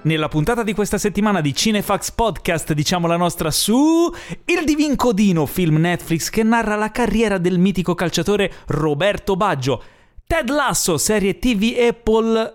Nella puntata di questa settimana di Cinefax Podcast diciamo la nostra su Il Divin Codino, film Netflix che narra la carriera del mitico calciatore Roberto Baggio. Ted Lasso, serie Apple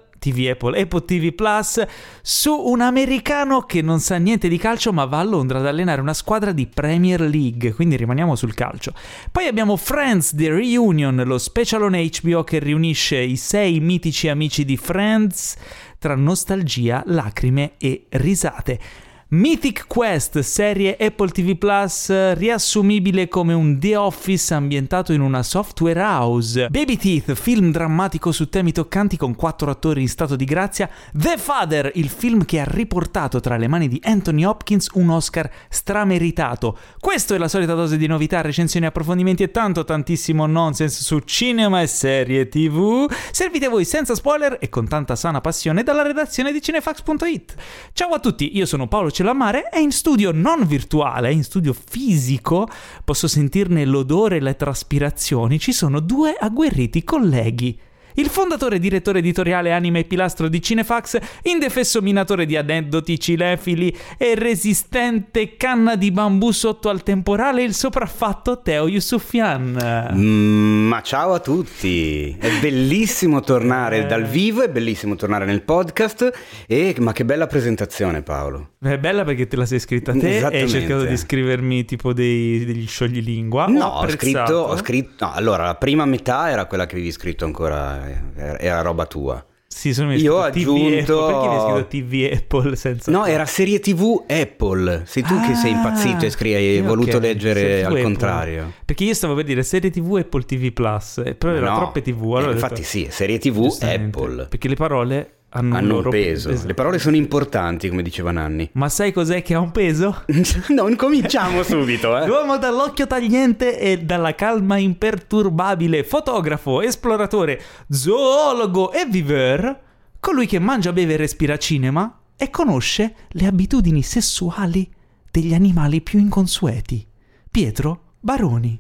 TV Plus, su un americano che non sa niente di calcio ma va a Londra ad allenare una squadra di Premier League, quindi rimaniamo sul calcio. Poi abbiamo Friends The Reunion, lo special on HBO che riunisce i 6 mitici amici di Friends tra nostalgia, lacrime e risate. Mythic Quest, serie Apple TV Plus riassumibile come un The Office ambientato in una software house. Baby Teeth, film drammatico su temi toccanti con 4 attori in stato di grazia. The Father, il film che ha riportato tra le mani di Anthony Hopkins un Oscar strameritato. Questo è la solita dose di novità, recensioni, approfondimenti e tantissimo nonsense su cinema e serie TV, servite a voi senza spoiler e con tanta sana passione dalla redazione di cinefax.it. Ciao a tutti, io sono Paolo Celamare e in studio non virtuale, in studio fisico, posso sentirne l'odore e le traspirazioni, ci sono 2 agguerriti colleghi. Il fondatore e direttore editoriale, anima e pilastro di Cinefax, indefesso minatore di aneddoti cinefili e resistente canna di bambù sotto al temporale, il sopraffatto Teo Yusufian. Ma ciao a tutti, è bellissimo tornare dal vivo, è bellissimo tornare nel podcast ma che bella presentazione, Paolo. È bella perché te la sei scritta te e hai cercato di scrivermi tipo degli scioglilingua. No, ho scritto. No, allora la prima metà era quella che avevi scritto ancora, era roba tua. Sì, sono io ho aggiunto. Perché mi hai scritto TV Apple senza? No, era serie TV Apple. Sei tu che sei impazzito e hai voluto leggere al contrario. Perché io stavo per dire serie TV Apple TV Plus, però era troppe TV. Allora infatti sì, serie TV Apple. Perché le parole hanno un peso. Esatto. Le parole sono importanti, come diceva Nanni. Ma sai cos'è che ha un peso? Non cominciamo subito, L'uomo dall'occhio tagliente e dalla calma imperturbabile, fotografo, esploratore, zoologo e viveur, colui che mangia, beve e respira cinema e conosce le abitudini sessuali degli animali più inconsueti. Pietro Baroni.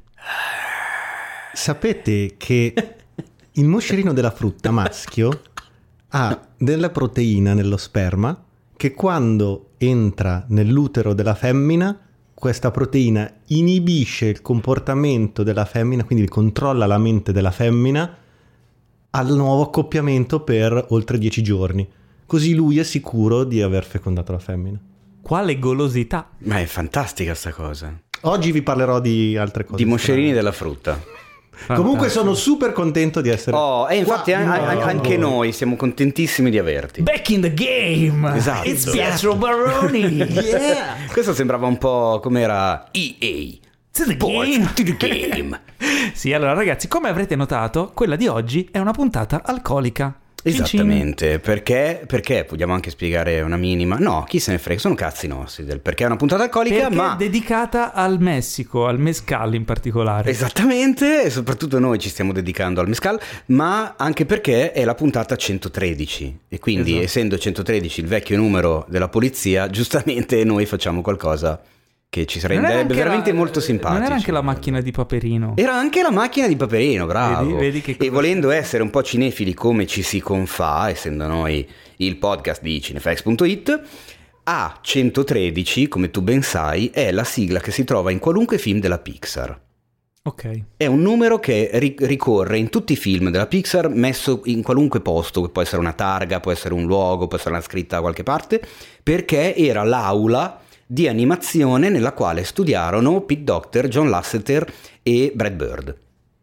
Sapete che il moscerino della frutta maschio ha della proteina nello sperma che quando entra nell'utero della femmina, questa proteina inibisce il comportamento della femmina, quindi controlla la mente della femmina al nuovo accoppiamento per oltre 10 giorni. Così lui è sicuro di aver fecondato la femmina. Quale golosità! Ma è fantastica sta cosa. Oggi vi parlerò di altre cose. Di moscerini della frutta. Comunque sono super contento di essere e infatti anche noi siamo contentissimi di averti. Back in the game. Esatto. It's Pietro Baroni. Yeah. Questo sembrava un po' come era EA. To the game. Sì, allora ragazzi, come avrete notato, quella di oggi è una puntata alcolica. Esattamente, perché vogliamo anche spiegare una minima. No, chi se ne frega, sono cazzi nostri del perché è una puntata alcolica, perché ma è dedicata al Messico, al mezcal in particolare. Esattamente, e soprattutto noi ci stiamo dedicando al mezcal, ma anche perché è la puntata 113 e quindi essendo 113 il vecchio numero della polizia, giustamente noi facciamo qualcosa che ci renderebbe veramente molto simpatici. Non era anche la macchina di Paperino? Era anche la macchina di Paperino, bravo. Vedi che e volendo essere un po' cinefili come ci si confà, essendo noi il podcast di cinefax.it, A113, come tu ben sai, è la sigla che si trova in qualunque film della Pixar. Ok. È un numero che ricorre in tutti i film della Pixar, messo in qualunque posto, che può essere una targa, può essere un luogo, può essere una scritta da qualche parte, perché era l'aula di animazione nella quale studiarono Pete Docter, John Lasseter e Brad Bird.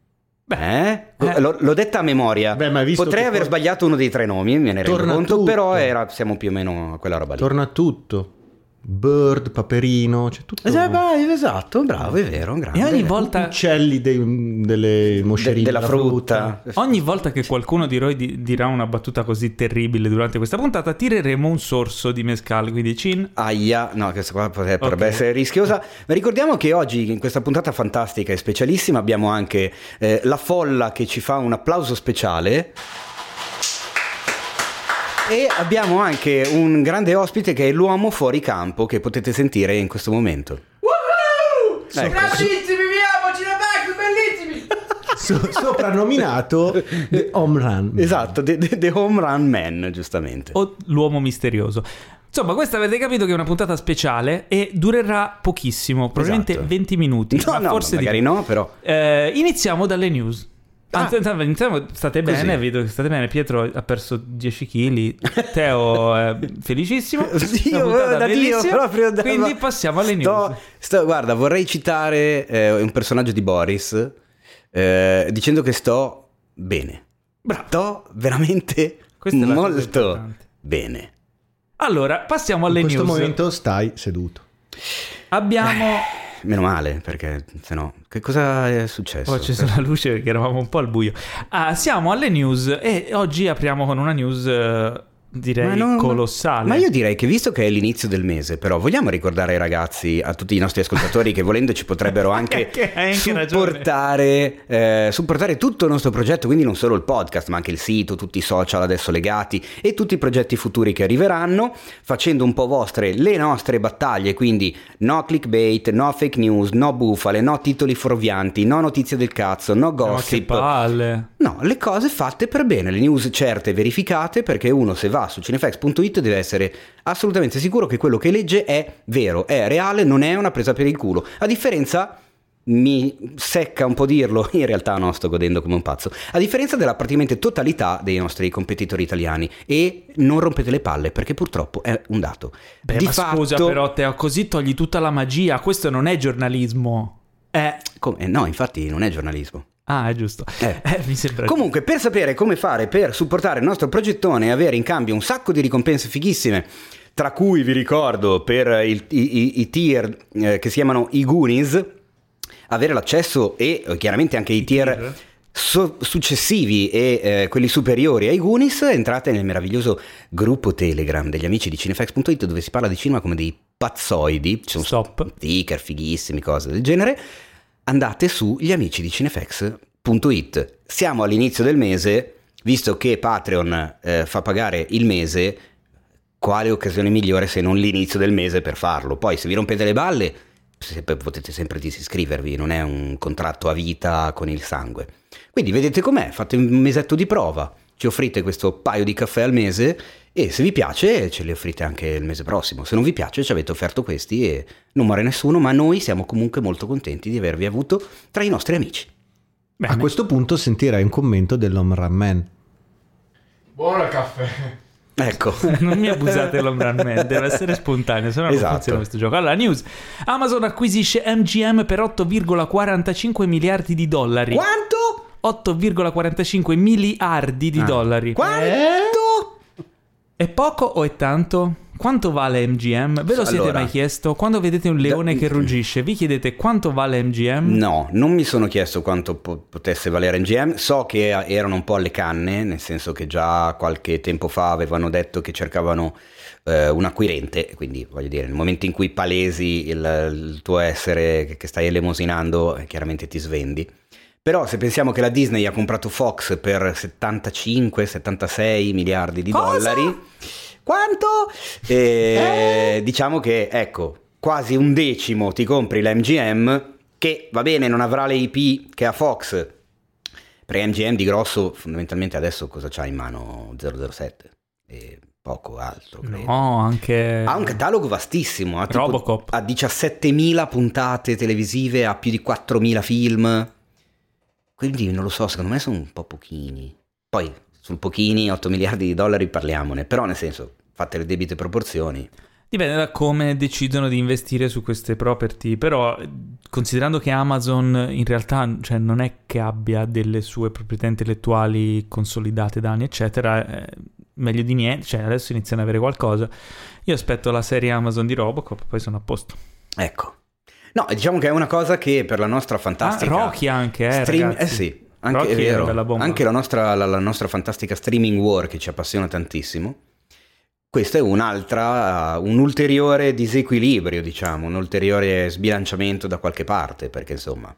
L'ho detta a memoria. Potrei aver sbagliato uno dei 3 nomi, me ne rendo conto, però siamo più o meno a quella roba lì. Torna tutto. Bird, Paperino, c'è tutto. Esatto, bravo, è vero, grande. E ogni volta uccelli delle moscerine della frutta. Ogni volta che qualcuno di noi dirà una battuta così terribile durante questa puntata, tireremo un sorso di mezcal, quindi cin. Aia, no, questa qua potrebbe essere rischiosa. Ma ricordiamo che oggi in questa puntata fantastica e specialissima abbiamo anche la folla che ci fa un applauso speciale. E abbiamo anche un grande ospite che è l'uomo fuori campo che potete sentire in questo momento. Woohoo! Bravissimi, vi amo, Cinefax, bellissimi! soprannominato The Home Run. Esatto, The Home Run Man, giustamente. O l'uomo misterioso. Insomma, questa avete capito che è una puntata speciale e durerà pochissimo, probabilmente Esatto. 20 minuti. No, ma forse magari di più. no, però. Iniziamo dalle news. Iniziamo, state Così. bene, vedo che state bene. Pietro ha perso 10 kg, Teo è felicissimo. Una puntata bellissima. Proprio quindi passiamo alle news. Guarda, vorrei citare un personaggio di Boris dicendo che sto bene. Bravo. Sto veramente Questa è la cosa molto importante. bene. Allora, passiamo alle In news. questo momento stai seduto. Abbiamo Meno male, perché se no, che cosa è successo? Ho acceso la luce perché eravamo un po' al buio. Siamo alle news e oggi apriamo con una news direi colossale. Ma io direi che visto che è l'inizio del mese, però vogliamo ricordare ai ragazzi, a tutti i nostri ascoltatori che volendo ci potrebbero anche supportare tutto il nostro progetto, quindi non solo il podcast ma anche il sito, tutti i social adesso legati e tutti i progetti futuri che arriveranno, facendo un po' vostre le nostre battaglie, quindi no clickbait, no fake news, no bufale, no titoli fuorvianti, no notizie del cazzo, no gossip. Ma che palle. No, le cose fatte per bene, le news certe e verificate, perché uno se va su cinefax.it deve essere assolutamente sicuro che quello che legge è vero, è reale, non è una presa per il culo. A differenza, mi secca un po' dirlo, in realtà no, sto godendo come un pazzo, a differenza della praticamente totalità dei nostri competitori italiani, e non rompete le palle perché purtroppo è un dato. Beh, Di ma fatto, scusa però Teo, così togli tutta la magia, questo non è giornalismo. no, infatti non è giornalismo. Ah, è giusto. Mi sembra. Comunque, per sapere come fare per supportare il nostro progettone e avere in cambio un sacco di ricompense fighissime, tra cui vi ricordo per i tier che si chiamano i Goonies, avere l'accesso e chiaramente anche i tier successivi e quelli superiori ai Goonies, entrate nel meraviglioso gruppo Telegram degli amici di cinefax.it, dove si parla di cinema come dei pazzoidi, ci sono sticker fighissimi, cose del genere. Andate su gli amici di cinefax.it. Siamo all'inizio del mese, visto che Patreon fa pagare il mese, quale occasione migliore se non l'inizio del mese per farlo? Poi se vi rompete le balle potete sempre disiscrivervi, non è un contratto a vita con il sangue. Quindi vedete com'è, fate un mesetto di prova, ci offrite questo paio di caffè al mese e se vi piace ce li offrite anche il mese prossimo. Se non vi piace ci avete offerto questi e non muore nessuno, ma noi siamo comunque molto contenti di avervi avuto tra i nostri amici. Bene. A questo punto sentirai un commento dell'Home Run Man. Buono il caffè. Ecco. Non mi abusate dell'Home Run Man, deve essere spontaneo, se no non funziona questo gioco. Allora, news. Amazon acquisisce MGM per 8,45 miliardi di dollari. Quanto? 8,45 miliardi di dollari. Quanto? È poco o è tanto? Quanto vale MGM? Ve lo siete mai chiesto? Quando vedete un leone che ruggisce, vi chiedete quanto vale MGM? No, non mi sono chiesto quanto potesse valere MGM. So che erano un po' alle canne, nel senso che già qualche tempo fa avevano detto che cercavano un acquirente, quindi voglio dire, nel momento in cui palesi il tuo essere che stai elemosinando, chiaramente ti svendi. Però se pensiamo che la Disney ha comprato Fox per 75-76 miliardi di dollari, quanto? Diciamo che, ecco, quasi un decimo ti compri la MGM, che va bene, non avrà le IP che ha Fox, perché MGM di grosso fondamentalmente adesso cosa c'ha in mano? 007 e poco altro, credo. No, anche... Ha un catalogo vastissimo, ha Robocop. ha 17.000 puntate televisive, ha più di 4.000 film. Quindi non lo so, secondo me sono un po' pochini. Poi sul pochini, 8 miliardi di dollari parliamone, però nel senso, fatte le debite proporzioni. Dipende da come decidono di investire su queste property, però considerando che Amazon in realtà non è che abbia delle sue proprietà intellettuali consolidate da anni, eccetera, meglio di niente, adesso iniziano ad avere qualcosa. Io aspetto la serie Amazon di Robocop, poi sono a posto. Ecco. No, diciamo che è una cosa che per la nostra fantastica... Rocky anche, ragazzi. Sì, anche, Rocky è vero. una bella bomba. Anche la nostra fantastica streaming war che ci appassiona tantissimo. Questo è un ulteriore disequilibrio, diciamo, un ulteriore sbilanciamento da qualche parte, perché insomma...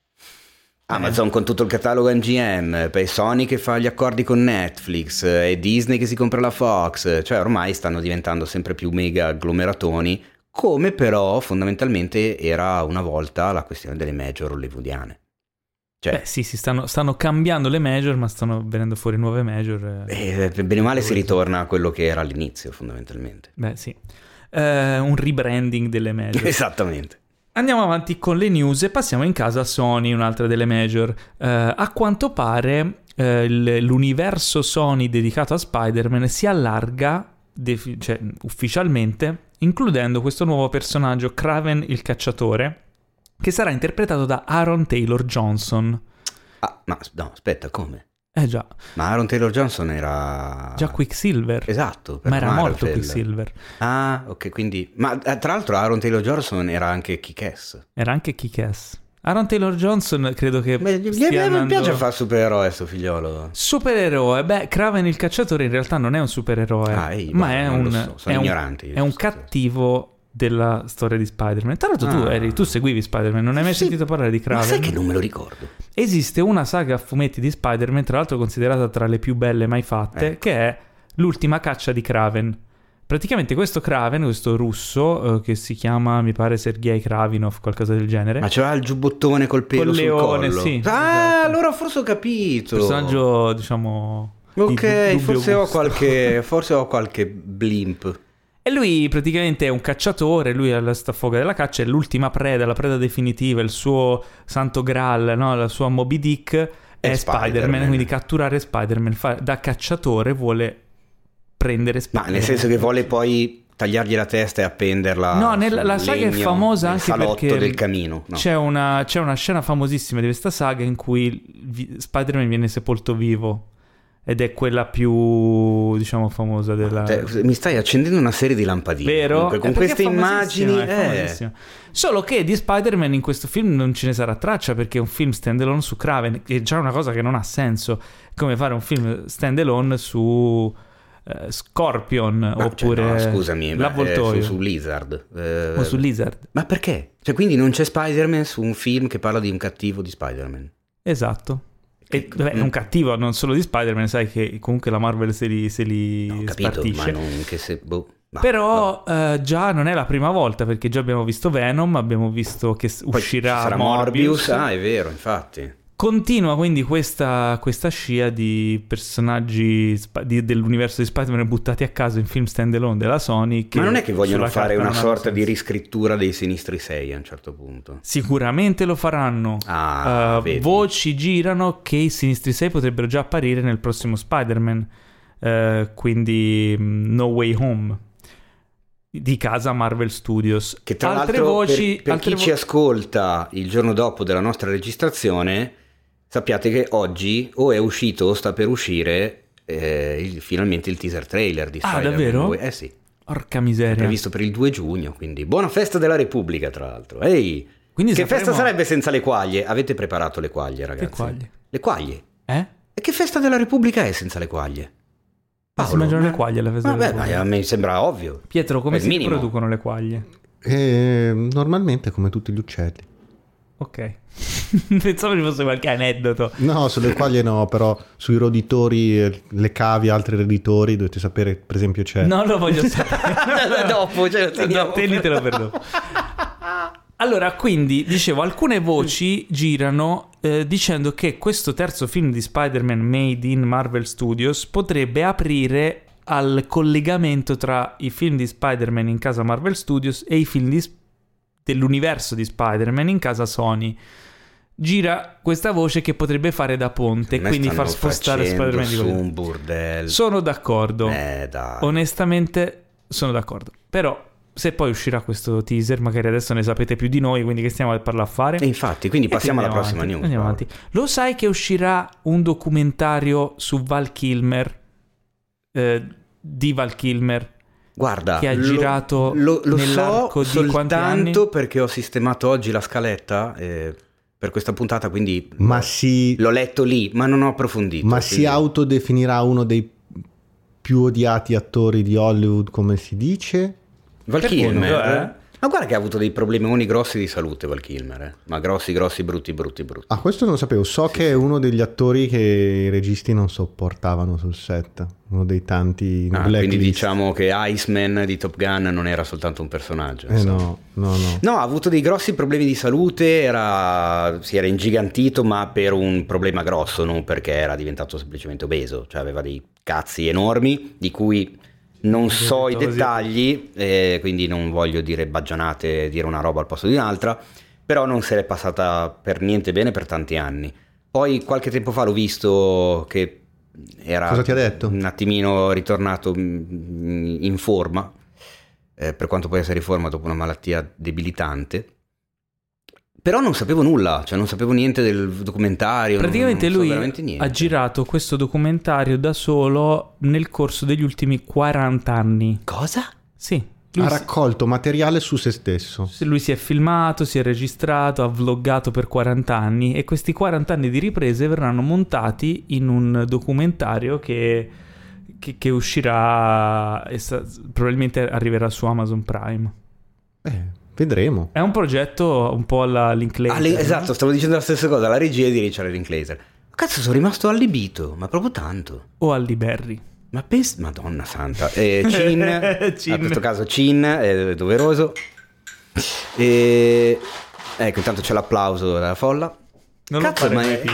Amazon con tutto il catalogo MGM, poi Sony che fa gli accordi con Netflix e Disney che si compra la Fox, cioè ormai stanno diventando sempre più mega agglomeratoni, come però fondamentalmente era una volta la questione delle major hollywoodiane. Cioè, Beh sì, stanno cambiando le major, ma stanno venendo fuori nuove major. bene o male si ritorna a quello che era all'inizio, fondamentalmente. Beh sì. Un rebranding delle major. Esattamente. Andiamo avanti con le news e passiamo in casa Sony, un'altra delle major. A quanto pare l'universo Sony dedicato a Spider-Man si allarga ufficialmente, includendo questo nuovo personaggio, Kraven il cacciatore, che sarà interpretato da Aaron Taylor Johnson. Ah, ma no, aspetta, come? Già. Ma Aaron Taylor Johnson era... Già Quicksilver. Esatto. Ma era Marvel. morto Quicksilver. Ah, ok, quindi... Ma tra l'altro Aaron Taylor Johnson era anche Kick-Ass. Era anche Kick-Ass. Aaron Taylor Johnson credo che Mi piace fare supereroe sto figliolo. Supereroe. Beh, Kraven il cacciatore in realtà non è un supereroe, ma è sono ignorante. È un cattivo della storia di Spider-Man. Tra l'altro tu seguivi Spider-Man, non hai mai sentito parlare di Kraven? Ma sai che non me lo ricordo? Esiste una saga a fumetti di Spider-Man, tra l'altro considerata tra le più belle mai fatte, che è L'ultima caccia di Kraven. Praticamente questo Kraven, questo russo, che si chiama, mi pare, Sergei Kravinov, qualcosa del genere. Ma c'aveva il giubbottone col pelo sul leone, collo. sì. Esatto. Allora forse ho capito. Personaggio, diciamo... Ok, forse gusto. ho qualche blimp. E lui praticamente è un cacciatore, lui ha sta foga della caccia, è l'ultima preda, la preda definitiva, il suo santo graal, no? La sua Moby Dick è Spider-Man, quindi catturare Spider-Man da cacciatore vuole prendere Spider-Man. Ma nel senso che vuole poi tagliargli la testa e appenderla. No, la saga è famosa anche perché del camino. No. c'è una scena famosissima di questa saga in cui Spider-Man viene sepolto vivo. Ed è quella più, diciamo, famosa della... Mi stai accendendo una serie di lampadine. Vero? Con queste immagini... È famosissima. Solo che di Spider-Man in questo film non ce ne sarà traccia, perché è un film standalone su Kraven, che è già una cosa che non ha senso. Come fare un film standalone su Scorpion, oppure no, scusami, l'avvoltoio. Su Lizard. O su Lizard. Ma perché? Cioè, quindi non c'è Spider-Man su un film che parla di un cattivo di Spider-Man? Esatto. E è un cattivo non solo di Spider-Man, sai che comunque la Marvel se li no, capito, spartisce. ma non che se... Però già non è la prima volta, perché già abbiamo visto Venom, abbiamo visto che uscirà sarà Morbius. Ah, è vero, infatti. Continua quindi questa scia di personaggi dell'universo di Spider-Man buttati a caso in film standalone della Sony. Ma non è che vogliono fare una sorta di riscrittura dei Sinistri 6 a un certo punto? Sicuramente lo faranno. Voci girano che i Sinistri 6 potrebbero già apparire nel prossimo Spider-Man, quindi No Way Home, di casa Marvel Studios. Che tra altre l'altro voci, per chi ci ascolta il giorno dopo della nostra registrazione, sappiate che oggi o è uscito o sta per uscire finalmente il teaser trailer di Spider-Man. Davvero? Sì. Porca miseria. È previsto per il 2 giugno, quindi buona festa della Repubblica, tra l'altro. Ehi, quindi che festa sarebbe senza le quaglie? Avete preparato le quaglie, ragazzi? Che quaglie? Le quaglie. E che festa della Repubblica è senza le quaglie? Si mangiano le quaglie alla festa della Repubblica? Ma a me sembra ovvio. Pietro, come si producono le quaglie? Normalmente come tutti gli uccelli. Ok. Pensavo ci fosse qualche aneddoto. No, sulle quaglie no, però sui roditori, le cavie, altri roditori, dovete sapere, per esempio c'è... No, lo voglio sapere. Dopo, ce lo teniamo. Tenitelo per dopo. Allora, quindi, dicevo, alcune voci girano dicendo che questo terzo film di Spider-Man made in Marvel Studios potrebbe aprire al collegamento tra i film di Spider-Man in casa Marvel Studios e i film dell'universo di Spider-Man in casa Sony. Gira questa voce che potrebbe fare da ponte, quindi far spostare Spider-Man di su un burdello. Sono d'accordo. Dai. Onestamente sono d'accordo. Però se poi uscirà questo teaser, magari adesso ne sapete più di noi, quindi che stiamo a parlare a fare. E infatti, quindi passiamo alla prossima news. Andiamo avanti. Lo sai che uscirà un documentario su Val Kilmer? Di Val Kilmer? Guarda, che ha girato nell'arco so di quanti anni? soltanto perché ho sistemato oggi la scaletta per questa puntata, quindi l'ho letto lì, ma non ho approfondito. Ma si autodefinirà uno dei più odiati attori di Hollywood, come si dice? Val Kilmer? Ma guarda che ha avuto dei problemoni grossi di salute Val Kilmer, ma grossi, brutti. Ah, questo non lo sapevo. So che è uno degli attori che i registi non sopportavano sul set. Uno dei tanti quindi diciamo che Iceman di Top Gun non era soltanto un personaggio. No. No, ha avuto dei grossi problemi di salute, si era ingigantito, ma per un problema grosso, non perché era diventato semplicemente obeso. Cioè aveva dei cazzi enormi di cui non so i dettagli, quindi non voglio dire baggianate, dire una roba al posto di un'altra, però non se l'è passata per niente bene per tanti anni. Poi qualche tempo fa l'ho visto che era Cosa ti ha detto? Un attimino ritornato in forma, per quanto può essere in forma dopo una malattia debilitante. Però non sapevo nulla, cioè non sapevo niente del documentario. Praticamente non so lui niente. ha girato questo documentario da solo nel corso degli ultimi 40 anni. Cosa? Sì. Ha raccolto materiale su se stesso. Lui si è filmato, si è registrato, ha vloggato per 40 anni e questi 40 anni di riprese verranno montati in un documentario che uscirà, probabilmente arriverà su Amazon Prime. Vedremo. È un progetto un po' alla Linklater. Esatto, stavo dicendo la stessa cosa, la regia di Richard Linklater. Cazzo, sono rimasto allibito, ma proprio tanto. O Aldi Berry. Ma Madonna santa. Chin, in questo caso Chin, è doveroso. Ecco, intanto c'è l'applauso della folla. Non Cazzo, ma è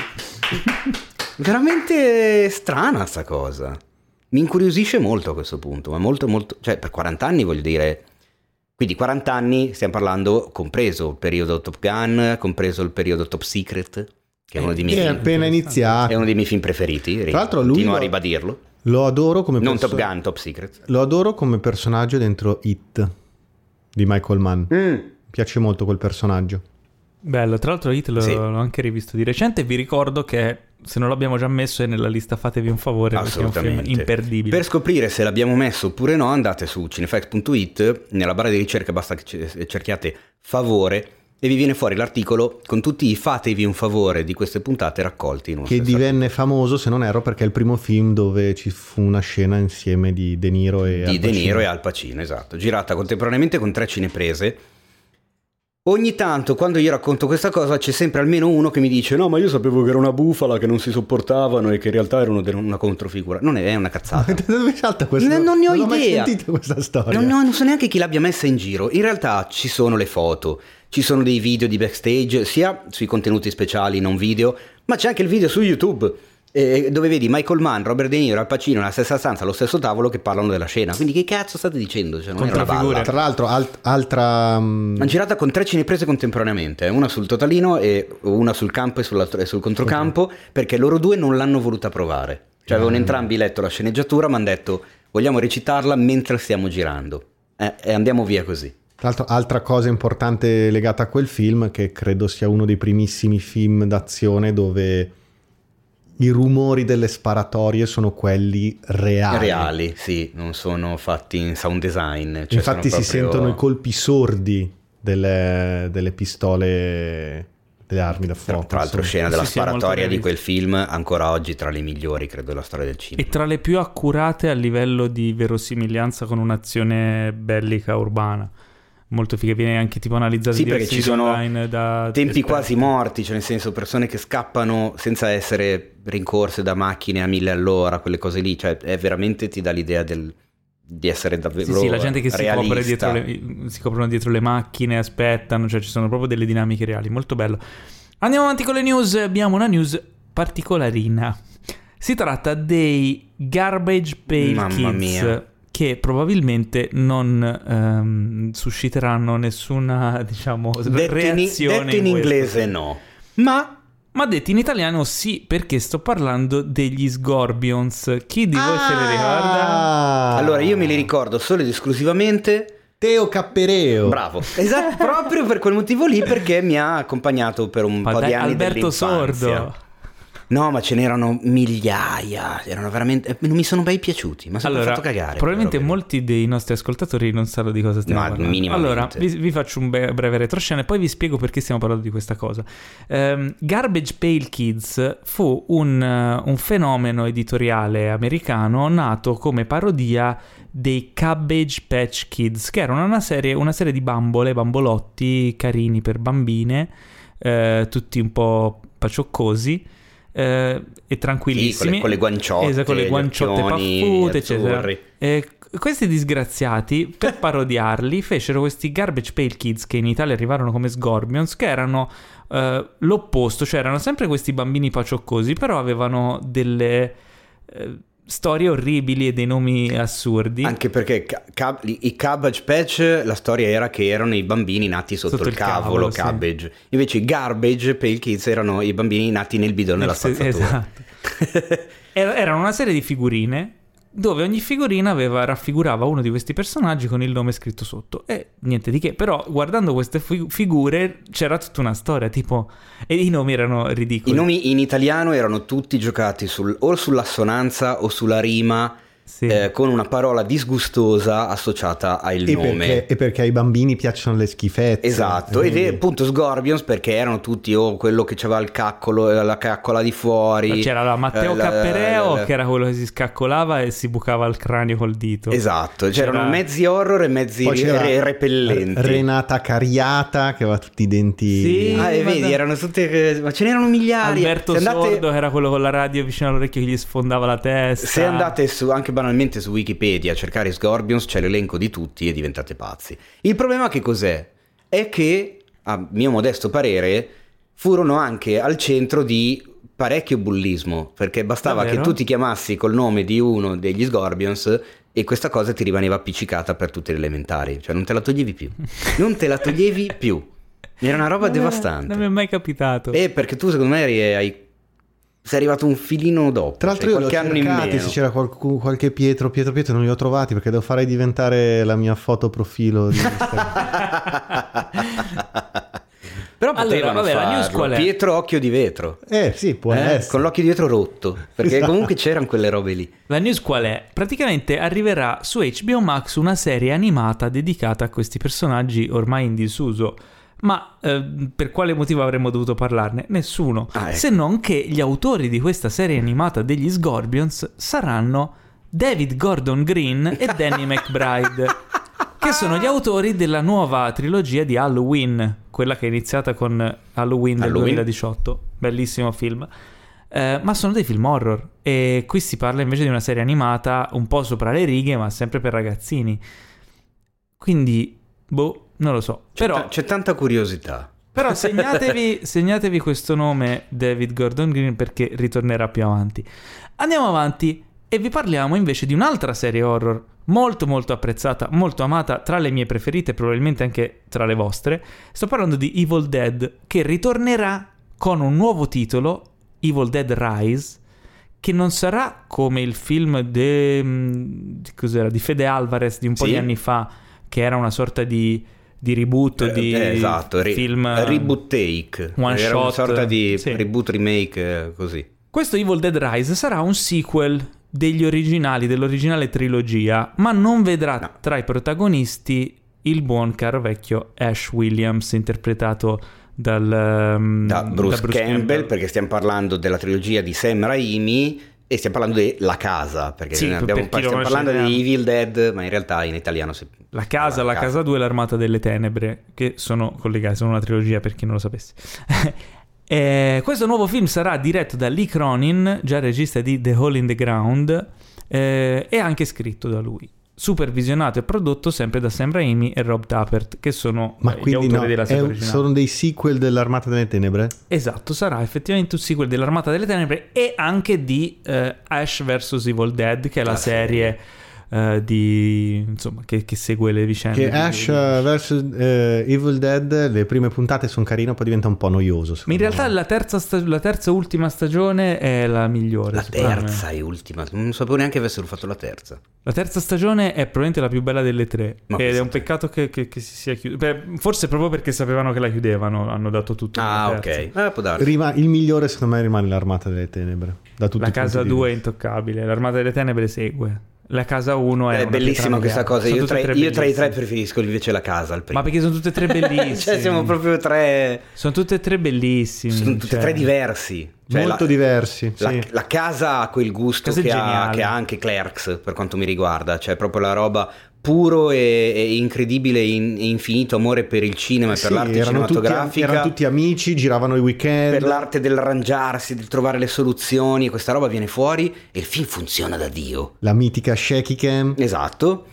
veramente strana sta cosa. Mi incuriosisce molto a questo punto, ma molto, cioè per 40 anni voglio dire. Quindi 40 anni stiamo parlando, compreso il periodo Top Gun, compreso il periodo Top Secret, che è uno dei miei film. È appena iniziato. È uno dei miei film preferiti. Tra l'altro continuo a ribadirlo. Lo adoro come non Top Gun, Top Secret. Lo adoro come personaggio dentro It di Michael Mann. Mi piace molto quel personaggio. Bello, tra l'altro It l'ho anche rivisto di recente. Vi ricordo che se non l'abbiamo già messo è nella lista, fatevi un favore, perché è un film imperdibile. Per scoprire se l'abbiamo messo oppure no, andate su cinefax.it, nella barra di ricerca basta che cerchiate favore e vi viene fuori l'articolo con tutti i fatevi un favore di queste puntate raccolti in uno che divenne famoso, se non erro, perché è il primo film dove ci fu una scena insieme di De Niro e Al Pacino. De Niro e Al Pacino, esatto, girata contemporaneamente con 3 cineprese. Ogni tanto quando io racconto questa cosa c'è sempre almeno uno che mi dice no, ma io sapevo che era una bufala, che non si sopportavano e che in realtà erano una controfigura. Non è una cazzata. Dove salta questa? Non ne ho idea. Non ho mai sentito questa storia. Non so neanche chi l'abbia messa in giro. In realtà ci sono le foto, ci sono dei video di backstage, sia sui contenuti speciali non video, ma c'è anche il video su YouTube. Dove vedi Michael Mann, Robert De Niro e Al Pacino nella stessa stanza, allo stesso tavolo, che parlano della scena. Quindi che cazzo state dicendo? Cioè, non era una balla. Tra l'altro altra hanno girato con 3 cineprese contemporaneamente, una sul totalino e una sul campo e sul controcampo, perché loro due non l'hanno voluta provare. Cioè avevano entrambi letto la sceneggiatura, ma hanno detto vogliamo recitarla mentre stiamo girando e andiamo via così. Tra l'altro, altra cosa importante legata a quel film, che credo sia uno dei primissimi film d'azione dove i rumori delle sparatorie sono quelli reali, sì, non sono fatti in sound design. Cioè infatti si sentono i colpi sordi delle pistole, delle armi da fuoco. Tra l'altro scena della sparatoria di quel film ancora oggi tra le migliori, credo, della storia del cinema. E tra le più accurate a livello di verosimiglianza con un'azione bellica urbana. Molto figa, viene anche tipo analizzato perché ci sono da tempi quasi morti, cioè nel senso persone che scappano senza essere rincorse da macchine a 1000 all'ora, quelle cose lì, cioè è veramente, ti dà l'idea di essere davvero sì, la gente che realista. si coprono dietro le macchine, aspettano, cioè ci sono proprio delle dinamiche reali, molto bello. Andiamo avanti con le news, abbiamo una news particolarina. Si tratta dei Garbage Pail Kids. Mia. Che probabilmente non susciteranno nessuna, diciamo, reazione. Detto in inglese no, ma detti in italiano sì, perché sto parlando degli Scorpions. Chi di voi se li ricorda? Allora io me li ricordo solo ed esclusivamente Teo Cappereo. Bravo, esatto, proprio per quel motivo lì, perché mi ha accompagnato per un po' di anni Alberto dell'infanzia. Sordo. No, ma ce n'erano migliaia, erano veramente... non mi sono mai piaciuti, ma sono fatto cagare. Probabilmente molti dei nostri ascoltatori non sanno di cosa stiamo parlando. Minimamente. Allora, vi faccio un breve retroscena e poi vi spiego perché stiamo parlando di questa cosa. Garbage Pail Kids fu un fenomeno editoriale americano nato come parodia dei Cabbage Patch Kids, che erano una serie di bambolotti carini per bambine, tutti un po' pacioccosi, e tranquillissimi, sì, con le guanciotte, con le guanciotte paffute, eccetera. Questi disgraziati, per parodiarli, fecero questi Garbage Pail Kids, che in Italia arrivarono come Scorpions, che erano l'opposto, cioè erano sempre questi bambini pacioccosi, però avevano delle storie orribili e dei nomi assurdi. Anche perché i Cabbage Patch, la storia era che erano i bambini nati sotto il cavolo, Cabbage. Sì. Invece i Garbage Pail Kids erano i bambini nati nel bidone della spazzatura. Esatto. Erano una serie di figurine dove ogni figurina raffigurava uno di questi personaggi con il nome scritto sotto, e niente di che. Però guardando queste figure c'era tutta una storia, tipo, e i nomi erano ridicoli. I nomi in italiano erano tutti giocati o sull'assonanza o sulla rima, sì, con una parola disgustosa associata al nome. E perché ai bambini piacciono le schifezze. Esatto, ed è appunto Scorpions perché erano tutti quello che aveva il caccolo, la caccola di fuori. C'era Matteo Cappereo che era quello che si scaccolava e si bucava il cranio col dito. Esatto, c'erano mezzi horror e mezzi repellenti. Renata Cariata che aveva tutti i denti. Sì, vedi, erano tutte, ma ce n'erano migliaia. Alberto Sordo che era quello con la radio vicino all'orecchio che gli sfondava la testa. Se andate anche banalmente su Wikipedia a cercare Scorpions c'è l'elenco di tutti e diventate pazzi. Il problema che cos'è? È che, a mio modesto parere, furono anche al centro di parecchio bullismo, perché bastava che tu ti chiamassi col nome di uno degli Scorpions e questa cosa ti rimaneva appiccicata per tutte le elementari, cioè non te la toglievi più. Era una roba devastante. Non mi è mai capitato. Perché tu secondo me sei arrivato un filino dopo. Tra l'altro, qualche anno in meno. Se c'era qualche Pietro non li ho trovati, perché devo fare diventare la mia foto profilo di Instagram. Però potevano farlo. La news qual è? Pietro Occhio di Vetro. Sì, può essere. Con l'occhio di vetro rotto, perché esatto. Comunque c'erano quelle robe lì. La news qual è? Praticamente arriverà su HBO Max una serie animata dedicata a questi personaggi ormai in disuso. Ma per quale motivo avremmo dovuto parlarne? Nessuno. Ecco. Se non che gli autori di questa serie animata degli Scorpions saranno David Gordon Green e Danny McBride, che sono gli autori della nuova trilogia di Halloween, quella che è iniziata con Halloween del 2018. Bellissimo film. Ma sono dei film horror, e qui si parla invece di una serie animata un po' sopra le righe, ma sempre per ragazzini. Quindi, non lo so. C'è tanta curiosità. Però segnatevi questo nome, David Gordon Green, perché ritornerà più avanti. Andiamo avanti e vi parliamo invece di un'altra serie horror molto molto apprezzata, molto amata, tra le mie preferite, probabilmente anche tra le vostre. Sto parlando di Evil Dead, che ritornerà con un nuovo titolo, Evil Dead Rise, che non sarà come il film di Fede Alvarez di un po' di anni fa, che era una sorta di reboot esatto, film reboot take, one era shot, una sorta di reboot remake così. Questo Evil Dead Rise sarà un sequel dell'originale trilogia, ma non vedrà tra i protagonisti il buon caro vecchio Ash Williams, interpretato da Bruce Campbell, perché stiamo parlando della trilogia di Sam Raimi e stiamo parlando della casa, perché stiamo parlando di Evil Dead, ma in realtà in italiano la casa 2 e l'Armata delle Tenebre, che sono collegati, sono una trilogia per chi non lo sapesse. Questo nuovo film sarà diretto da Lee Cronin, già regista di The Hole in the Ground, e anche scritto da lui, supervisionato e prodotto sempre da Sam Raimi e Rob Tappert, che sono gli autori della serie originale. Sono dei sequel dell'Armata delle Tenebre? Esatto, sarà effettivamente un sequel dell'Armata delle Tenebre e anche di Ash vs Evil Dead, che è la serie insomma, che segue le vicende. Che Ash vs Evil Dead, le prime puntate sono carine, poi diventa un po' noioso. Ma in realtà la terza ultima stagione è la migliore. La terza e ultima, non sapevo neanche avessero fatto la terza. La terza stagione è probabilmente la più bella delle tre. Ma ed è un questa- peccato che si sia chiusa. Forse proprio perché sapevano che la chiudevano, hanno dato tutto. Ah, nella terza. ok. Può darsi. Il migliore secondo me rimane l'Armata delle Tenebre. Da tutti La i casa punti di 2 è vista. intoccabile, l'Armata delle Tenebre segue. La casa 1 è È una bellissima pietra questa miliare. cosa. Sono Io tutte tra, e tre io tra i tre bellissime. preferisco invece la casa al primo. Ma perché sono tutte e tre bellissime. Cioè, siamo proprio tre. Sono tutte e tre bellissimi. Sono tutti cioè. e tre diversi. Cioè, Molto diversi. Sì. La casa ha quel gusto Casa è che ha geniale. anche Clerks, per quanto mi riguarda. Cioè, proprio la roba puro e incredibile e infinito amore per il cinema e per Sì, l'arte cinematografica. erano tutti amici, giravano i weekend. Per l'arte dell'arrangiarsi, del trovare le soluzioni, questa roba viene fuori e il film funziona da Dio. La mitica shaky cam. Esatto.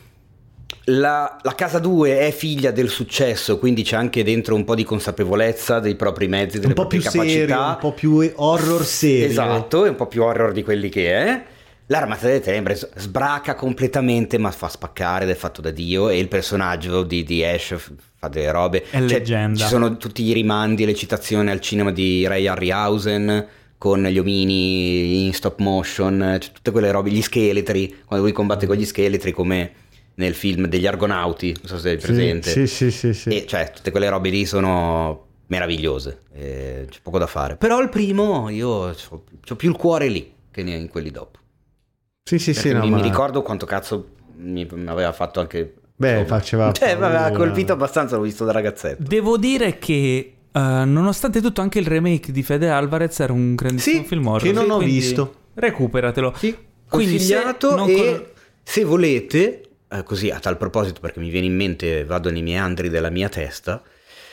La casa 2 è figlia del successo, quindi c'è anche dentro un po' di consapevolezza dei propri mezzi, delle Un po' proprie più capacità. serio, un po' più horror serio. Esatto, è un po' più horror di quelli che è. L'Armata delle Tenebre sbraca completamente, ma fa spaccare ed è fatto da Dio. E il personaggio di Ash fa delle robe. È leggenda. Ci sono tutti i rimandi e le citazioni al cinema di Ray Harryhausen con gli omini in stop motion, cioè tutte quelle robe, gli scheletri, quando lui combatte con gli scheletri come nel film degli Argonauti, non so se sei presente. Sì. E cioè tutte quelle robe lì sono meravigliose, c'è poco da fare. Però il primo io c'ho più il cuore lì che in quelli dopo. Sì, Perché no, mi ma... ricordo quanto cazzo mi aveva fatto anche... Beh, faceva Cioè, mi aveva paura. colpito abbastanza, l'ho visto da ragazzetto. Devo dire che nonostante tutto anche il remake di Fede Alvarez era un grandissimo Sì, film horror. che non ho quindi visto. Recuperatelo. Sì, Quindi se consigliato non e se volete, così a tal proposito perché mi viene in mente, vado nei meandri della mia testa,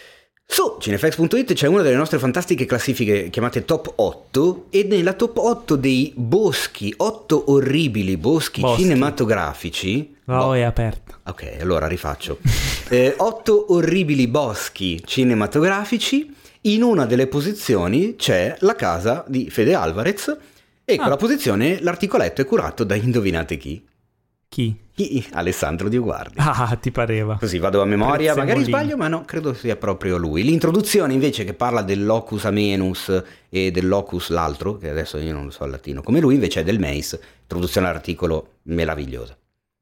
su cinefx.it c'è una delle nostre fantastiche classifiche chiamate Top 8 e nella Top 8 dei boschi, 8 orribili boschi cinematografici... è aperta. Ok, allora rifaccio. 8 orribili boschi cinematografici, in una delle posizioni c'è la casa di Fede Alvarez e quella posizione l'articoletto è curato da indovinate chi? Chi? Alessandro Dioguardi. Ah, ti pareva. Così vado a memoria, magari Prezzemolini. sbaglio, ma no, credo sia proprio lui. L'introduzione invece che parla del locus amenus e del locus l'altro, che adesso io non lo so al latino, come lui invece è del meis, introduzione all'articolo meravigliosa.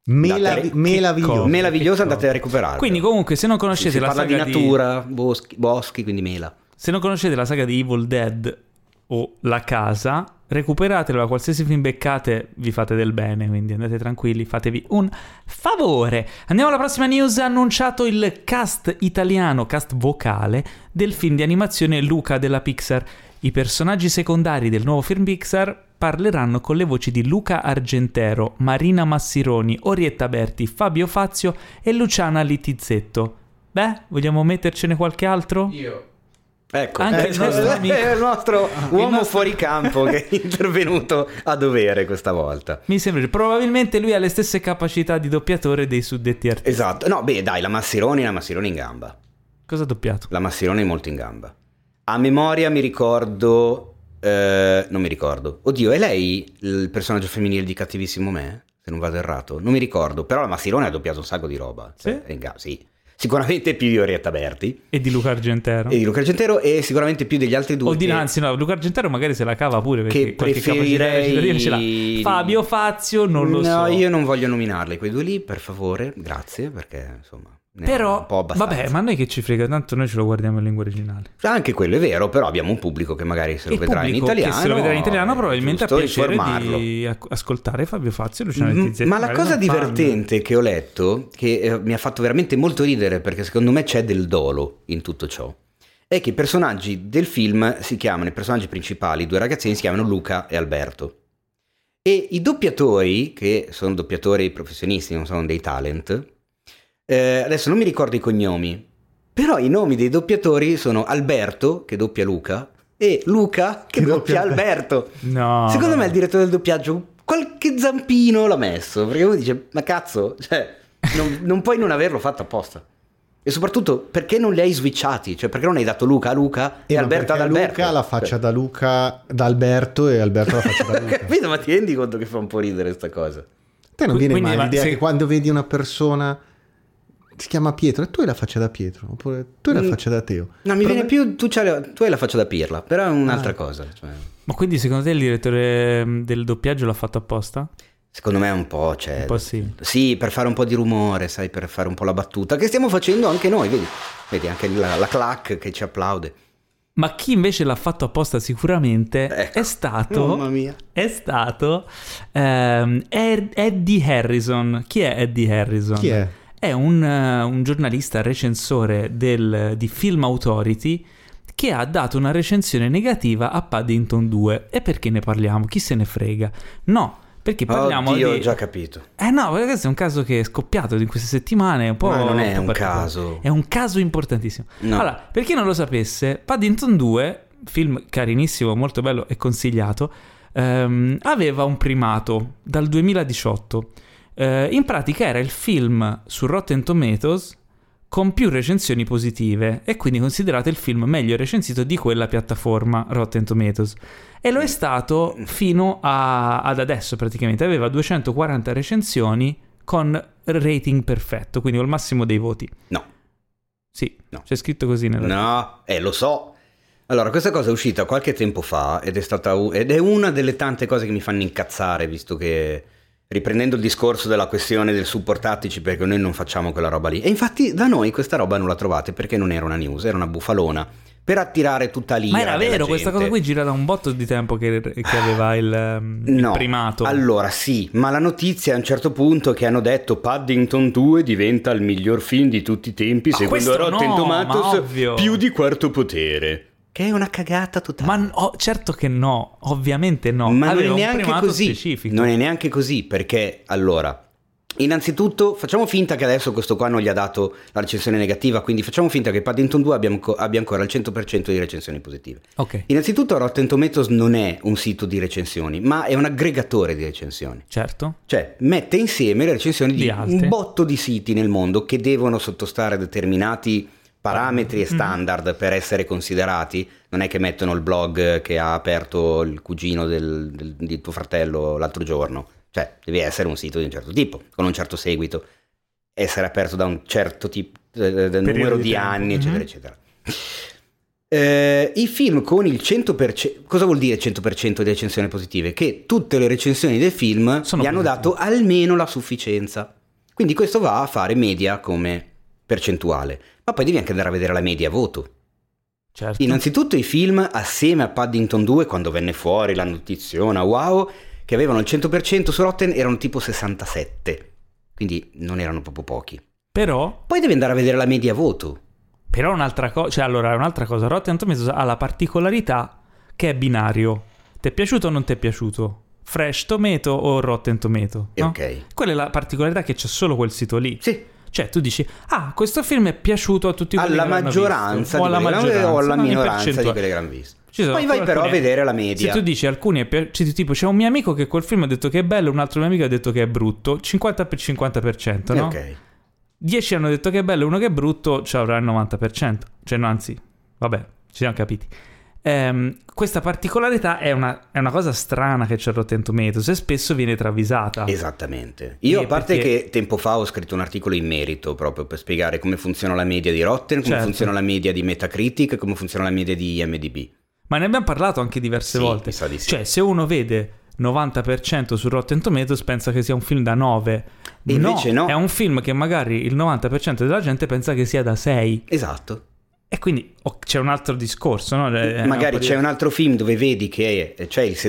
Meraviglioso. Meravigliosa, andate a recuperare. Quindi comunque se non conoscete si la parla saga di natura, boschi, quindi mela. Se non conoscete la saga di Evil Dead o La Casa, recuperatelo, qualsiasi film beccate vi fate del bene, quindi andate tranquilli, fatevi un favore. Andiamo alla prossima news. Ha annunciato il cast italiano, cast vocale del film di animazione Luca della Pixar. I personaggi secondari del nuovo film Pixar parleranno con le voci di Luca Argentero, Marina Massironi, Orietta Berti, Fabio Fazio e Luciana Littizzetto. Beh, vogliamo mettercene qualche altro? Io. Ecco, Anche il nostro amico. è il nostro uomo nostro- fuori campo che è intervenuto a dovere questa volta. Mi sembra, probabilmente lui ha le stesse capacità di doppiatore dei suddetti artisti. Esatto, no, beh, dai, la Massironi in gamba. Cosa ha doppiato? La Massironi è molto in gamba. A memoria mi ricordo. Non mi ricordo. Oddio, è lei il personaggio femminile di Cattivissimo Me? Se non vado errato. Non mi ricordo. Però la Massironi ha doppiato un sacco di roba. Cioè, Sì? sì. Sicuramente più di Orietta Berti E di Luca Argentero? e di Luca Argentero e sicuramente più degli altri due. O di che- anzi, no, Luca Argentero magari se la cava pure perché che qualche preferirei- capacità ce l'ha. Fabio Fazio non lo so. No, io non voglio nominarli quei due lì, per favore. Grazie, perché insomma. ne ho Però, un po' abbastanza. vabbè, ma noi che ci frega, tanto noi ce lo guardiamo in lingua originale. Anche quello è vero, però abbiamo un pubblico che magari se lo Il vedrà in pubblico italiano. che se lo vedrà in italiano è probabilmente ha giusto piacere informarlo. di ascoltare Fabio Fazio e Luciano Littizzetto. Ma la magari cosa non fanno. divertente che ho letto, che mi ha fatto veramente molto ridere, perché secondo me c'è del dolo in tutto ciò, è che i personaggi del film si chiamano, i personaggi principali, i due ragazzini, si chiamano Luca e Alberto. E i doppiatori, che sono doppiatori professionisti, non sono dei talent, adesso non mi ricordo i cognomi, però i nomi dei doppiatori sono Alberto, che doppia Luca, e Luca, che doppia Alberto. No. Secondo me il direttore del doppiaggio qualche zampino l'ha messo, perché uno dice, ma cazzo, cioè, non puoi non averlo fatto apposta. E soprattutto, perché non li hai switchati? Cioè, perché non hai dato Luca a Luca e ma Alberto ad perché Alberto? Luca la faccia da Luca da Alberto e Alberto la faccia da Luca. Capito? Ma ti rendi conto che fa un po' ridere sta cosa? Te non viene Quindi, mai ma l'idea se- che quando vedi una persona si chiama Pietro e tu hai la faccia da Pietro, oppure tu hai la faccia da Teo? No, mi viene più, tu hai la faccia da Pirla, però è un'altra Ah. cosa. Cioè, Ma quindi secondo te il direttore del doppiaggio l'ha fatto apposta? secondo me è un po', cioè, Un po' sì. Sì, per fare un po' di rumore, sai, per fare un po' la battuta, che stiamo facendo anche noi, vedi anche la clac che ci applaude. Ma chi invece l'ha fatto apposta sicuramente Ecco. è stato... Mamma mia. È stato Eddie Harrison. Chi è Eddie Harrison? Chi è? È un giornalista recensore di Film Authority che ha dato una recensione negativa a Paddington 2. E perché ne parliamo? Chi se ne frega? No, perché parliamo Oddio, di... ho già capito. No, perché questo è un caso che è scoppiato in queste settimane, un po'... Ma non è po' un particolare. caso. È un caso importantissimo. No. Allora, per chi non lo sapesse, Paddington 2, film carinissimo, molto bello e consigliato, aveva un primato dal 2018. In pratica era il film su Rotten Tomatoes con più recensioni positive e quindi considerato il film meglio recensito di quella piattaforma Rotten Tomatoes. E lo è stato fino ad adesso praticamente. Aveva 240 recensioni con rating perfetto, quindi col massimo dei voti. No. Sì, No. c'è scritto così nella... No, lo so. Allora, questa cosa è uscita qualche tempo fa ed è una delle tante cose che mi fanno incazzare, visto che, riprendendo il discorso della questione del supportateci perché noi non facciamo quella roba lì. E infatti da noi questa roba non la trovate perché non era una news, era una bufalona per attirare tutta l'ira Ma era della vero, questa gente. cosa qui gira da un botto di tempo che aveva il No, primato. allora sì, ma la notizia a un certo punto che hanno detto Paddington 2 diventa il miglior film di tutti i tempi Ma secondo questo Rotten no, Tomatoes, ma ovvio. più di Quarto Potere. Che è una cagata totale. Ma certo che no, ovviamente no. Ma non è Aveva un neanche primato così. specifico. Non è neanche così, perché allora, innanzitutto facciamo finta che adesso questo qua non gli ha dato la recensione negativa, quindi facciamo finta che Paddington 2 abbia ancora il 100% di recensioni positive. Ok, Innanzitutto Rotten Tomatoes non è un sito di recensioni, ma è un aggregatore di recensioni. certo. Cioè, mette insieme le recensioni Di di altre. un botto di siti nel mondo che devono sottostare determinati parametri e standard per essere considerati. Non è che mettono il blog che ha aperto il cugino di tuo fratello l'altro giorno. Cioè, deve essere un sito di un certo tipo, con un certo seguito, essere aperto da un certo tipo, numero di di tempo. anni, eccetera, eccetera. I film con il 100%, cosa vuol dire 100% di recensioni positive? Che tutte le recensioni del film Sono gli hanno positive. dato almeno la sufficienza. Quindi questo va a fare media come percentuale. Ma poi devi anche andare a vedere la media voto. Certo. Innanzitutto i film assieme a Paddington 2, quando venne fuori la notiziona, wow, che avevano il 100% su Rotten, erano tipo 67. Quindi non erano proprio pochi. Però Poi devi andare a vedere la media voto. un'altra cosa, cioè allora è un'altra cosa. Rotten Tomatoes ha la particolarità che è binario. Ti è piaciuto o non ti è piaciuto? Fresh Tomato o Rotten Tomato? E no? ok. Quella è la particolarità che c'è solo quel sito lì. Sì. Cioè tu dici, questo film è piaciuto a tutti quelli Alla che l'hanno maggioranza visto, di o alla quelli che maggioranza, o alla no, in minoranza di percentuale. quelli che l'hanno visto. Ci sono Poi vai però a alcuni- vedere la media. Se tu dici alcuni tipo c'è un mio amico che quel film ha detto che è bello, un altro mio amico ha detto che è brutto, 50 per 50%, no? Ok. 10 hanno detto che è bello e uno che è brutto, ci avrà il 90%. Cioè no, anzi, vabbè, ci siamo capiti. Questa particolarità è una cosa strana che c'è a Rotten Tomatoes e spesso viene travisata. Esattamente. Io, a parte perché- che tempo fa ho scritto un articolo in merito proprio per spiegare come funziona la media di Rotten, come Certo. funziona la media di Metacritic, come funziona la media di IMDb. Ma ne abbiamo parlato anche diverse Sì, volte. mi sa di sì. Cioè, se uno vede 90% su Rotten Tomatoes pensa che sia un film da 9. E invece no. È un film che magari il 90% della gente pensa che sia da 6. Esatto. E quindi c'è un altro discorso, no? Magari c'è un altro film dove vedi che c'è il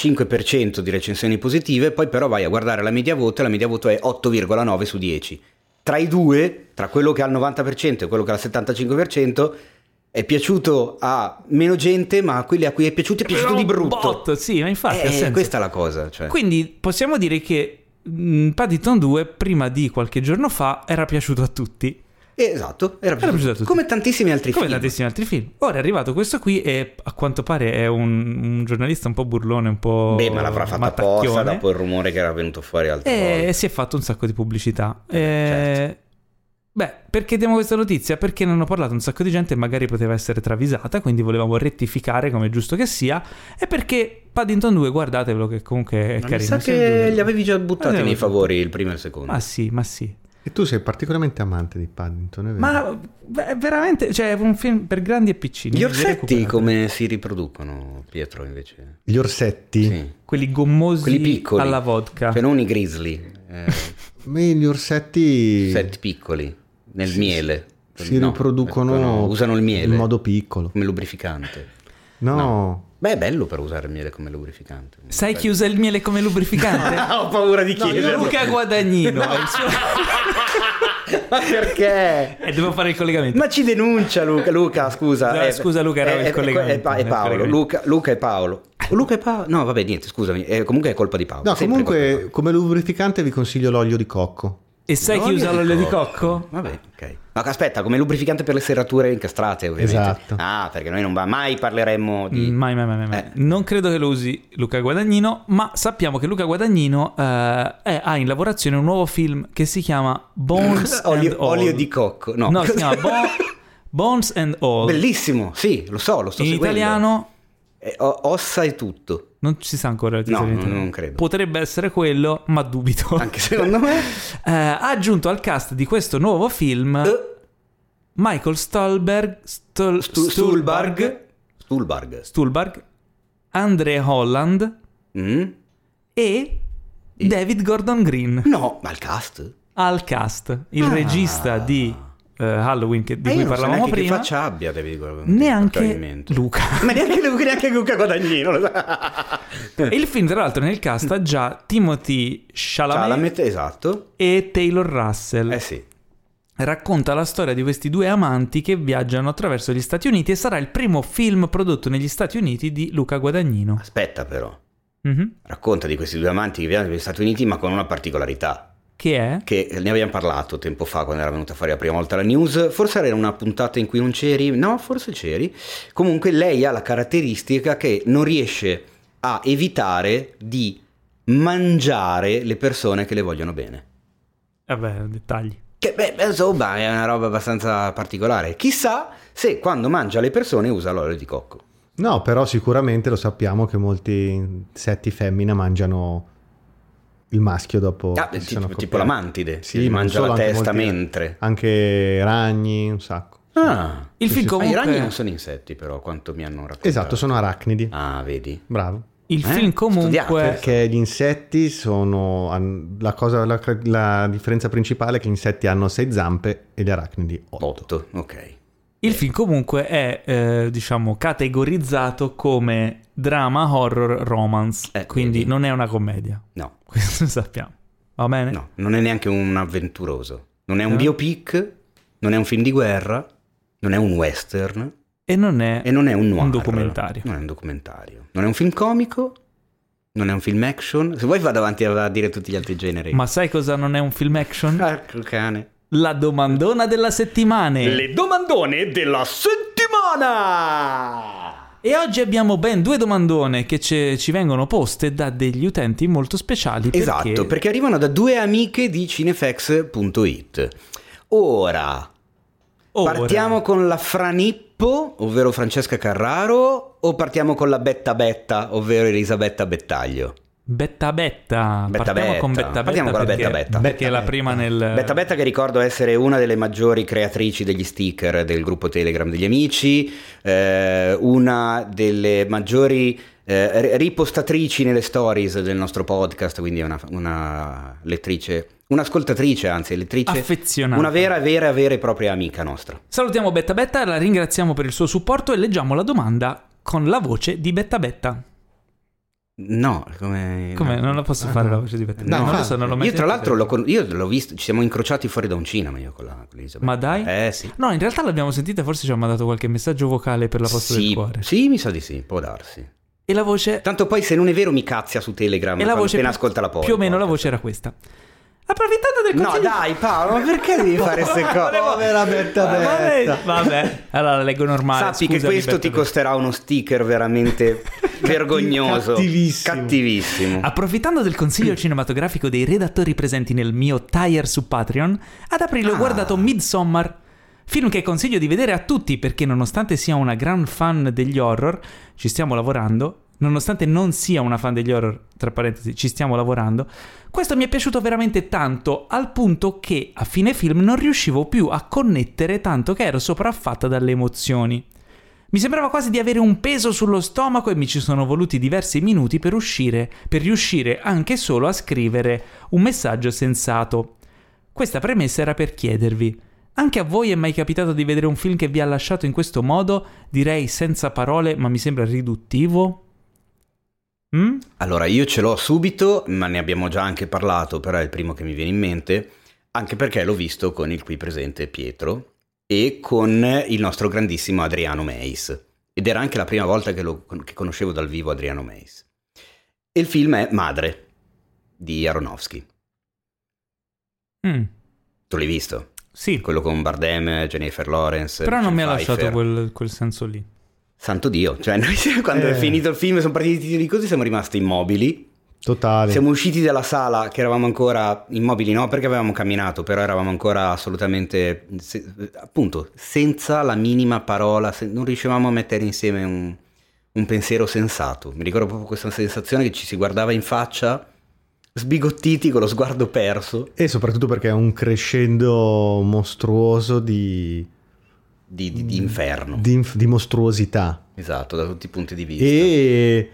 75% di recensioni positive, poi però vai a guardare la media voto e la media voto è 8,9 su 10. Tra i due, tra quello che ha il 90% e quello che ha il 75%, è piaciuto a meno gente, ma a quelli a cui è piaciuto di brutto. Botto, sì, ma infatti ha senso. Questa è la cosa. Cioè. Quindi possiamo dire che Paddington 2 prima di qualche giorno fa era piaciuto a tutti. Esatto, era piaciuto a piaciuto tutti. come tantissimi altri Come film. tantissimi altri film. Ora è arrivato questo qui e a quanto pare è un giornalista un po' burlone, un po' Beh, ma l'avrà fatta apposta mattacchione. dopo il rumore che era venuto fuori altre E volte. si è fatto un sacco di pubblicità. Certo. Beh, perché diamo questa notizia? Perché ne hanno parlato un sacco di gente e magari poteva essere travisata, quindi volevamo rettificare come è giusto che sia, e perché Paddington 2, guardatevelo che comunque è Ma carino. mi sa sia il che due- li avevi già buttati Avevo nei già favori il primo e il secondo. Ma sì. E tu sei particolarmente amante di Paddington, è vero? Ma è veramente, cioè, è un film per grandi e piccini. Gli Vi orsetti recuperate. come si riproducono, Pietro, invece? Gli orsetti? Sì. Quelli gommosi Quelli piccoli. alla vodka. Cioè non i grizzly, Gli orsetti orsetti piccoli, nel miele. si No, riproducono ecco, no, usano il miele in modo piccolo. come lubrificante. No. Beh, è bello per usare il miele come lubrificante. Sai chi usa il miele come lubrificante? Ho paura di chiederlo. Luca Guadagnino. È il suo- Ma perché? devo fare il collegamento. Ma ci denuncia Luca, scusa. No, scusa, Luca, era il collegamento. È Paolo, Luca e Paolo. Luca e Paolo. No, vabbè, niente, scusami. Comunque è colpa di Paolo. No, sempre colpa di comunque Paolo. come lubrificante vi consiglio l'olio di cocco. E sai chi usa l'olio di cocco? Vabbè, ok. Ma aspetta, come lubrificante per le serrature incastrate, ovviamente. Esatto. Ah, perché noi non mai parleremmo di... Mai. Non credo che lo usi Luca Guadagnino, ma sappiamo che Luca Guadagnino ha in lavorazione un nuovo film che si chiama Bones and All. olio di cocco. No, si chiama Bones and All. Bellissimo, sì, lo sto In seguendo. italiano Ossa e tutto. non si sa ancora il titolo No, in italiano. non credo. Potrebbe essere quello, ma dubito. Anche secondo me. Ha aggiunto al cast di questo nuovo film Michael Stuhlbarg, Andre Holland e David Gordon Green No, ma il cast? al cast. Il regista di Halloween di cui io non so parlavamo neanche prima. che faccia abbia, devi Neanche Luca. Ma neanche Luca Guadagnino. Lo sa. Il film, tra l'altro, nel cast ha già Timothy Chalamet Esatto. e Taylor Russell. Sì. Racconta la storia di questi due amanti che viaggiano attraverso gli Stati Uniti e sarà il primo film prodotto negli Stati Uniti di Luca Guadagnino. Aspetta però. Mhm. Racconta di questi due amanti che viaggiano negli Stati Uniti, ma con una particolarità. Che è? Che ne abbiamo parlato tempo fa quando era venuta fuori la prima volta la news. Forse era una puntata in cui non c'eri. No, forse c'eri. Comunque lei ha la caratteristica che non riesce a evitare di mangiare le persone che le vogliono bene. Vabbè, dettagli. Che beh, insomma è una roba abbastanza particolare. Chissà se quando mangia le persone usa l'olio di cocco. No, però sicuramente lo sappiamo che molti insetti femmina mangiano il maschio dopo che si sono tipo accoppiati. la mantide, Sì, gli non mangia solo, la anche testa molti- mentre. Anche ragni, un sacco. Ah, Il film i comunque... ragni non sono insetti però, quanto mi hanno raccontato. Esatto, sono arachnidi. Ah, vedi. Bravo. Il film comunque... Studiate. Perché gli insetti sono la differenza principale è che gli insetti hanno 6 zampe e gli arachnidi 8. 8, ok. Il film comunque è, diciamo, categorizzato come drama, horror, romance. Quindi vedi. non è una commedia. No, Questo sappiamo. Va bene? no, non è neanche un avventuroso. Non è un biopic, non è un film di guerra, non è un western E non è, e non è un noir. un documentario. Non è un documentario. Non è un film comico, non è un film action. Se vuoi vado avanti a dire tutti gli altri generi. Ma sai cosa non è un film action? Ecco cane. La domandona della settimana. Le domandone della settimana! E oggi abbiamo ben 2 domandone che ci vengono poste da degli utenti molto speciali. Esatto, perché arrivano da 2 amiche di cinefx.it. Ora, partiamo con la Franippo, ovvero Francesca Carraro, o partiamo con la Betta Betta, ovvero Elisabetta Bettaglio? Betta Betta. Betta Partiamo Betta. con Betta Betta. Partiamo con la perché, Betta Betta. Perché è la Betta prima nel... Betta Betta, che ricordo essere una delle maggiori creatrici degli sticker del gruppo Telegram degli amici, una delle maggiori ripostatrici nelle stories del nostro podcast, quindi è una lettrice, un'ascoltatrice, anzi lettrice affezionata. una vera e propria amica nostra. Salutiamo Betta Betta, la ringraziamo per il suo supporto e leggiamo la domanda con la voce di Betta Betta. No, come Come? no. Non la posso fare la voce di Betta? No, non lo infatti. so, non l'ho mai Io tra sentita. l'altro io l'ho visto, ci siamo incrociati fuori da un cinema io con Elisabetta. Ma dai? Sì. No, in realtà l'abbiamo sentita, forse ci ha mandato qualche messaggio vocale per la posta del cuore. Sì, mi sa di sì, può darsi. E la voce... Tanto poi se non è vero mi cazzia su Telegram E la voce appena ascolta la podcast. più o meno la voce era questa. Approfittando del No, consiglio... dai Paolo, ma perché devi fare queste cose? Povera Betta. Vabbè, allora la leggo normale. Sappi che Scusami, questo ti Betta. costerà uno sticker veramente vergognoso. Cattivissimo. Approfittando del consiglio cinematografico dei redattori presenti nel mio tier su Patreon, ad aprile ho guardato Midsommar, film che consiglio di vedere a tutti perché nonostante sia una gran fan degli horror, ci stiamo lavorando, nonostante non sia una fan degli horror, tra parentesi, ci stiamo lavorando, questo mi è piaciuto veramente tanto, al punto che a fine film non riuscivo più a connettere tanto che ero sopraffatta dalle emozioni. Mi sembrava quasi di avere un peso sullo stomaco e mi ci sono voluti diversi minuti per riuscire anche solo a scrivere un messaggio sensato. Questa premessa era per chiedervi: anche a voi è mai capitato di vedere un film che vi ha lasciato in questo modo, direi senza parole, ma mi sembra riduttivo? Allora, io ce l'ho subito, ma ne abbiamo già anche parlato, però è il primo che mi viene in mente, anche perché l'ho visto con il qui presente Pietro e con il nostro grandissimo Adriano Meis. Ed era anche la prima volta che conoscevo dal vivo Adriano Meis. E il film è Madre, di Aronofsky. Tu l'hai visto? Sì, Quello con Bardem, Jennifer Lawrence. però non mi ha Pfeiffer. lasciato quel senso lì. Santo Dio, cioè noi quando è finito il film sono partiti i titoli di cose, siamo rimasti immobili. Totale. Siamo usciti dalla sala che eravamo ancora immobili, no perché avevamo camminato, però eravamo ancora assolutamente, appunto, senza la minima parola, non riuscivamo a mettere insieme un pensiero sensato. Mi ricordo proprio questa sensazione che ci si guardava in faccia, sbigottiti, con lo sguardo perso. E soprattutto perché è un crescendo mostruoso di inferno. di mostruosità. Esatto, da tutti i punti di vista. E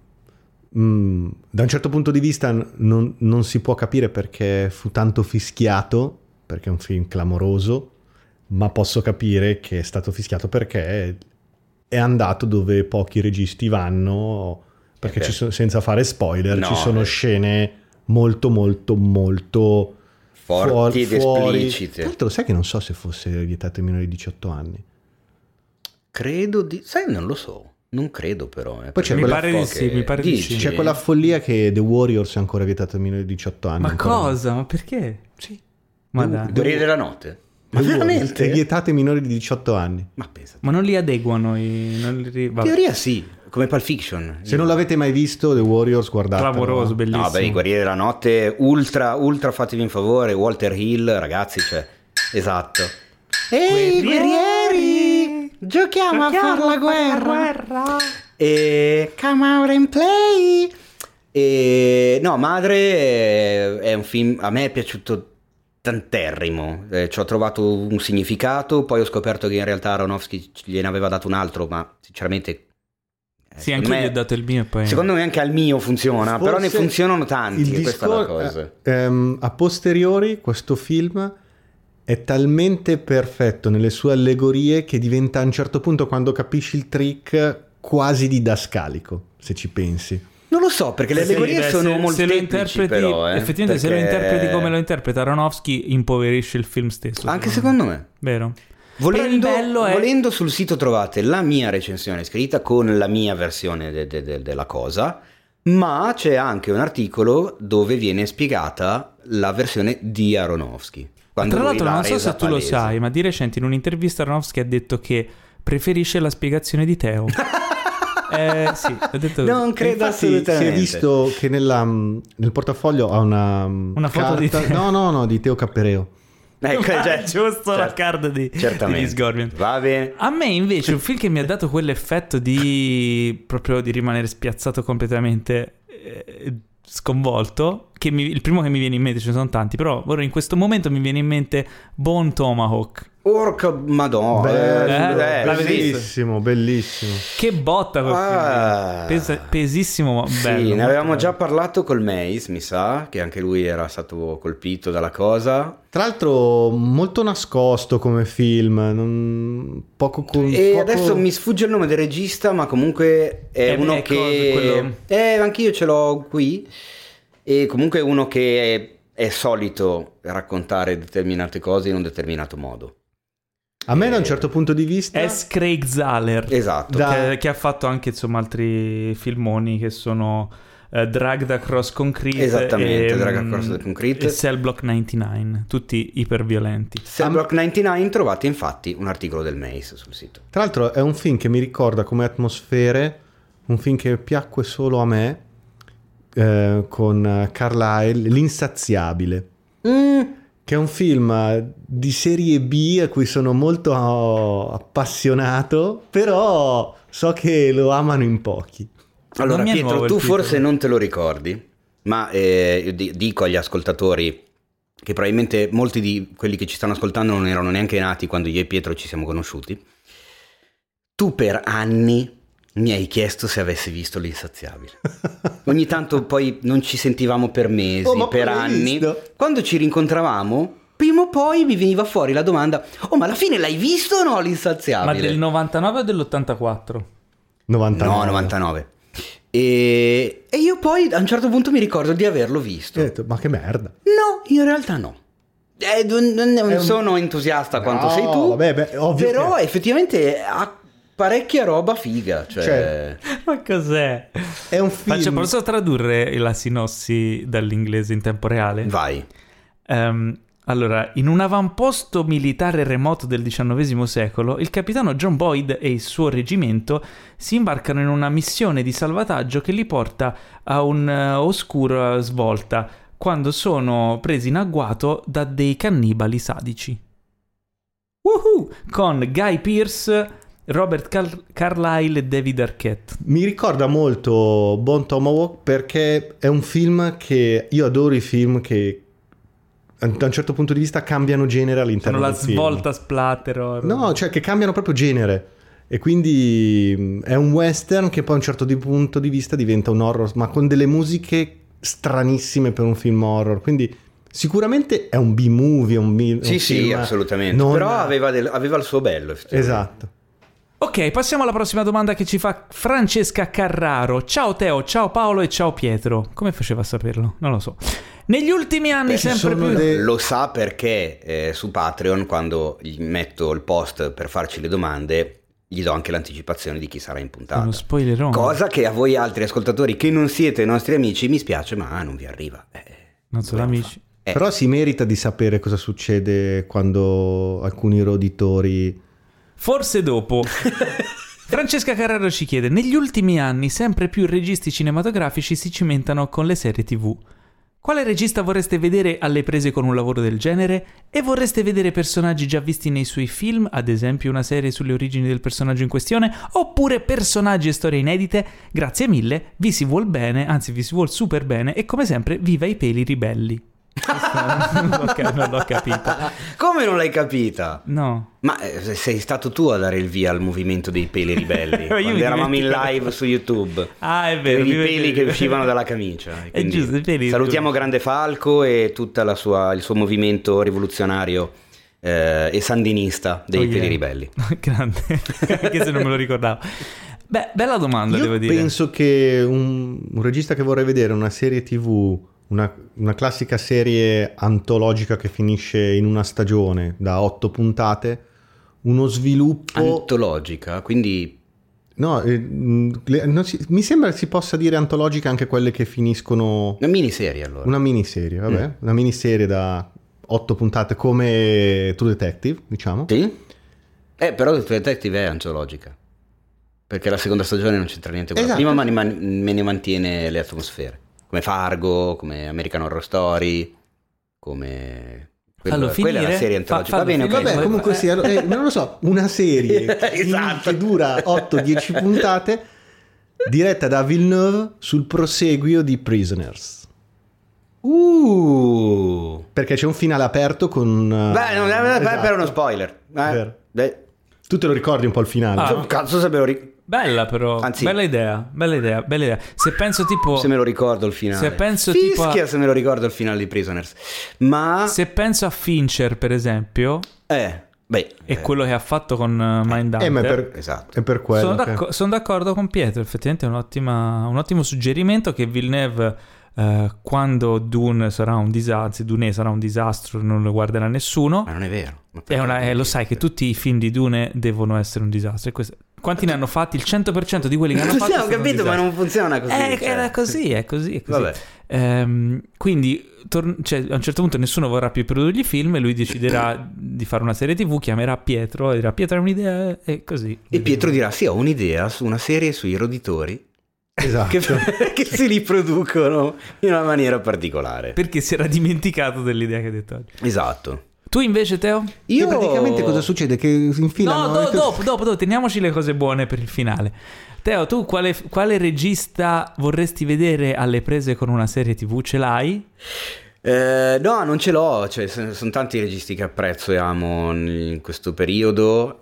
da un certo punto di vista non si può capire perché fu tanto fischiato, perché è un film clamoroso, ma posso capire che è stato fischiato perché è andato dove pochi registi vanno, perché ci sono, senza fare spoiler, No, ci sono scene molto molto molto forti ed fuori. esplicite. Tra l'altro sai che non so se fosse vietato ai minori di 18 anni. Credo sai, non lo so. Non credo però. Poi c'è Mi quella pare di sì, mi pare di sì. C'è quella follia che The Warriors è ancora vietato ai minori di 18 anni. Ma ancora. cosa? Ma perché? Sì. Ma dai. Guerrieri della notte. Ma The Warriors veramente? è vietato ai minori di 18 anni. Ma pensa. Ma non li adeguano vabbè. In teoria sì, come Pulp Fiction. Se non l'avete mai visto The Warriors, guardatelo. Clamoroso, bellissimo. No, beh, i Guerrieri della notte, ultra fatevi un favore, Walter Hill, ragazzi, cioè, esatto. Ehi, guerrieri, giochiamo a far la guerra. E come out and play. E no, Madre è un film, a me è piaciuto tanterrimo, ci ho trovato un significato, poi ho scoperto che in realtà Aronofsky gliene aveva dato un altro, ma sinceramente Sì, anche io gli ho dato il mio e poi... secondo me anche al mio funziona, Forse però ne funzionano tanti, il questa è la cosa. A posteriori questo film è talmente perfetto nelle sue allegorie che diventa a un certo punto, quando capisci il trick, quasi didascalico, se ci pensi. Non lo so, perché le allegorie sono molteplici, però, effettivamente se lo perché interpreti come lo interpreta Aronofsky impoverisce il film stesso. anche secondo me. Vero? Volendo sul sito trovate la mia recensione scritta con la mia versione della cosa, ma c'è anche un articolo dove viene spiegata la versione di Aronofsky. Tra l'altro non so se tu lo sai, ma di recente in un'intervista Aronofsky ha detto che preferisce la spiegazione di Teo. Sì, ha detto... Non credo Infatti assolutamente. si è visto che nel portafoglio ha una foto di carta, Teo. no, di Teo Capereo. Ecco, giusto la card degli Scorpion. Va bene. A me invece un film che mi ha dato quell'effetto proprio di rimanere spiazzato completamente, sconvolto, il primo che mi viene in mente, ce ne sono tanti, però ora in questo momento mi viene in mente Bone Tomahawk. Orca madonna. Bellissimo, bellissimo. Che botta quel film. Pesissimo, ma bello. Sì, ne avevamo molto già parlato col Meis, mi sa, che anche lui era stato colpito dalla cosa. Tra l'altro molto nascosto come film, E adesso mi sfugge il nome del regista, ma comunque è uno che... anch'io ce l'ho qui. E comunque è uno che è solito raccontare determinate cose in un determinato modo. A me da un certo punto di vista S. Craig Zahler, Esatto. che ha fatto anche insomma altri filmoni che sono Dragged Across Concrete. Esattamente, Dragged Across Concrete. E Cell Block 99, tutti iperviolenti. Cell Block 99 trovate infatti un articolo del Mace sul sito. Tra l'altro è un film che mi ricorda come atmosfere, un film che piacque solo a me, con Carlyle, L'Insaziabile. Che è un film di serie B a cui sono molto appassionato, però so che lo amano in pochi. Allora Pietro, tu forse non te lo ricordi, ma dico agli ascoltatori che probabilmente molti di quelli che ci stanno ascoltando non erano neanche nati quando io e Pietro ci siamo conosciuti. Tu per anni mi hai chiesto se avessi visto L'Insaziabile. Ogni tanto poi non ci sentivamo per mesi, per anni. Quando ci rincontravamo, prima o poi mi veniva fuori la domanda: oh, ma alla fine l'hai visto o no L'Insaziabile? Ma del 99 o dell'84? 99. No, 99. E io poi a un certo punto mi ricordo di averlo visto. E ho detto, ma che merda. No, in realtà no. Non sono entusiasta quanto sei tu, vabbè, ovvio, però effettivamente ha parecchia roba figa. Cioè... Ma cos'è? È un film. Posso tradurre la sinossi dall'inglese in tempo reale? Vai. Allora, in un avamposto militare remoto del XIX secolo, il capitano John Boyd e il suo reggimento si imbarcano in una missione di salvataggio che li porta a un'oscura svolta, quando sono presi in agguato da dei cannibali sadici. Con Guy Pearce, Robert Carlyle e David Arquette. Mi ricorda molto Bone Tomahawk perché è un film che io adoro, i film che da un certo punto di vista cambiano genere all'interno del film. Sono la svolta splatter horror. No, cioè che cambiano proprio genere. E quindi è un western che poi a un certo punto di vista diventa un horror, ma con delle musiche stranissime per un film horror. Quindi sicuramente è un B-movie, Sì, film assolutamente. Però aveva il suo bello. Esatto. Ok, passiamo alla prossima domanda che ci fa Francesca Carraro. Ciao Teo, ciao Paolo e ciao Pietro. Come faceva a saperlo? Non lo so. Negli ultimi anni sempre più... Lo sa perché su Patreon, quando gli metto il post per farci le domande, gli do anche l'anticipazione di chi sarà in puntata. Uno spoilerone. Cosa che a voi altri ascoltatori che non siete nostri amici mi spiace, ma non vi arriva. Non sono amici. Però si merita di sapere cosa succede quando alcuni roditori... Forse dopo. Francesca Carraro ci chiede: negli ultimi anni sempre più registi cinematografici si cimentano con le serie TV. Quale regista vorreste vedere alle prese con un lavoro del genere? E vorreste vedere personaggi già visti nei suoi film, ad esempio una serie sulle origini del personaggio in questione, oppure personaggi e storie inedite? Grazie mille, vi si vuol bene, anzi vi si vuol super bene, e come sempre viva i peli ribelli. Non l'ho capita. Come non l'hai capita? No. Ma sei stato tu a dare il via al movimento dei peli ribelli quando eravamo in live su YouTube. Ah, è vero. I peli che uscivano dalla camicia. È giusto, i peli. Salutiamo Grande Falco e tutto il suo movimento rivoluzionario e sandinista dei peli ribelli. Grande, anche se non me lo ricordavo. Beh, bella domanda, devo dire. Io penso che un regista che vorrei vedere una serie TV, una classica serie antologica che finisce in una stagione da 8 puntate, uno sviluppo... Antologica, quindi... No, mi sembra si possa dire antologica anche quelle che finiscono... Una miniserie, allora. Una miniserie, vabbè. Una miniserie da 8 puntate come True Detective, diciamo. Sì? Però True Detective è antologica. Perché la seconda stagione non c'entra niente con la prima, ma me ne mantiene le atmosfere. Come Fargo, come American Horror Story, come... Quella è la serie antologica. Va bene, vabbè, comunque sia, non lo so, una serie esatto. che dura 8-10 puntate, diretta da Villeneuve sul proseguio di Prisoners. Perché c'è un finale aperto con... per uno spoiler. Tu te lo ricordi un po' il finale? Cazzo se me lo ricordo. Bella però, anzi, bella idea. Se penso tipo... Se me lo ricordo il finale. Se penso Fischia se me lo ricordo il finale di Prisoners. Ma... Se penso a Fincher, per esempio... è quello che ha fatto con Mindhunter. Esatto. È per quello. Sono d'accordo con Pietro, effettivamente è un ottimo suggerimento che Villeneuve... quando Dune sarà un disastro, non lo guarderà nessuno. Ma non è vero. Lo sai che tutti i film di Dune devono essere un disastro. E Quanti ne hanno fatti? Il 100% di quelli che hanno fatto. Sì, ho capito, ma non funziona così. È così. Vabbè. Quindi cioè, a un certo punto nessuno vorrà più produrgli film e lui deciderà di fare una serie TV, chiamerà Pietro e dirà: Pietro, hai un'idea? E così. E Pietro dirà: sì, ho un'idea su una serie sui roditori. Esatto. che si riproducono in una maniera particolare. Perché si era dimenticato dell'idea che hai detto oggi. Esatto. Tu invece, Teo? Io praticamente cosa succede? Che infilano... No, dopo, teniamoci le cose buone per il finale. Teo, tu quale regista vorresti vedere alle prese con una serie TV? Ce l'hai? No, non ce l'ho. Cioè, sono tanti registi che apprezzo e amo in questo periodo.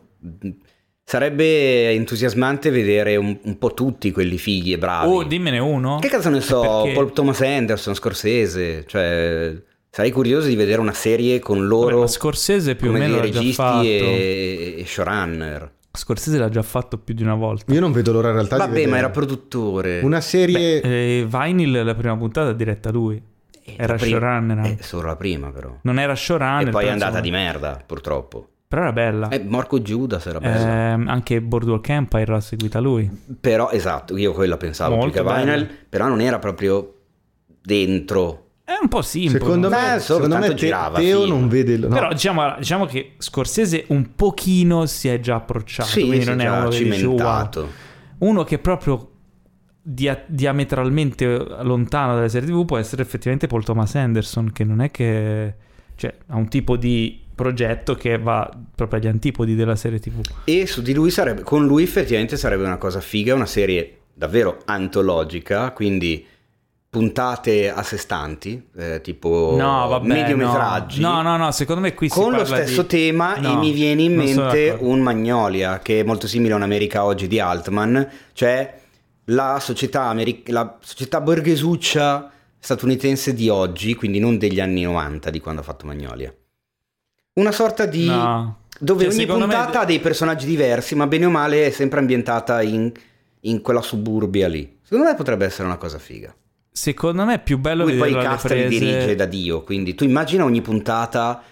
Sarebbe entusiasmante vedere un po' tutti quelli fighi e bravi. Oh, dimmene uno. Che cazzo ne so, Perché... Paul Thomas Anderson, Scorsese, cioè sarei curioso di vedere una serie con loro. Vabbè, ma Scorsese più o come meno dei l'ha già registi fatto. e showrunner. Scorsese l'ha già fatto più di una volta. Io non vedo l'ora in realtà di Vabbè, vedere ma era produttore. una serie... Vinyl, la prima puntata è diretta lui. Era showrunner anche. Solo la prima però. Non era showrunner. E poi è però, andata insomma, di merda, purtroppo. Però era bella. Marco Judas era bella. Anche Boardwalk Empire l'ha seguita lui. Però, esatto, io quella pensavo Molto più che bella. Vinyl, però non era proprio dentro. È un po' simple. Secondo me, solo tanto Teo girava, Teo film. non vede... No. Però diciamo che Scorsese un pochino si è già approcciato. Sì, quindi si non è già uno che dice, wow. cimentato. Uno che è proprio diametralmente lontano dalle serie TV può essere effettivamente Paul Thomas Anderson, che non è che... Cioè, ha un tipo di progetto che va proprio agli antipodi della serie TV. E su di lui con lui effettivamente sarebbe una cosa figa, una serie davvero antologica, quindi puntate a sé stanti, tipo mediometraggi. No, secondo me qui si con lo parla stesso di... tema. No, e mi viene in non sono mente d'accordo. un Magnolia che è molto simile a un'America oggi di Altman, cioè la società borghesuccia statunitense di oggi, quindi non degli anni 90 di quando ha fatto Magnolia. Una sorta di... No. dove Cioè, ogni secondo me- puntata ha dei personaggi diversi, ma bene o male è sempre ambientata in quella suburbia lì. Secondo me potrebbe essere una cosa figa. Secondo me è più bello Lui poi vederlo alle casta li prese... dirige da Dio, quindi tu immagina ogni puntata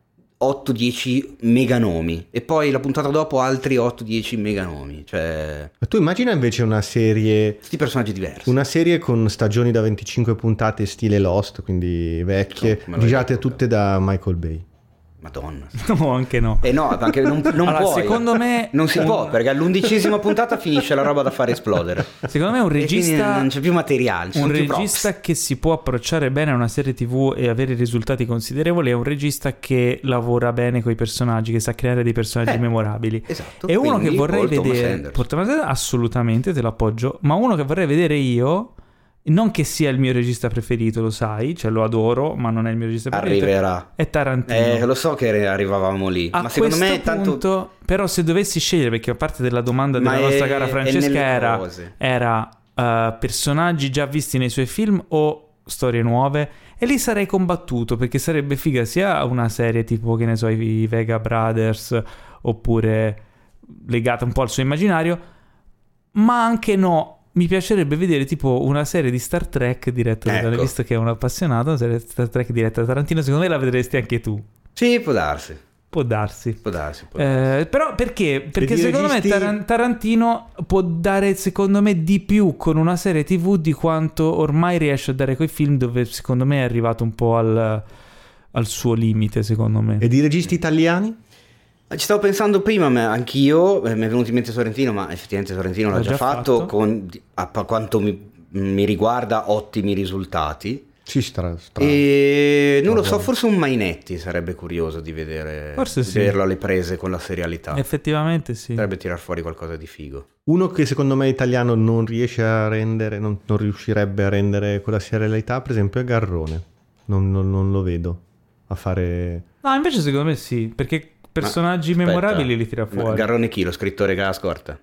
8-10 meganomi e poi la puntata dopo altri 8-10 meganomi, cioè Ma tu immagina invece una serie... tutti personaggi diversi. Una serie con stagioni da 25 puntate stile Lost, quindi vecchie, No, me lo girate ricordo. tutte da Michael Bay. Madonna. No, anche no. No, anche non Allora, puoi. secondo me non si un- può, perché all'undicesima puntata finisce la roba da far esplodere. Secondo me un E quindi regista... non c'è più materiale, ci Un sono più regista props. che si può approcciare bene a una serie TV e avere risultati considerevoli è un regista che lavora bene con i personaggi, che sa creare dei personaggi memorabili. Esatto. E uno che quindi vorrei Paul Thomas vedere, Anderson. Paul Thomas Anderson, assolutamente te lo appoggio, ma uno che vorrei vedere io, non che sia il mio regista preferito, lo sai, cioè lo adoro, ma non è il mio regista preferito. Arriverà. È Tarantino. Lo so che arrivavamo lì, A ma secondo me questo tanto punto, però se dovessi scegliere, perché a parte della domanda Ma della nostra è- cara è Francesca nelle cose. era personaggi già visti nei suoi film o storie nuove, e lì sarei combattuto, perché sarebbe figa sia una serie tipo, che ne so, i Vega Brothers, oppure legata un po' al suo immaginario, ma anche no. Mi piacerebbe vedere tipo una serie di Star Trek diretta da Ecco. visto che è un appassionato, una serie di Star Trek diretta da Tarantino, secondo me la vedresti anche tu. sì, può darsi. Può darsi. Però perché? Perché di secondo registi- me Tarantino può dare, secondo me, di più con una serie TV di quanto ormai riesce a dare coi film, dove secondo me è arrivato un po' al suo limite, secondo me. E di registi italiani? Ci stavo pensando prima, ma anch'io mi è venuto in mente Sorrentino, ma effettivamente Sorrentino l'ha già fatto. Con a quanto mi riguarda ottimi risultati. Sì, E non lo so, forse un Mainetti sarebbe curioso di vedere, Forse sì. vederlo alle prese con la serialità. Effettivamente sì. Potrebbe tirar fuori qualcosa di figo. Uno che secondo me italiano non riesce a rendere, non riuscirebbe a rendere quella serialità, per esempio, è Garrone. Non lo vedo a fare... No, invece secondo me sì, perché personaggi Ma, aspetta, memorabili li tira ma fuori. Garrone chi? Lo scrittore che ha la scorta?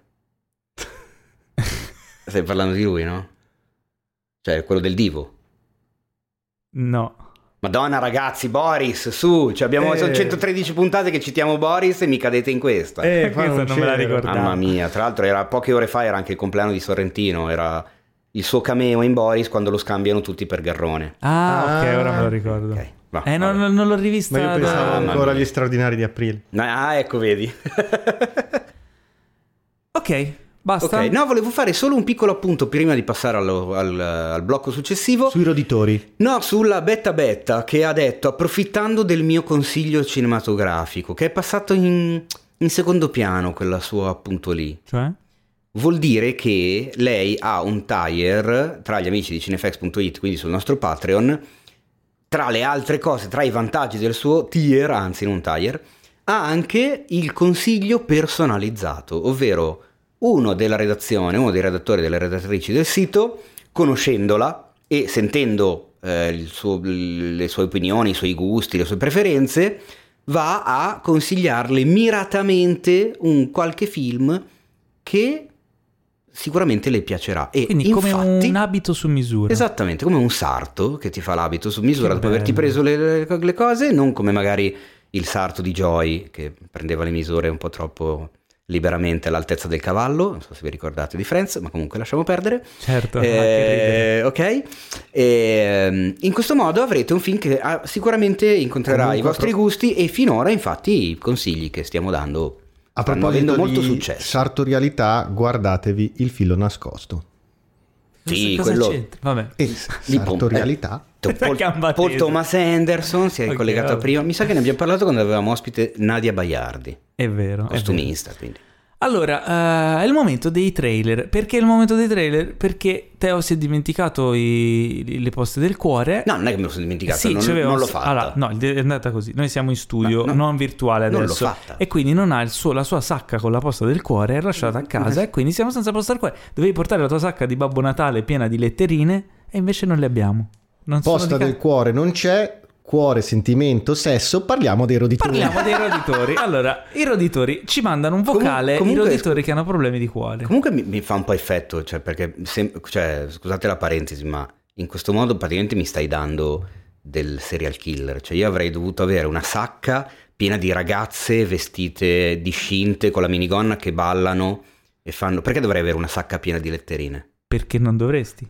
Stai parlando di lui, no? Cioè, quello del divo. No. Madonna ragazzi, Boris, su, cioè sono 113 puntate che citiamo Boris e mi cadete in questa. Questa non me la ricordavo. Mamma mia, tra l'altro poche ore fa era anche il compleanno di Sorrentino, era il suo cameo in Boris quando lo scambiano tutti per Garrone. Ah, ok, ora me lo ricordo. Ok, va, non l'ho rivista. Ma io pensavo mamma ancora mia. agli straordinari di aprile. Ah, ecco, vedi. Ok, Ok, basta. Ok, no, volevo fare solo un piccolo appunto prima di passare al blocco successivo. Sui roditori. No, sulla Betta che ha detto, approfittando del mio consiglio cinematografico, che è passato in secondo piano quella sua appunto lì. Cioè? Vuol dire che lei ha un tier tra gli amici di Cinefax.it, quindi sul nostro Patreon, tra le altre cose, tra i vantaggi del suo tier, anzi non tier, ha anche il consiglio personalizzato, ovvero uno della redazione, uno dei redattori e delle redattrici del sito, conoscendola e sentendo le sue opinioni, i suoi gusti, le sue preferenze, va a consigliarle miratamente un qualche film che sicuramente le piacerà. E quindi infatti, come un abito su misura. Esattamente, come un sarto che ti fa l'abito su misura Che dopo averti bello. preso le cose, non come magari il sarto di Joy che prendeva le misure un po' troppo liberamente all'altezza del cavallo, non so se vi ricordate di Friends, ma comunque lasciamo perdere. Certo, che ridere. Ok, in questo modo avrete un film che sicuramente incontrerà Comunque, i vostri gusti, e finora infatti i consigli che stiamo dando A stanno avendo proposito molto di successo. sartorialità, guardatevi Il filo nascosto. Sì, Cosa quello c'entra? Vabbè. E di sartorialità. Gamba Paul tesa. Thomas Anderson si è Ok, ricollegato vabbè. prima. Mi sa che ne abbiamo parlato quando avevamo ospite Nadia Baiardi, È vero. costumista, quindi. Allora, è il momento dei trailer. Perché è il momento dei trailer? Perché Teo si è dimenticato le poste del cuore. No, non è che me lo sono dimenticato, Sì, non c'aveva l'ho un- fatta. Allora, no, è andata così. Noi siamo in studio, No, non virtuale non adesso. l'ho fatta. E quindi non ha la sua sacca con la posta del cuore, è lasciata a casa. E quindi siamo senza posta del cuore. Dovevi portare la tua sacca di Babbo Natale piena di letterine, e invece non le abbiamo. Non sono Posta di del cuore non c'è, cuore, sentimento, sesso, parliamo dei roditori. Parliamo dei roditori. Allora, i roditori ci mandano un vocale. Comunque- I roditori che hanno problemi di cuore. Comunque mi fa un po' effetto, cioè, perché scusate la parentesi, ma in questo modo praticamente mi stai dando del serial killer. Cioè io avrei dovuto avere una sacca piena di ragazze vestite discinte con la minigonna che ballano e fanno... Perché dovrei avere una sacca piena di letterine? Perché non dovresti?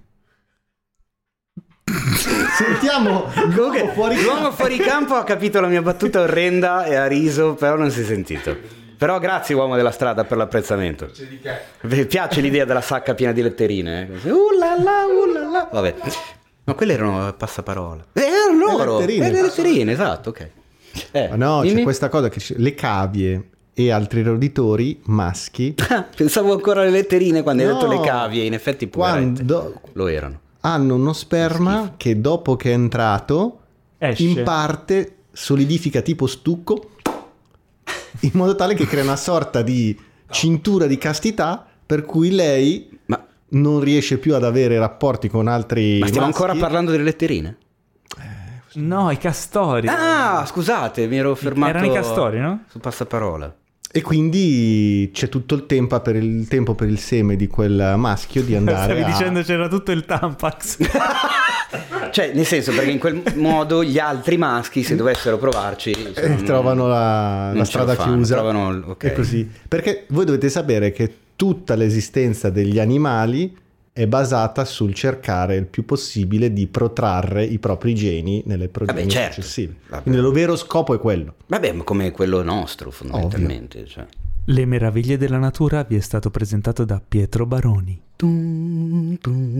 Sentiamo Comunque, fuori l'uomo fuori campo ha capito la mia battuta orrenda e ha riso, però non si è sentito. Però grazie uomo della strada per l'apprezzamento. C'è di che? Mi piace l'idea della sacca piena di letterine. La la. Vabbè. Ma quelle erano passaparola. Erano loro. letterine. Le letterine, esatto, ok. Ma no, dimmi. c'è questa cosa che le cavie e altri roditori maschi Pensavo ancora alle letterine quando hai No. detto le cavie, in effetti poverette. quando Lo erano. hanno uno sperma che dopo che è entrato Esce. in parte solidifica tipo stucco, in modo tale che crea una sorta di cintura di castità per cui lei Ma non riesce più ad avere rapporti con altri stiamo maschi. ancora parlando delle letterine? No, i castori. Ah, scusate, mi ero fermato. Erano i castori, no? Su passaparola. E quindi c'è tutto il tempo per il seme di quel maschio di andare Stavi a... dicendo c'era tutto il Tampax. Cioè, nel senso, perché in quel modo gli altri maschi, se dovessero provarci, trovano la non ce strada lo fanno, chiusa. trovano- ok. È così. Perché voi dovete sapere che tutta l'esistenza degli animali è basata sul cercare il più possibile di protrarre i propri geni nelle progenie certo. successive. Vabbè. Quindi il vero scopo è quello. Vabbè, ma come quello nostro, fondamentalmente. Cioè. Le meraviglie della natura vi è stato presentato da Pietro Baroni. Tu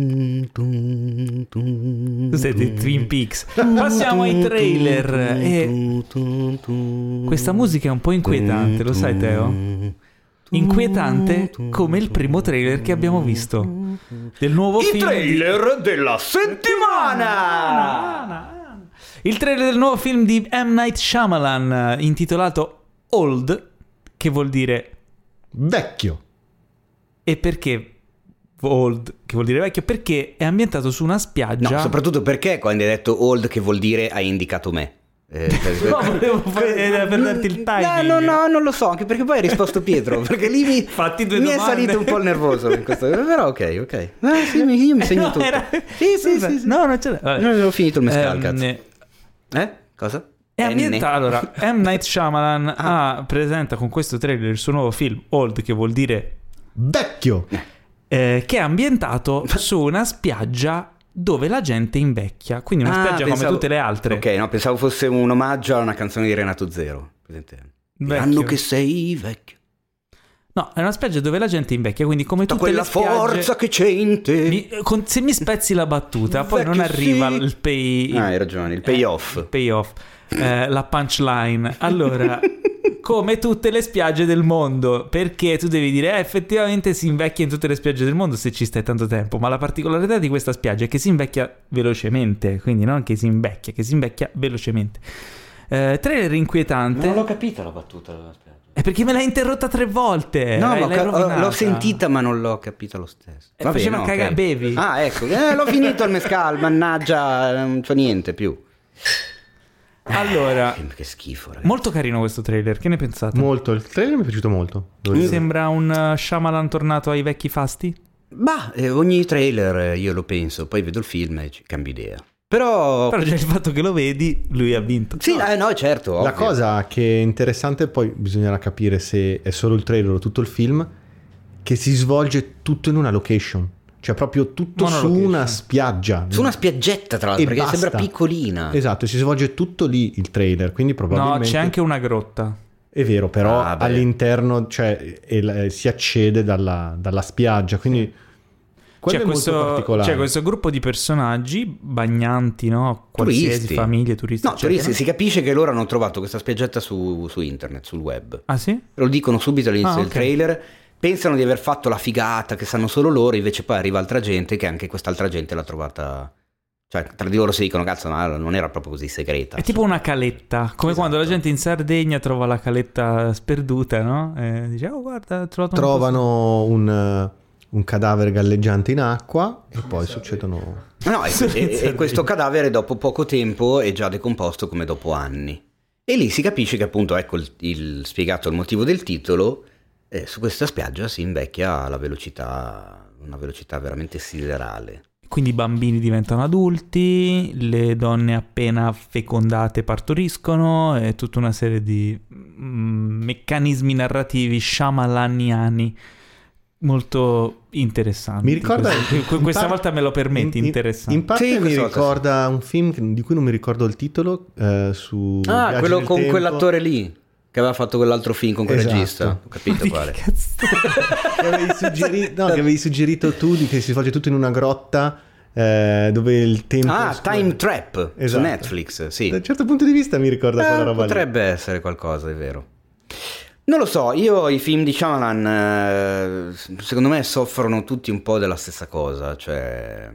sei di Twin Peaks. Passiamo ai trailer. E questa musica è un po' inquietante, lo sai Teo? Inquietante come il primo trailer che abbiamo visto del nuovo Il film trailer della settimana! Il trailer del nuovo film di M. Night Shyamalan intitolato Old, che vuol dire... Vecchio. E perché Old, che vuol dire vecchio? Perché è ambientato su una spiaggia. No, soprattutto perché quando hai detto old, che vuol dire hai indicato me. No, volevo fare per darti il timing. No, non lo so, anche perché poi hai risposto Pietro, perché lì Fatti due mi è domande. salito un po' il nervoso in questo. Però ok. Sì, io mi segno No, tutto. era- Sì. No, non c'era. Vabbè. Non avevo finito il mescal, cazzo. Ehm, Cosa? È N? ambientato. Allora, M. Night Shyamalan presenta con questo trailer il suo nuovo film Old, che vuol dire Vecchio. che è ambientato su una spiaggia dove la gente invecchia, quindi una spiaggia come tutte le altre. Ok, no, pensavo fosse un omaggio a una canzone di Renato Zero. Presente? Vecchio. Diranno che sei vecchio. No, è una spiaggia dove la gente invecchia, quindi come tutte quella le spiagge... forza che c'è in te. Se mi spezzi la battuta, poi non arriva il pay... hai ragione, il payoff. Il payoff, la punchline. Allora, come tutte le spiagge del mondo, perché tu devi dire effettivamente si invecchia in tutte le spiagge del mondo se ci stai tanto tempo, ma la particolarità di questa spiaggia è che si invecchia velocemente, quindi non che si invecchia, che si invecchia velocemente. Trailer inquietante. Non l'ho capita la battuta della spiaggia. È perché me l'hai interrotta 3 volte. No, l'hai l'ho sentita ma non l'ho capita lo stesso. Vabbè, faceva no, cagare, ok. bevi. Ah, ecco, l'ho finito il mezcal, mannaggia, non c'ho niente più. Allora, Che schifo, ragazzi. molto carino questo trailer, che ne pensate? Molto, il trailer mi è piaciuto molto. devo Mi dire. sembra un Shyamalan tornato ai vecchi fasti? Bah, ogni trailer io lo penso, poi vedo il film e ci cambio idea. Però Però già il fatto che lo vedi, lui ha vinto. sì, no, certo, La ovvio. cosa che è interessante, poi bisognerà capire se è solo il trailer o tutto il film, che si svolge tutto in una location. Cioè proprio tutto su Monolocation. una spiaggia. Su una spiaggetta, tra l'altro, E perché basta. sembra piccolina. Esatto, si svolge tutto lì il trailer, quindi probabilmente... No, c'è anche una grotta. È vero, però Ah, beh. all'interno si accede dalla spiaggia, quindi quello C'è è molto particolare. c'è questo gruppo di personaggi bagnanti, no? Qualsiasi Turisti. famiglie, turisti. No, eccetera. turisti, si capisce che loro hanno trovato questa spiaggetta su internet, sul web. Ah sì? Lo dicono subito all'inizio del ok. trailer. Pensano di aver fatto la figata, che sanno solo loro, invece poi arriva altra gente che anche quest'altra gente l'ha trovata. Cioè, tra di loro si dicono, cazzo, ma non era proprio così segreta. È tipo una caletta, come quando la gente in Sardegna trova la caletta sperduta, no? E dice, oh guarda, ho trovato un Trovano un cadavere galleggiante in acqua e poi succedono... No, e questo cadavere dopo poco tempo è già decomposto come dopo anni. E lì si capisce che appunto, ecco il spiegato il motivo del titolo, su questa spiaggia si invecchia alla velocità, una velocità veramente siderale. Quindi i bambini diventano adulti, le donne appena fecondate partoriscono, e tutta una serie di meccanismi narrativi shyamalaniani molto interessanti. Mi ricorda... Questa volta me lo permetti, interessante. In parte Sì, mi questa volta ricorda un film di cui non mi ricordo il titolo, su... Ah, Viaggi quello nel con tempo. quell'attore lì, che aveva fatto quell'altro film con quel Esatto. regista. Ho capito quale. che avevi suggerito tu, di che si svolge tutto in una grotta dove il tempo... Ah, Time Trap, su Esatto. Netflix, sì. Da un certo punto di vista mi ricorda quella roba lì. Potrebbe essere qualcosa, è vero. Non lo so, io i film di Shyamalan secondo me soffrono tutti un po' della stessa cosa, cioè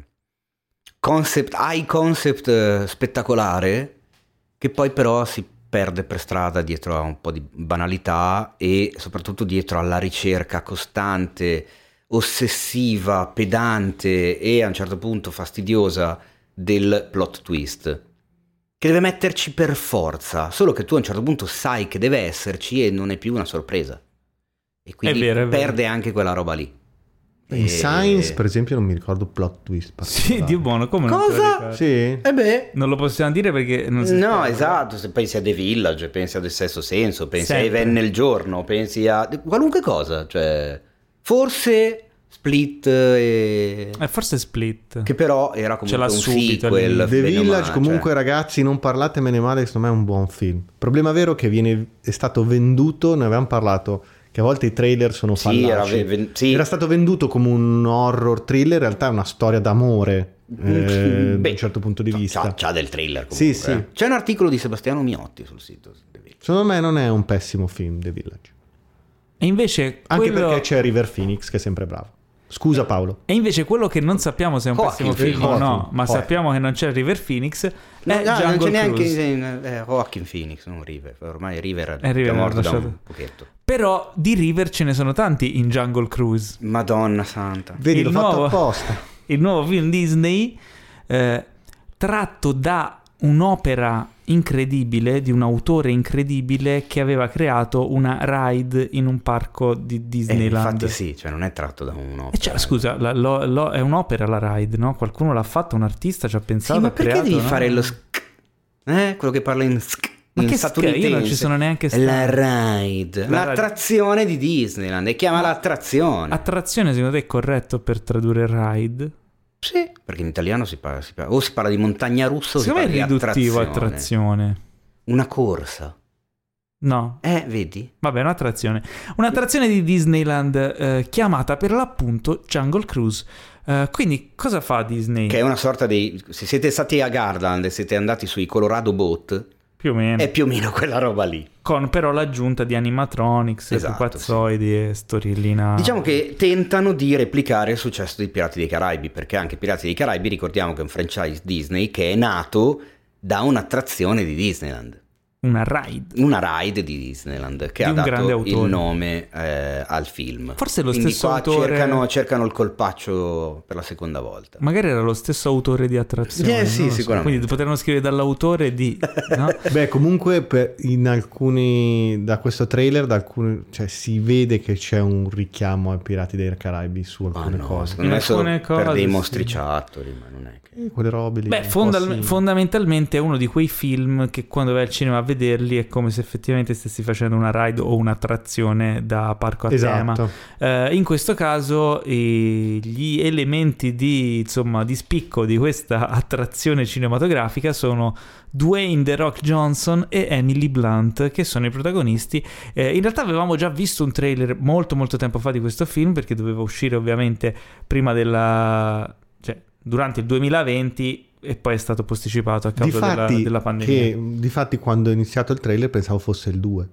high concept spettacolare che poi però si perde per strada dietro a un po' di banalità e soprattutto dietro alla ricerca costante, ossessiva, pedante e a un certo punto fastidiosa del plot twist. Che deve metterci per forza, solo che tu a un certo punto sai che deve esserci e non è più una sorpresa. E quindi È vero. perde anche quella roba lì. In Science, per esempio, non mi ricordo plot twist Sì, particolare. Dio buono, come non te lo Cosa? ricordi? Sì. Beh. Non lo possiamo dire perché non si No, sa. esatto, se pensi a The Village, pensi a The Sesto Senso, pensi a Sempre. Even nel giorno, pensi a qualunque cosa, cioè forse Split Forse Split. che però era Ce comunque l'ha un subito sequel. lì. The bene o Village, male, comunque, cioè. ragazzi, non parlatemi male, che secondo me è un buon film. Il problema vero è che è stato venduto, ne avevamo parlato, che a volte i trailer sono Sì, era, fallaci. sì. Era stato venduto come un horror thriller, in realtà è una storia d'amore, da Beh, un certo punto di vista. C'ha del thriller comunque. Sì, sì. C'è un articolo di Sebastiano Miotti sul sito The Village. Secondo me non è un pessimo film, The Village. E invece Anche quello... perché c'è River Phoenix, che è sempre bravo. Scusa Paolo. E invece quello che non sappiamo se è un Joaquin pessimo film o Phoenix. no, ma Joaquin. sappiamo che non c'è River Phoenix, è No, non Jungle c'è Cruise. neanche Joaquin Phoenix, non River. Ormai River è River, già morto da lasciato. un pochetto. Però di River ce ne sono tanti in Jungle Cruise. Madonna santa. Vedi, Il l'ho fatto nuovo- apposta. Il nuovo film Disney tratto da un'opera incredibile di un autore incredibile che aveva creato una ride in un parco di Disneyland. Infatti sì, cioè non è tratto da un'opera. E cioè, scusa, è un'opera la ride, no? Qualcuno l'ha fatta, un artista ci ha pensato, Sì, ma ha perché creato, devi no? fare lo quello che parla in Ma in che statunitense? io non ci sono neanche stato. La ride, La l'attrazione di Disneyland, e chiama l'attrazione. Attrazione secondo te è corretto per tradurre ride? Sì, perché in italiano si parla o si parla di montagna russa o si Secondo me parla è di riduttivo attrazione. attrazione. Una corsa. No. Vedi? Vabbè, un'attrazione di Disneyland chiamata per l'appunto Jungle Cruise. Quindi cosa fa Disney? Che è una sorta di... Se siete stati a Gardaland e siete andati sui Colorado Boat, Più o meno. è più o meno quella roba lì. Con però l'aggiunta di animatronics, Esatto, pupazzoidi e storiellina. Diciamo che tentano di replicare il successo di Pirati dei Caraibi, perché anche Pirati dei Caraibi ricordiamo che è un franchise Disney che è nato da un'attrazione di Disneyland. Una ride. Una ride di Disneyland che Di ha un grande dato il autore. nome al film. Forse lo Quindi stesso qua autore... cercano il colpaccio per la seconda volta. Magari era lo stesso autore di attrazione. Sì, non lo so. sicuramente. Quindi potevano scrivere dall'autore di... No? Beh, comunque in alcuni, da questo trailer, cioè, si vede che c'è un richiamo ai Pirati dei Caraibi su alcune cose. Secondo me solo alcune per dei cose, mostriciattoli, ma non è che... Quelle robe lì. Beh, un po' sì. fondamentalmente è uno di quei film che quando vai al cinema a vederli è come se effettivamente stessi facendo una ride o un'attrazione da parco a Esatto. tema. In questo caso gli elementi di spicco di questa attrazione cinematografica sono Dwayne The Rock Johnson e Emily Blunt, che sono i protagonisti. In realtà avevamo già visto un trailer molto molto tempo fa di questo film, perché doveva uscire ovviamente prima durante il 2020 e poi è stato posticipato a causa della pandemia. Difatti quando ho iniziato il trailer pensavo fosse il 2.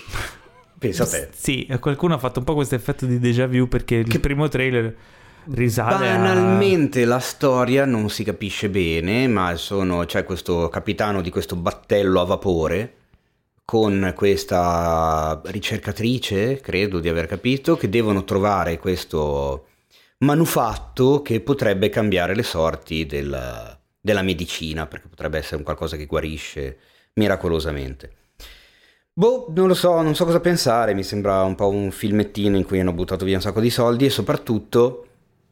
Pensa a te. Sì, qualcuno ha fatto un po' questo effetto di déjà vu, perché il primo trailer risale banalmente la storia non si capisce bene, ma c'è questo capitano di questo battello a vapore con questa ricercatrice, credo di aver capito, che devono trovare questo manufatto che potrebbe cambiare le sorti della medicina, perché potrebbe essere un qualcosa che guarisce miracolosamente. Non lo so, non so cosa pensare, mi sembra un po' un filmettino in cui hanno buttato via un sacco di soldi e soprattutto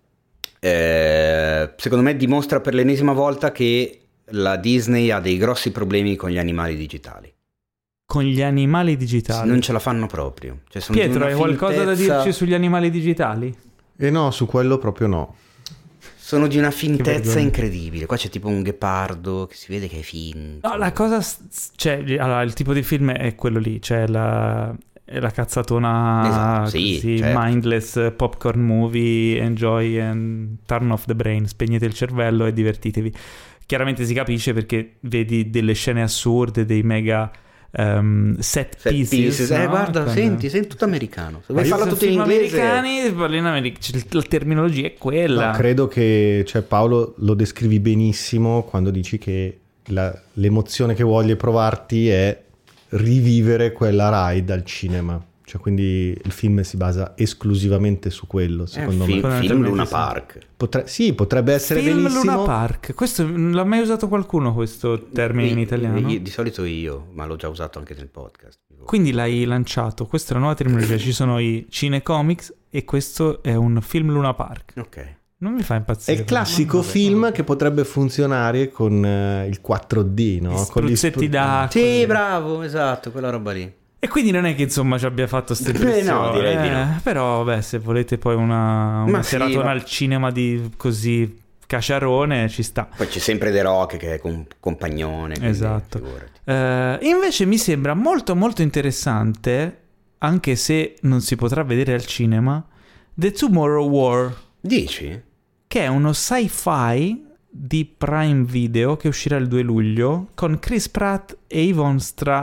secondo me dimostra per l'ennesima volta che la Disney ha dei grossi problemi con gli animali digitali. Con gli animali digitali? Non ce la fanno proprio. Cioè, sono di Pietro, una hai qualcosa da fintezza... dirci sugli animali digitali? No, su quello proprio no. Sono di una Che fintezza vergogna. incredibile. Qua c'è tipo un ghepardo che si vede che è finto. No, la cosa... allora, il tipo di film è quello lì, cioè è la cazzatona Esatto, sì, così, certo. mindless popcorn movie, enjoy and turn off the brain, spegnete il cervello e divertitevi. Chiaramente si capisce perché vedi delle scene assurde, dei mega set pieces, no? Guarda, Quando- senti tutto americano. Se Ma vuoi farla sono tutto in film inglese... americani, parli in la terminologia è quella. No, credo che Paolo lo descrivi benissimo quando dici che l'emozione che vuole provarti è rivivere quella ride al cinema. Cioè, quindi il film si basa esclusivamente su quello, secondo me. film Luna Park. Potrebbe essere Film benissimo. Luna Park, questo non l'ha mai usato qualcuno questo termine in italiano? Di solito io, ma l'ho già usato anche nel podcast. Quindi l'hai lanciato, questa è una nuova terminologia, ci sono i cinecomics e questo è un film Luna Park. Ok. Non mi fa È impazzire. il classico film che potrebbe funzionare con il 4D, no? Gli Con gli spruzzetti d'acqua. Sì, bravo, esatto, quella roba lì. E quindi non è che insomma ci abbia fatto ste impressioni. No, direi di no. Però vabbè, se volete poi una Ma sì, seratona va. al cinema di così caciarone ci sta. Poi c'è sempre The Rock che è compagnone. quindi Esatto. figurati. Invece mi sembra molto molto interessante, anche se non si potrà vedere al cinema, The Tomorrow War, Dici? che è uno sci-fi di Prime Video che uscirà il 2 luglio con Chris Pratt e Yvonne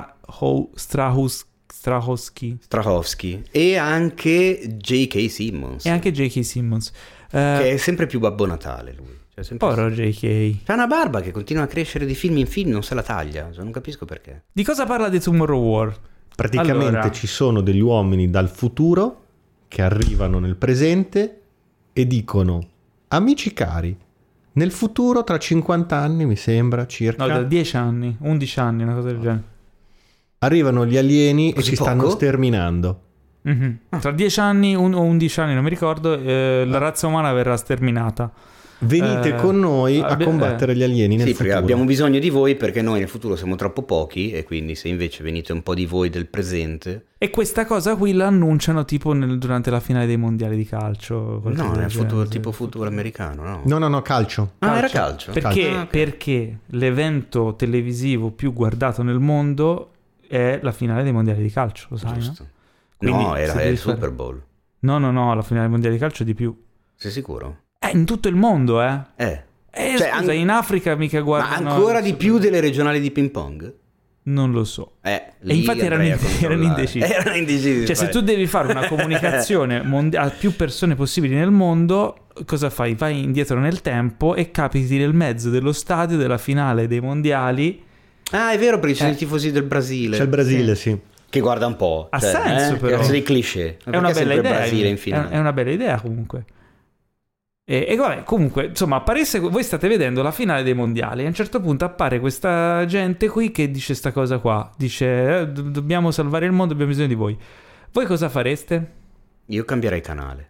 Strahovski Strahovski. E anche J.K. Simmons. e anche J.K. Simmons. Che è sempre più Babbo Natale lui. Cioè, sempre... Povero J.K. C'ha una barba che continua a crescere di film in film, non se la taglia. Cioè, non capisco perché. Di cosa parla The Tomorrow War? Praticamente Allora, ci sono degli uomini dal futuro che arrivano nel presente e dicono: amici cari, nel futuro tra 50 anni mi sembra circa no, da 10 anni, 11 anni, una cosa del genere. arrivano gli alieni Così e ci stanno poco? sterminando. Mhm. Tra 10 anni o 11 anni, non mi ricordo, la razza umana verrà sterminata. Venite con noi a combattere gli alieni nel Sì, futuro. perché abbiamo bisogno di voi perché noi nel futuro siamo troppo pochi e quindi se invece venite un po' di voi del presente... E questa cosa qui la annunciano tipo durante la finale dei mondiali di calcio. qualcosa No, del nel futuro, genere. tipo futuro americano, no? No, calcio. Ah, era calcio. Perché, Ah, ok. perché l'evento televisivo più guardato nel mondo è la finale dei mondiali di calcio, lo sai, Giusto. no? Quindi, No, se è devi il fare- Super Bowl. No, la finale dei mondiali di calcio è di più. Sei sicuro? In tutto il mondo, eh? Cioè, Scusa, in Africa mica Ma guardano... ancora di più delle regionali di ping pong? Non lo so. E infatti erano indecisi. Erano indecisi. Cioè, se tu devi fare una comunicazione a più persone possibili nel mondo, cosa fai? Vai indietro nel tempo e capiti nel mezzo dello stadio della finale dei mondiali. Ah, è vero, perché ci sono i tifosi del Brasile. C'è il Brasile, sì. Che guarda un po'. Ha senso, però. Che sono dei cliché. È una bella idea. Brasile in finale? È una bella idea, comunque. E vabbè, comunque, insomma, voi state vedendo la finale dei mondiali e a un certo punto appare questa gente qui che dice sta cosa qua. Dice, dobbiamo salvare il mondo, abbiamo bisogno di voi. Voi cosa fareste? Io cambierei canale.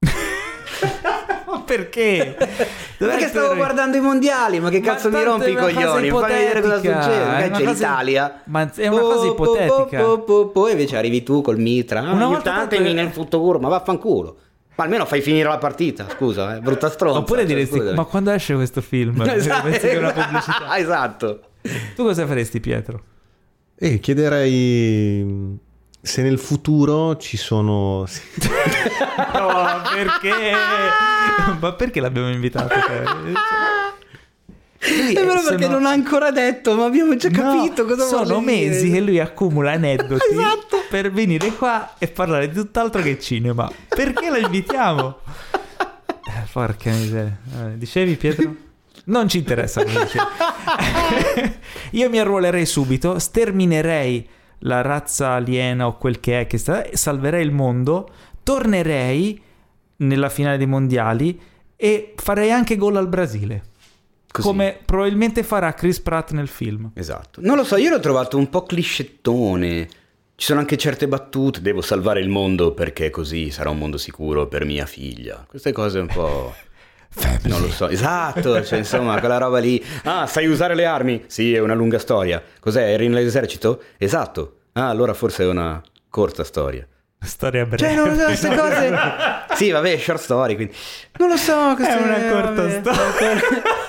Ma perché? Perché stavo guardando i mondiali, ma che cazzo mi rompi i coglioni? Fammi vedere cosa succede. C'è l'Italia. Ma è una cosa ipotetica. Poi invece arrivi tu col mitra. Una volta Aiutatemi nel futuro, ma vaffanculo. Ma almeno fai finire la partita, scusa, brutta stronza. Oppure diresti, ma quando esce questo film? Esatto. Pensi che è una pubblicità? Esatto. Tu cosa faresti, Pietro? Chiederei se nel futuro ci sono... No, perché? Ma perché l'abbiamo invitato? È vero, perché non ha ancora detto, ma abbiamo già capito cosa vuole sono dire. mesi che lui accumula aneddoti Esatto. per venire qua e parlare di tutt'altro che cinema. Perché lo invitiamo? Porca miseria. Dicevi, Pietro? Non ci interessa cosa dicevi. Io mi arruolerei subito, sterminerei la razza aliena o quel che è, salverei il mondo, tornerei nella finale dei mondiali e farei anche gol al Brasile. Così. Come probabilmente farà Chris Pratt nel film. Esatto. Non lo so, io l'ho trovato un po' cliscettone. Ci sono anche certe battute. Devo salvare il mondo perché così sarà un mondo sicuro per mia figlia. Queste cose un po'... Non lo so. Esatto, cioè insomma quella roba lì. Ah, sai usare le armi? Sì, è una lunga storia. Cos'è? Eri nell'esercito? Esatto. Ah, allora forse è una corta storia. Storia breve. Cioè, non lo so, queste cose... Sì, vabbè, short story, quindi... Non lo so, È una corta storia.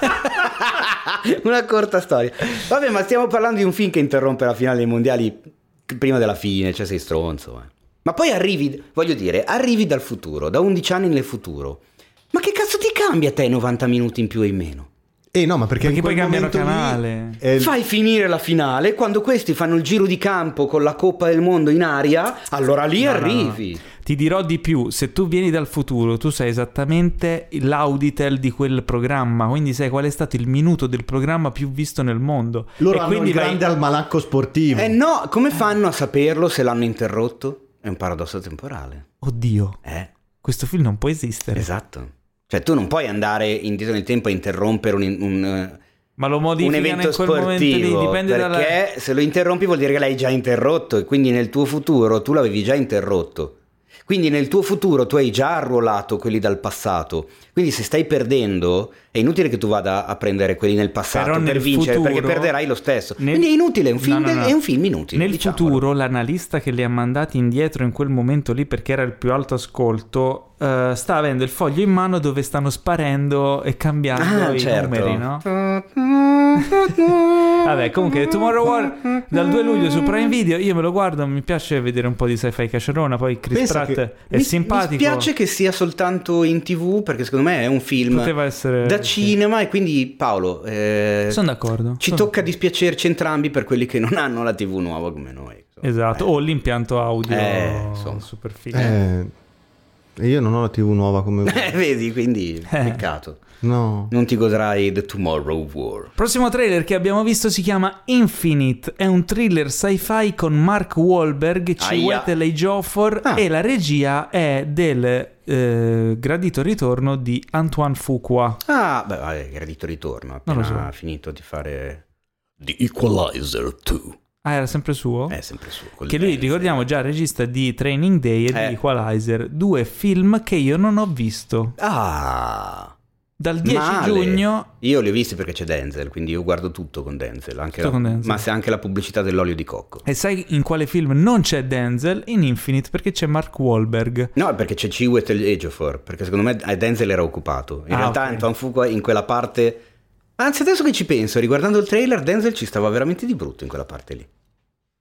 Una corta storia. Vabbè, ma stiamo parlando di un film che interrompe la finale dei mondiali prima della fine, cioè sei stronzo. Ma poi arrivi dal futuro, da 11 anni nel futuro. Ma che cazzo ti cambia a te 90 minuti in più e in meno? No, ma perché in poi quel cambiano momento canale. lì Fai finire la finale, quando questi fanno il giro di campo con la Coppa del Mondo in aria, allora lì arrivi. No. Ti dirò di più, se tu vieni dal futuro, tu sai esattamente l'auditel di quel programma, quindi sai qual è stato il minuto del programma più visto nel mondo. loro e hanno quindi il grande almanacco sportivo. No, come fanno a saperlo se l'hanno interrotto? È un paradosso temporale. Oddio, questo film non può esistere. Esatto. Cioè tu non puoi andare indietro nel tempo a interrompere Ma lo un modificano evento in quel momento lì, sportivo, dipende perché se lo interrompi vuol dire che l'hai già interrotto e quindi nel tuo futuro tu l'avevi già interrotto. Quindi nel tuo futuro tu hai già arruolato quelli dal passato. Quindi se stai perdendo è inutile che tu vada a prendere quelli nel passato Però per nel vincere, futuro, perché perderai lo stesso. Quindi è inutile, è un film, No. è un film inutile. Nel diciamolo. futuro l'analista che li ha mandati indietro in quel momento lì perché era il più alto ascolto sta avendo il foglio in mano dove stanno sparendo e cambiando i certo. numeri, no? Vabbè, comunque Tomorrow War dal 2 luglio su Prime Video, io me lo guardo, mi piace vedere un po' di sci-fi cacerona, poi Chris Pensa Pratt che è simpatico. Mi spiace che sia soltanto in TV perché secondo me è un film Poteva essere da cinema e quindi Paolo sono d'accordo. ci tocca dispiacerci entrambi per quelli che non hanno la TV nuova come noi. Esatto, o l'impianto audio insomma. super figo. Io non ho la TV nuova come voi. Vedi, quindi peccato. No. Non ti godrai The Tomorrow War. Prossimo trailer che abbiamo visto si chiama Infinite, è un thriller sci-fi con Mark Wahlberg, Chiwetel Ejiofor e la regia è del gradito ritorno di Antoine Fuqua. Ah, beh, vabbè, gradito ritorno, appena finito di fare The Equalizer 2. Ah, era sempre suo? È sempre suo. Che lui, ricordiamo, già regista di Training Day e di Equalizer, due film che io non ho visto. Ah, dal 10 male. giugno. Io li ho visti perché c'è Denzel, quindi io guardo tutto con Denzel, anche Tutto con Denzel. ma se anche la pubblicità dell'olio di cocco. E sai in quale film non c'è Denzel? In Infinite, perché c'è Mark Wahlberg. No, perché c'è Chiwetel Ejiofor, perché secondo me Denzel era occupato. In realtà ok. Antoine Fuqua in quella parte... Anzi, adesso che ci penso, riguardando il trailer, Denzel ci stava veramente di brutto in quella parte lì.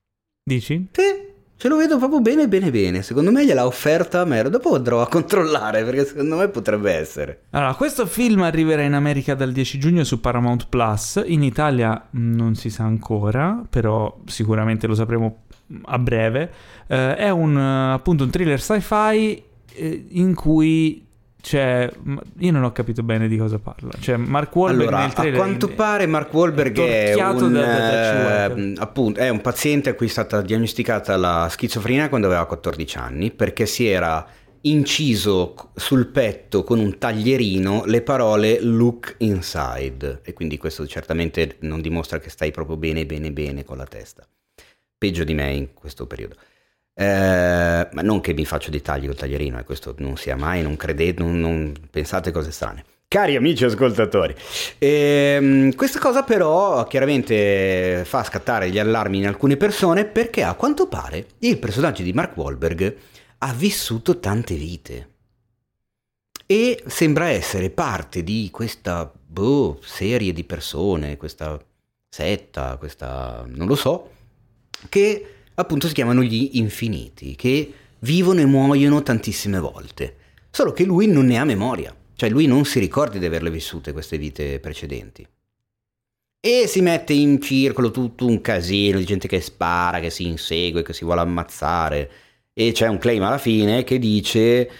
Dici? Sì, ce lo vedo proprio bene. Secondo me gliel'ha offerta a me. Dopo andrò a controllare perché secondo me potrebbe essere. Allora, questo film arriverà in America dal 10 giugno su Paramount Plus. In Italia non si sa ancora, però sicuramente lo sapremo a breve. È appunto un thriller sci-fi in cui c'è... Io non ho capito bene di cosa parla. C'è Mark Wahlberg nel trailer. A quanto pare Mark Wahlberg è appunto, è un paziente a cui è stata diagnosticata la schizofrenia quando aveva 14 anni perché si era inciso sul petto con un taglierino le parole "look inside", e quindi questo certamente non dimostra che stai proprio bene con la testa. Peggio di me in questo periodo. Ma non che mi faccio dei tagli col taglierino, questo non sia mai, non credete, non pensate cose strane. Cari amici ascoltatori, questa cosa però chiaramente fa scattare gli allarmi in alcune persone perché a quanto pare il personaggio di Mark Wahlberg ha vissuto tante vite e sembra essere parte di questa serie di persone, questa setta, questa non lo so, che appunto si chiamano gli infiniti, che vivono e muoiono tantissime volte, solo che lui non ne ha memoria, cioè lui non si ricorda di averle vissute queste vite precedenti. E si mette in circolo tutto un casino di gente che spara, che si insegue, che si vuole ammazzare, e c'è un claim alla fine che dice,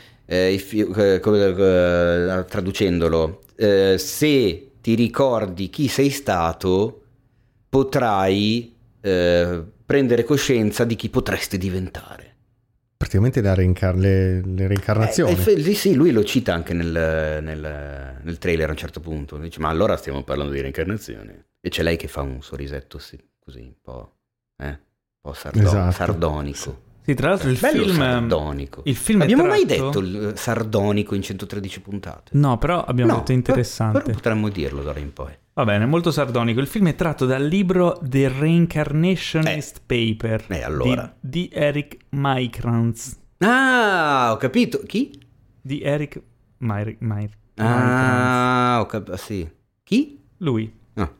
traducendolo, se ti ricordi chi sei stato, potrai prendere coscienza di chi potresti diventare. Praticamente le reincarnazioni. Sì, lui lo cita anche nel trailer a un certo punto. Dice, ma allora stiamo parlando di reincarnazione. E c'è lei che fa un sorrisetto così un po', esatto. Sardonico. Sì, tra l'altro il film sardonico. Il film abbiamo è mai tratto... detto il sardonico in 113 puntate? No, però abbiamo detto interessante. Però potremmo dirlo d'ora in poi. Va bene, molto sardonico. Il film è tratto dal libro The Reincarnationist Paper allora. di Eric Micrans. Ah, ho capito. Chi? Di Eric Micrans. Ah, ho capito. Sì. Chi? Lui.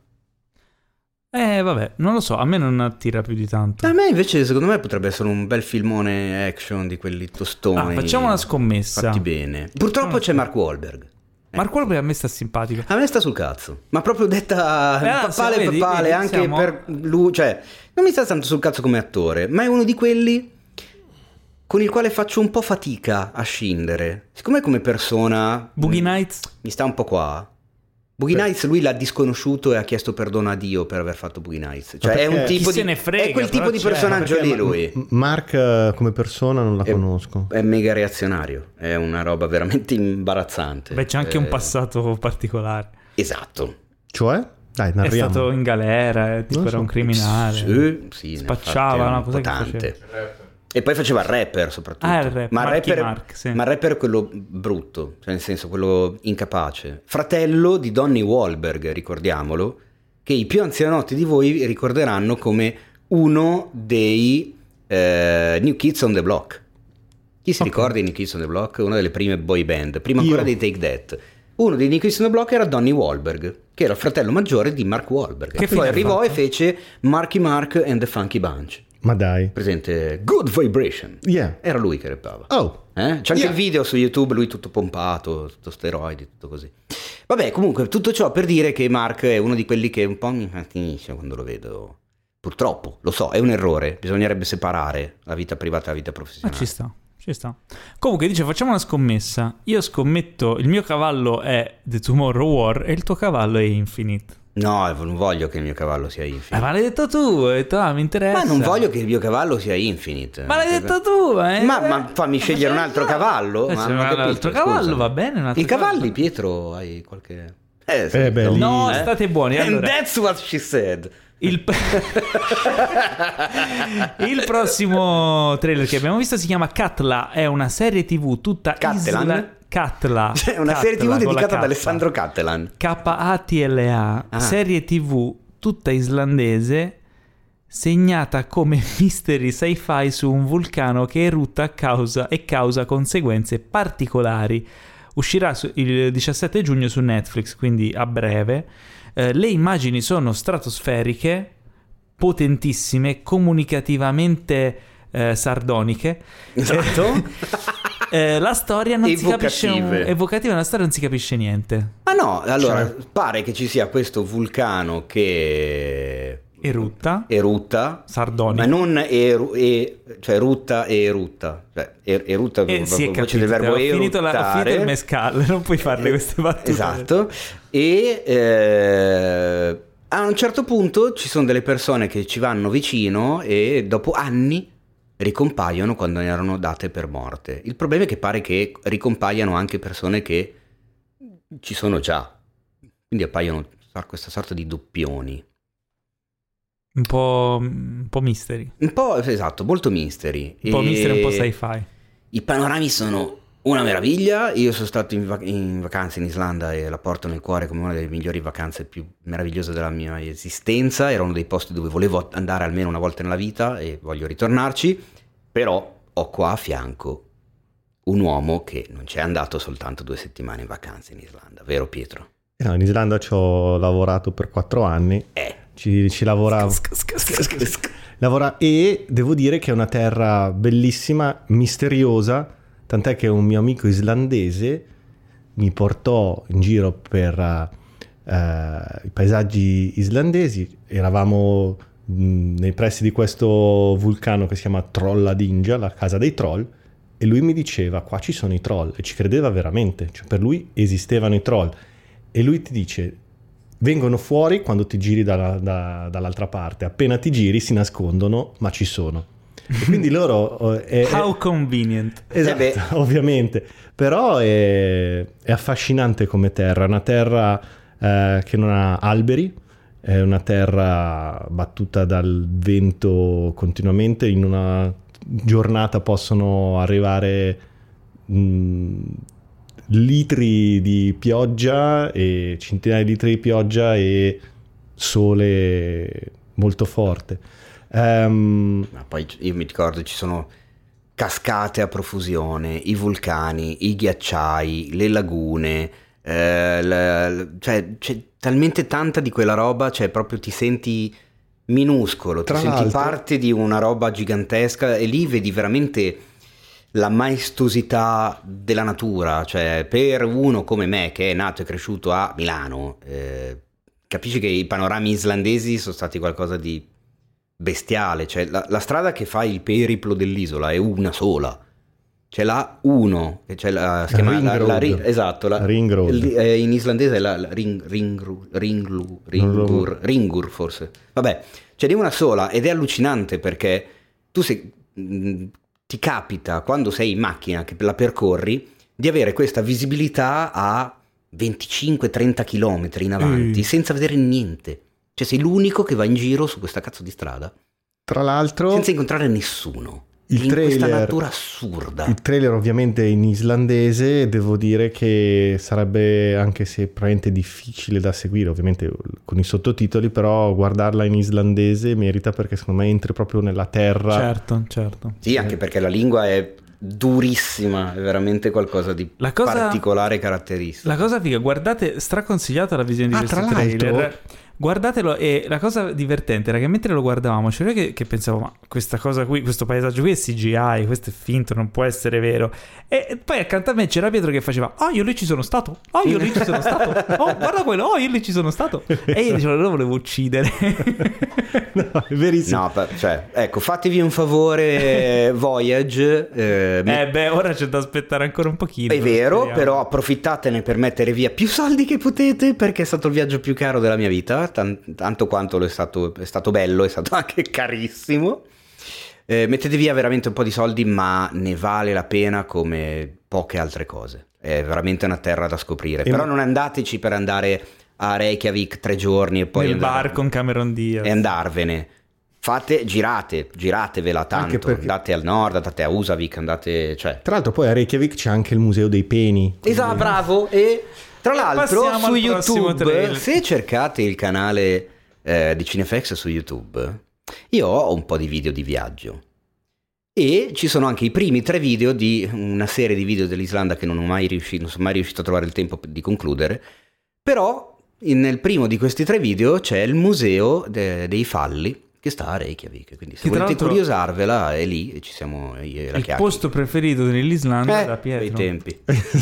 Ah. Vabbè, non lo so, a me non attira più di tanto. A me invece, secondo me, potrebbe essere un bel filmone action di quelli tostoni. Facciamo una scommessa. Fatti bene. Purtroppo c'è Mark Wahlberg. Mark Wahlberg a me sta simpatico. A me sta sul cazzo. Ma proprio detta papale, anche siamo... per lui. Cioè, non mi sta tanto sul cazzo come attore, ma è uno di quelli con il quale faccio un po' fatica a scindere. Siccome come persona Boogie Nights mi sta un po' qua. Boogie Nights lui l'ha disconosciuto e ha chiesto perdono a Dio per aver fatto Boogie Nights. Cioè è un tipo se ne frega, è quel tipo di personaggio lì lui. Mark come persona non la conosco. È mega reazionario, è una roba veramente imbarazzante. Beh, c'è anche un passato particolare. Esatto. Cioè? Dai, narriamo. È stato in galera, tipo era un criminale. Sì, spacciava, una cosa che faceva. E poi faceva il rapper soprattutto. Il rapper. Ma sì. Ma il rapper è quello brutto, cioè nel senso quello incapace. Fratello di Donnie Wahlberg, ricordiamolo, che i più anzianotti di voi ricorderanno come uno dei New Kids on the Block. Chi si ricorda di New Kids on the Block? Una delle prime boy band, prima ancora dei Take That. Uno dei New Kids on the Block era Donnie Wahlberg, che era il fratello maggiore di Mark Wahlberg, che poi arrivò e fece Marky Mark and the Funky Bunch. Ma dai. Presente Good Vibration. Yeah. Era lui che rappava. Oh. C'è anche il video su YouTube, lui tutto pompato, tutto steroidi, tutto così. Vabbè, comunque tutto ciò per dire che Mark è uno di quelli che un po' mi infastidisce quando lo vedo. Purtroppo, lo so, è un errore. Bisognerebbe separare la vita privata dalla vita professionale. Ci sta. Comunque dice, facciamo una scommessa. Io scommetto, il mio cavallo è The Tomorrow War e il tuo cavallo è Infinite. No, non voglio che il mio cavallo sia Infinite. Ma l'hai detto tu, mi interessa. Ma non voglio che il mio cavallo sia Infinite. Ma l'hai detto tu, Ma fammi scegliere un altro cavallo. Ma un altro cavallo, va bene. I cavalli, Pietro, hai qualche... No, state buoni. Allora, and that's what she said. Il prossimo trailer che abbiamo visto si chiama Katla, è una serie TV tutta Katla. Cioè, una serie TV dedicata ad Alessandro Cattelan. Katla, serie TV tutta islandese, segnata come mystery sci-fi su un vulcano che erutta e causa conseguenze particolari. Uscirà il 17 giugno su Netflix, quindi a breve. Le immagini sono stratosferiche, potentissime, comunicativamente sardoniche. Esatto. La storia non si capisce, evocativa, la storia non si capisce niente. Ma no, allora pare che ci sia questo vulcano che erutta, sardonico, ma non cioè erutta e erutta, cioè erutta si è voce del verbo finito il mescal, non puoi farle queste battute. Esatto. E a un certo punto ci sono delle persone che ci vanno vicino e dopo anni ricompaiono quando erano date per morte. Il problema è che pare che ricompaiano anche persone che ci sono già, quindi appaiono questa sorta di doppioni. Un po' mystery. Un po', esatto, molto mystery. Un po' mystery, un po' sci-fi. I panorami sono una meraviglia. Io sono stato in vacanza in Islanda e la porto nel cuore come una delle migliori vacanze più meravigliose della mia esistenza. Era uno dei posti dove volevo andare almeno una volta nella vita e voglio ritornarci. Però ho qua a fianco un uomo che non c'è andato soltanto 2 settimane in vacanza in Islanda, vero Pietro? No, in Islanda ci ho lavorato per 4 anni. Ci lavoravo. E devo dire che è una terra bellissima, misteriosa, tant'è che un mio amico islandese mi portò in giro per i paesaggi islandesi. Eravamo nei pressi di questo vulcano che si chiama Trolladinja, la casa dei troll, e lui mi diceva qua ci sono i troll, e ci credeva veramente, cioè per lui esistevano i troll, e lui ti dice vengono fuori quando ti giri dall'altra parte, appena ti giri si nascondono, ma ci sono. E quindi loro how convenient. Esatto, ovviamente, però è affascinante come terra, è una terra che non ha alberi, è una terra battuta dal vento continuamente. In una giornata possono arrivare litri di pioggia e centinaia di litri di pioggia e sole molto forte. Ma poi io mi ricordo ci sono cascate a profusione, i vulcani, i ghiacciai, le lagune, cioè c'è talmente tanta di quella roba, cioè proprio ti senti minuscolo, ti senti parte di una roba gigantesca, e lì vedi veramente la maestosità della natura. Cioè per uno come me che è nato e cresciuto a Milano, capisci che i panorami islandesi sono stati qualcosa di bestiale. Cioè la strada che fa il periplo dell'isola è una sola, c'è la 1 che c'è si chiama esatto, la Ring Road. In islandese è la Ringur forse, vabbè, c'è di una sola, ed è allucinante perché tu ti capita quando sei in macchina che la percorri di avere questa visibilità a 25-30 km in avanti senza vedere niente. Cioè sei l'unico che va in giro su questa cazzo di strada, tra l'altro senza incontrare nessuno, questa natura assurda. Il trailer ovviamente è in islandese, devo dire che sarebbe, anche se probabilmente difficile da seguire ovviamente con i sottotitoli, però guardarla in islandese merita, perché secondo me entri proprio nella terra. Certo. Sì, anche perché la lingua è durissima, è veramente qualcosa di particolare e caratteristico. La cosa figa, guardate, straconsigliata la visione di questo trailer. Guardatelo, e la cosa divertente era che mentre lo guardavamo c'era che pensavo, ma questa cosa qui, questo paesaggio qui è CGI, questo è finto, non può essere vero. E poi accanto a me c'era Pietro che faceva io lì ci sono stato, io lì ci sono stato, guarda quello, io lì ci sono stato. E io dicevo, lo volevo uccidere. No, è verissimo. No, cioè, ecco, fatevi un favore, Voyage. Ora c'è da aspettare ancora un pochino. È vero, però approfittatene per mettere via più soldi che potete, perché è stato il viaggio più caro della mia vita. Tanto quanto è stato bello, è stato anche carissimo. Mettete via veramente un po' di soldi, ma ne vale la pena come poche altre cose. È veramente una terra da scoprire. Però non andateci per andare a Reykjavik 3 giorni e poi nel bar con Cameron Diaz e andarvene. Giratevela tanto, andate al nord, andate a Husavik, cioè. Tra l'altro poi a Reykjavik c'è anche il museo dei peni. Esatto, bravo. E tra l'altro su YouTube, trailer. se cercate il canale di Cinefx su YouTube, io ho un po' di video di viaggio, e ci sono anche i primi 3 video di una serie di video dell'Islanda che non sono mai riuscito a trovare il tempo di concludere. Però nel primo di questi 3 video c'è il museo dei falli, che sta a Reykjavik, quindi se Che tra volete l'altro- curiosarvela è lì e ci siamo io e la Il Chiacchi. posto preferito dell'Islanda da Quei Pietro. tempi.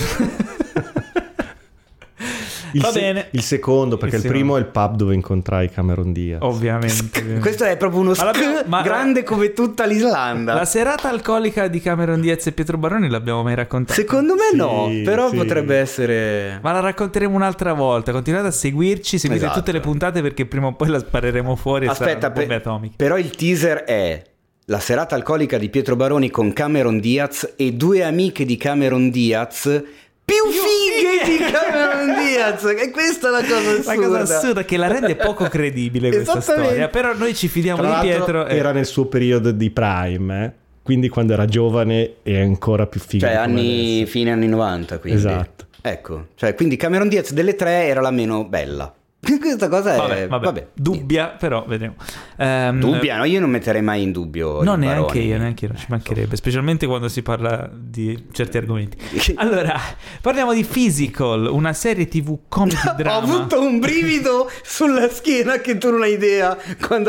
Va bene. Il secondo, perché Il il primo è il pub dove incontrai Cameron Diaz. Ovviamente. Questo è proprio uno Ma grande come tutta l'Islanda. La serata alcolica di Cameron Diaz e Pietro Baroni l'abbiamo mai raccontata? Secondo me no, Sì, però sì. potrebbe essere... Ma la racconteremo un'altra volta. Continuate a seguirci, seguite Esatto. tutte le puntate perché prima o poi la spareremo fuori e Aspetta, saranno bombe atomiche. però il teaser è la serata alcolica di Pietro Baroni con Cameron Diaz e due amiche di Cameron Diaz più fighe di Cameron Diaz. E questa è la cosa assurda. La cosa assurda che la rende poco credibile questa Esattamente. storia. Però noi ci fidiamo Tra di l'altro Pietro. era nel suo periodo di prime, quindi quando era giovane è ancora più figo. Cioè come anni, adesso. fine anni 90, quindi. Esatto. Ecco, cioè quindi Cameron Diaz delle tre era la meno bella. Questa cosa è... Vabbè. Dubbia, però vedremo. Dubbia, no? Io non metterei mai in dubbio No, il neanche Baroni. io, non ci mancherebbe, specialmente quando si parla di certi argomenti. Allora, parliamo di Physical, una serie TV comedy Ho drama. avuto un brivido sulla schiena che tu non hai idea quando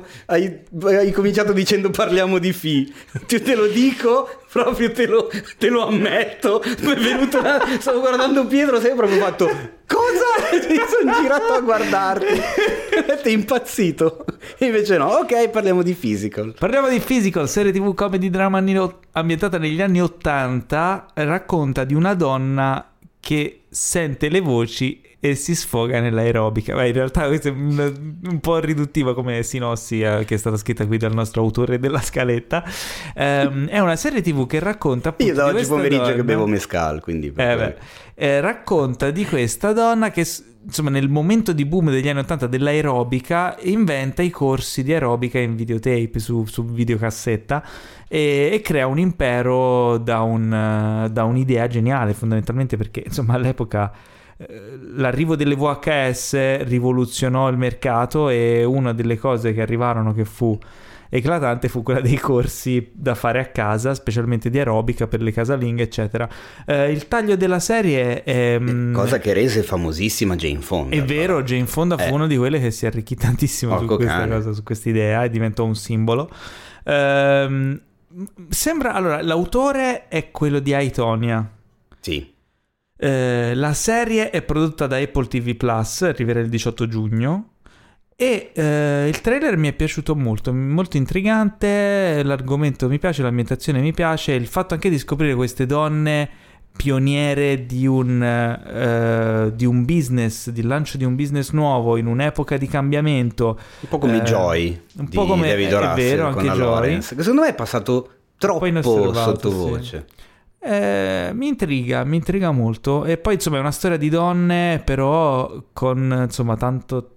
hai cominciato dicendo parliamo di Fi. Te lo dico, proprio te lo ammetto. Mi è venuto stavo guardando Pietro, sei proprio fatto cosa? Mi sono girato a guardarti. Sei impazzito. E invece no, ok, parliamo di Physical. Parliamo di Physical, serie TV comedy drama ambientata negli anni 80, racconta di una donna che sente le voci e si sfoga nell'aerobica. Ma in realtà questo è un po' riduttivo come sinossi che è stata scritta qui dal nostro autore della scaletta. È una serie TV che racconta appunto Io da di oggi questa pomeriggio donna. che bevo mezcal, quindi Racconta di questa donna che insomma nel momento di boom degli anni 80 dell'aerobica inventa i corsi di aerobica in videotape su videocassetta e crea un impero da un'idea geniale, fondamentalmente perché insomma all'epoca l'arrivo delle VHS rivoluzionò il mercato e una delle cose che arrivarono che fu eclatante fu quella dei corsi da fare a casa, specialmente di aerobica per le casalinghe eccetera. Il taglio della serie è cosa che rese famosissima Jane Fonda. è vero, Jane Fonda fu una di quelle che si arricchì tantissimo su Porco questa cane. cosa, su questa idea e diventò un simbolo. Sembra, allora, l'autore è quello di I, Tonya. Sì. La serie è prodotta da Apple TV Plus, arriverà il 18 giugno. E il trailer mi è piaciuto molto, molto intrigante, l'argomento mi piace, l'ambientazione mi piace, il fatto anche di scoprire queste donne pioniere di un business, di lancio di un business nuovo in un'epoca di cambiamento. Un po' come Joy un di po' come David è Russell vero, con anche la Joy. Lawrence, che secondo me è passato troppo inosservato, sottovoce. Mi intriga molto. E poi insomma è una storia di donne, però con insomma tanto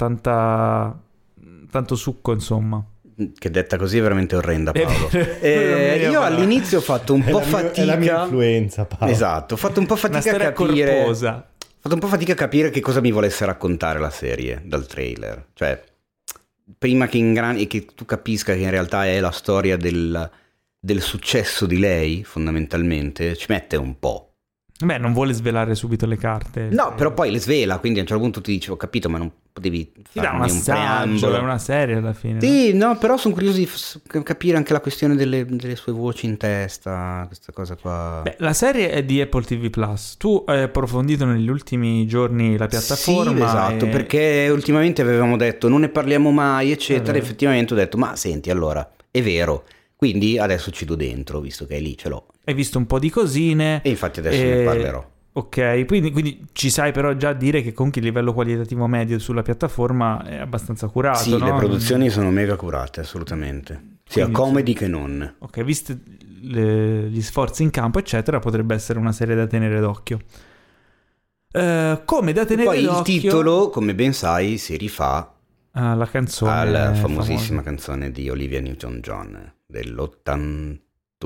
succo, insomma. Che detta così è veramente orrenda, È Paolo. vero. Io all'inizio ho fatto un po' È la mia fatica. influenza, Paolo. Esatto, ho fatto un po' Una fatica a storia capire. corposa. Ho fatto un po' fatica a capire che cosa mi volesse raccontare la serie dal trailer. Cioè, prima che tu capisca che in realtà è la storia del successo di lei, fondamentalmente, ci mette un po'. Beh, non vuole svelare subito le carte. No, però poi le svela, quindi a un certo punto ti dice, ho capito, ma non potevi Ti dà un farmi un assaggio, preambolo. è una serie alla fine. Sì, no, però sono curioso di capire anche la questione delle sue voci in testa, questa cosa qua. Beh, la serie è di Apple TV Plus. Tu hai approfondito negli ultimi giorni la piattaforma. Sì, esatto, e- perché ultimamente avevamo detto non ne parliamo mai, eccetera. vero. Effettivamente ho detto, ma senti, allora, è vero. Quindi adesso ci do dentro, visto che è lì, ce l'ho. Hai visto un po' di cosine. E infatti adesso ne parlerò. Ok, quindi ci sai però già dire che comunque il livello qualitativo medio sulla piattaforma è abbastanza curato, Sì, no? le produzioni sono mega curate, assolutamente. Sia Quindi, comedy che non. Ok, visti gli sforzi in campo, eccetera, potrebbe essere una serie da tenere d'occhio. Come da tenere Poi d'occhio... il titolo, come ben sai, si rifà alla canzone alla famosa. famosissima canzone di Olivia Newton-John dell'82.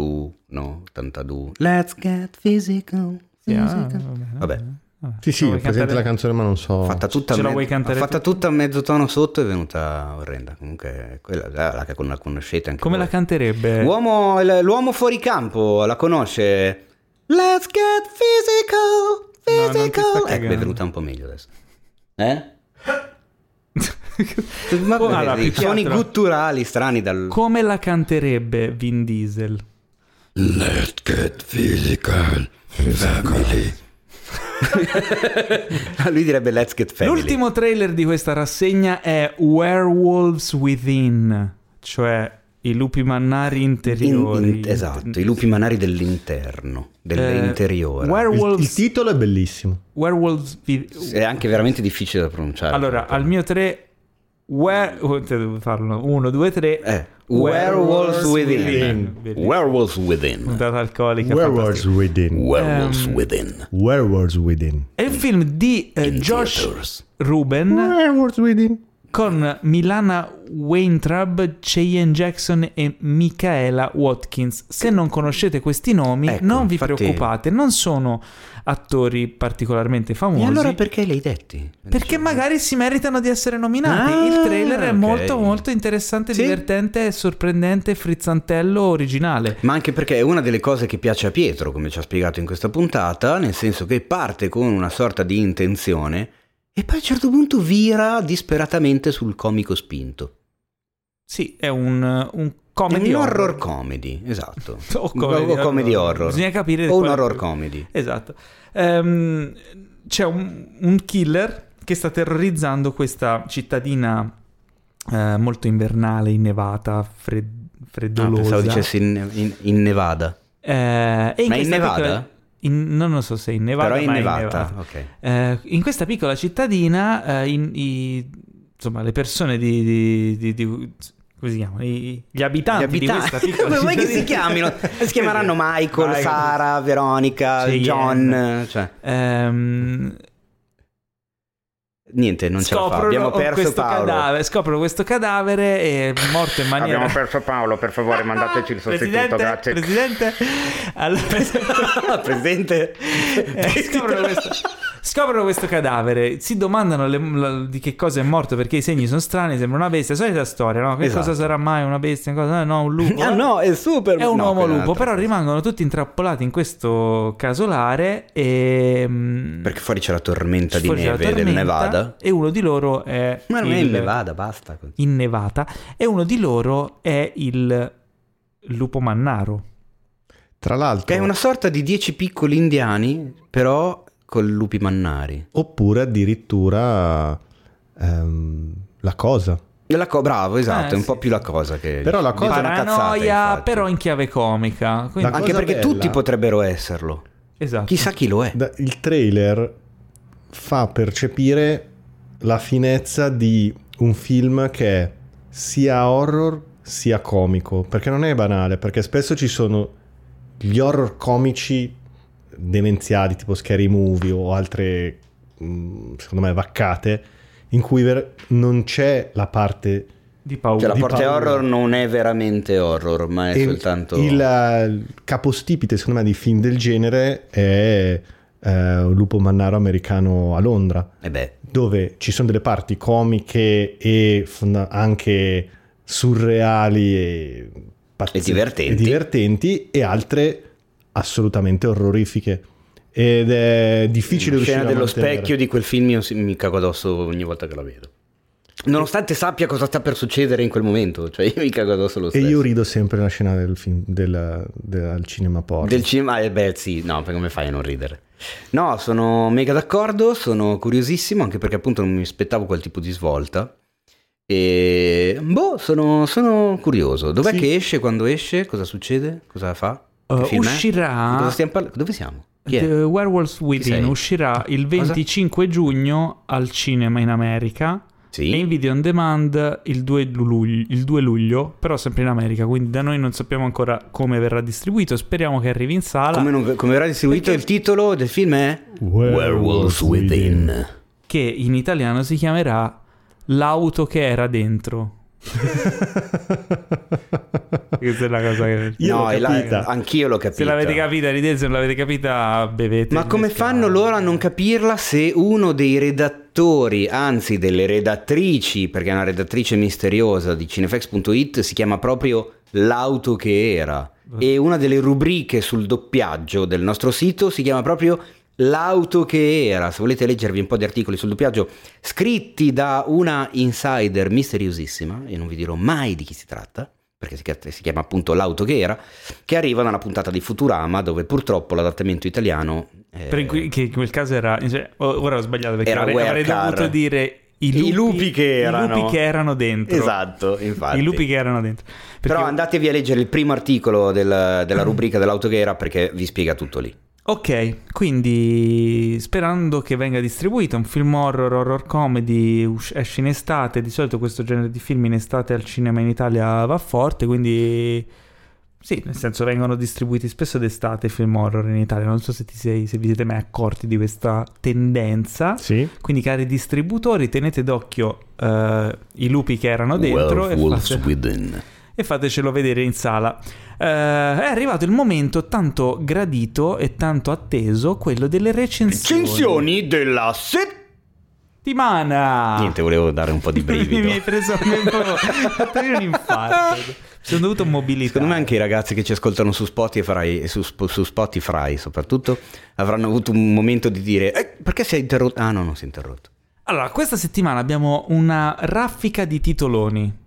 Let's get physical. Sì, Vabbè. Sì, Vuoi ho presente cantare? la canzone, ma non so. Fatta tutta, Ce la vuoi cantare fatta tu? tutta a mezzo tono sotto, è venuta orrenda. Comunque, quella la che la conoscete anche Come voi. la canterebbe? L'uomo fuori campo la conosce. Let's get physical. No, non ti sta Physical. cagando. Ecco, è venuta un po' meglio adesso. Ma Allora, più che suoni altro- gutturali strani dal... Come la canterebbe Vin Diesel? Let's get physical, family. Lui direbbe let's get family. L'ultimo trailer di questa rassegna è Werewolves Within, cioè i lupi mannari interiori. Esatto, i lupi mannari dell'interno, dell'interiore. Werewolves, Il titolo è bellissimo. Werewolves È anche veramente difficile da pronunciare. Allora, al mio 3 devo farlo 1, 2, 3 Werewolves Within. Bellissimo. Werewolves Within. Puntata alcolica Werewolves fantastica. Within. Werewolves Within. Werewolves Within. È il film di In Josh theaters. Ruben Werewolves Within. con Milana Weintraub, Cheyenne Jackson e Michaela Watkins. Se non conoscete questi nomi, Ecco, non vi infatti- preoccupate, non sono attori particolarmente famosi. E allora perché li hai detti? Perché magari si meritano di essere nominati. Ah, Il trailer è ok. molto molto interessante, Sì. divertente, sorprendente, frizzantello, originale. Ma anche perché è una delle cose che piace a Pietro, come ci ha spiegato in questa puntata, nel senso che parte con una sorta di intenzione e poi a un certo punto vira disperatamente sul comico spinto. Sì, è un È comedy un horror comedy, esatto. O O comedy horror. Bisogna capire O un qual- horror comedy. Esatto. C'è un killer che sta terrorizzando questa cittadina molto invernale, innevata, freddolosa. Pensavo dicessi in Nevada. E Ma è in questa Nevada? piccola- non lo so se è in Nevada, Però è ma innevata, ok. In questa piccola cittadina, insomma, le persone di come si chiamano? Gli abitanti di questa piccola Come vuoi che cittadina. si chiamino? Si chiameranno Michael, Sara, Veronica, Cheyenne. John, cioè niente, non ce la fa. Abbiamo perso questo Paolo. cadavere, scoprono questo cadavere e morto in maniera Abbiamo perso Paolo, per favore mandateci il sostituto, grazie. Presidente, allora, Presidente. scoprono questo cadavere, si domandano di che cosa è morto, perché i segni sono strani, sembra una bestia, solita storia, no? Che Esatto. cosa sarà mai una bestia? No, un lupo. Ah no, è super. È un no, uomo quella è lupo, un'altra però cosa. rimangono tutti intrappolati in questo casolare e Perché fuori c'è la tormenta di fuori c'è la neve del tormenta, Nevada. e uno di loro è Ma non è in Nevada, basta. in Nevada, e uno di loro è il lupo mannaro. Tra l'altro, Che è una sorta di 10 piccoli indiani, però con lupi mannari. oppure addirittura la cosa. Bravo, esatto, è un sì. po' più la cosa che... Però la cosa- è una cazzata, Paranoia, infatti. però in chiave comica. Quindi- La Anche cosa perché bella- tutti potrebbero esserlo. esatto. Chissà chi lo è. Il trailer fa percepire la finezza di un film che è sia horror sia comico, perché non è banale, perché spesso ci sono gli horror comici demenziali tipo Scary Movie o altre secondo me vaccate in cui non c'è la parte Di paura. Cioè la di parte paura. horror non è veramente horror, ma è e soltanto... il capostipite secondo me di film del genere è un lupo mannaro americano a Londra, Eh beh, dove ci sono delle parti comiche e anche surreali e divertenti e altre assolutamente orrorifiche, ed è difficile la riuscire scena a dello mantenere. specchio di quel film io mi cago addosso ogni volta che la vedo. Nonostante sappia cosa sta per succedere in quel momento, cioè io mi cago addosso lo E stesso. io rido sempre nella scena del film al cinema porno. Del cinema, beh sì, no, perché come fai a non ridere? No, sono mega d'accordo, sono curiosissimo, anche perché appunto non mi aspettavo quel tipo di svolta. E sono curioso. Dov'è Sì. che esce? Quando esce? Cosa succede? Cosa fa? Che film è? Uscirà Di cosa stiamo parlando? Dove siamo? Chi è? The Werewolves Chi Within sei? uscirà il 25 giugno al cinema in America Sì. e in video on demand il 2 luglio, però sempre in America, quindi da noi non sappiamo ancora come verrà distribuito, speriamo che arrivi in sala, Come verrà distribuito? Perché- Il titolo del film è Werewolves Within. che in italiano si chiamerà L'auto che era dentro. Questa è la cosa che... Io No, l'ho capita. anch'io l'ho capita. Se l'avete capita ridete, se non l'avete capita bevete. Ma come fanno loro a non capirla se uno dei redattori, anzi delle redattrici, perché è una redattrice misteriosa di Cinefx.it, si chiama proprio L'auto che era, e una delle rubriche sul doppiaggio del nostro sito si chiama proprio L'auto che era, se volete leggervi un po' di articoli sul doppiaggio scritti da una insider misteriosissima, e non vi dirò mai di chi si tratta, perché si chiama appunto L'auto che era, che arriva da una puntata di Futurama dove purtroppo l'adattamento italiano che in quel caso era, cioè, ora ho sbagliato perché era avrei dovuto dire i lupi che erano dentro. Esatto, infatti. I lupi che erano dentro. Perché... Però andatevi a leggere il primo articolo della rubrica dell'auto che era, perché vi spiega tutto lì. Ok, quindi sperando che venga distribuito un film horror comedy, esce in estate, di solito questo genere di film in estate al cinema in Italia va forte, quindi sì, nel senso vengono distribuiti spesso d'estate film horror in Italia, non so se vi siete mai accorti di questa tendenza. Sì. Quindi cari distributori, tenete d'occhio i lupi che erano dentro e fatecelo vedere in sala. È arrivato il momento tanto gradito e tanto atteso, quello delle recensioni della settimana. Niente, volevo dare un po' di brivido. Mi hai preso un infarto. Sono dovuto mobilitare. Secondo me anche i ragazzi che ci ascoltano su Spotify su Spotify soprattutto avranno avuto un momento di dire perché si è interrotto? Ah no, non si è interrotto. Allora, questa settimana abbiamo una raffica di titoloni.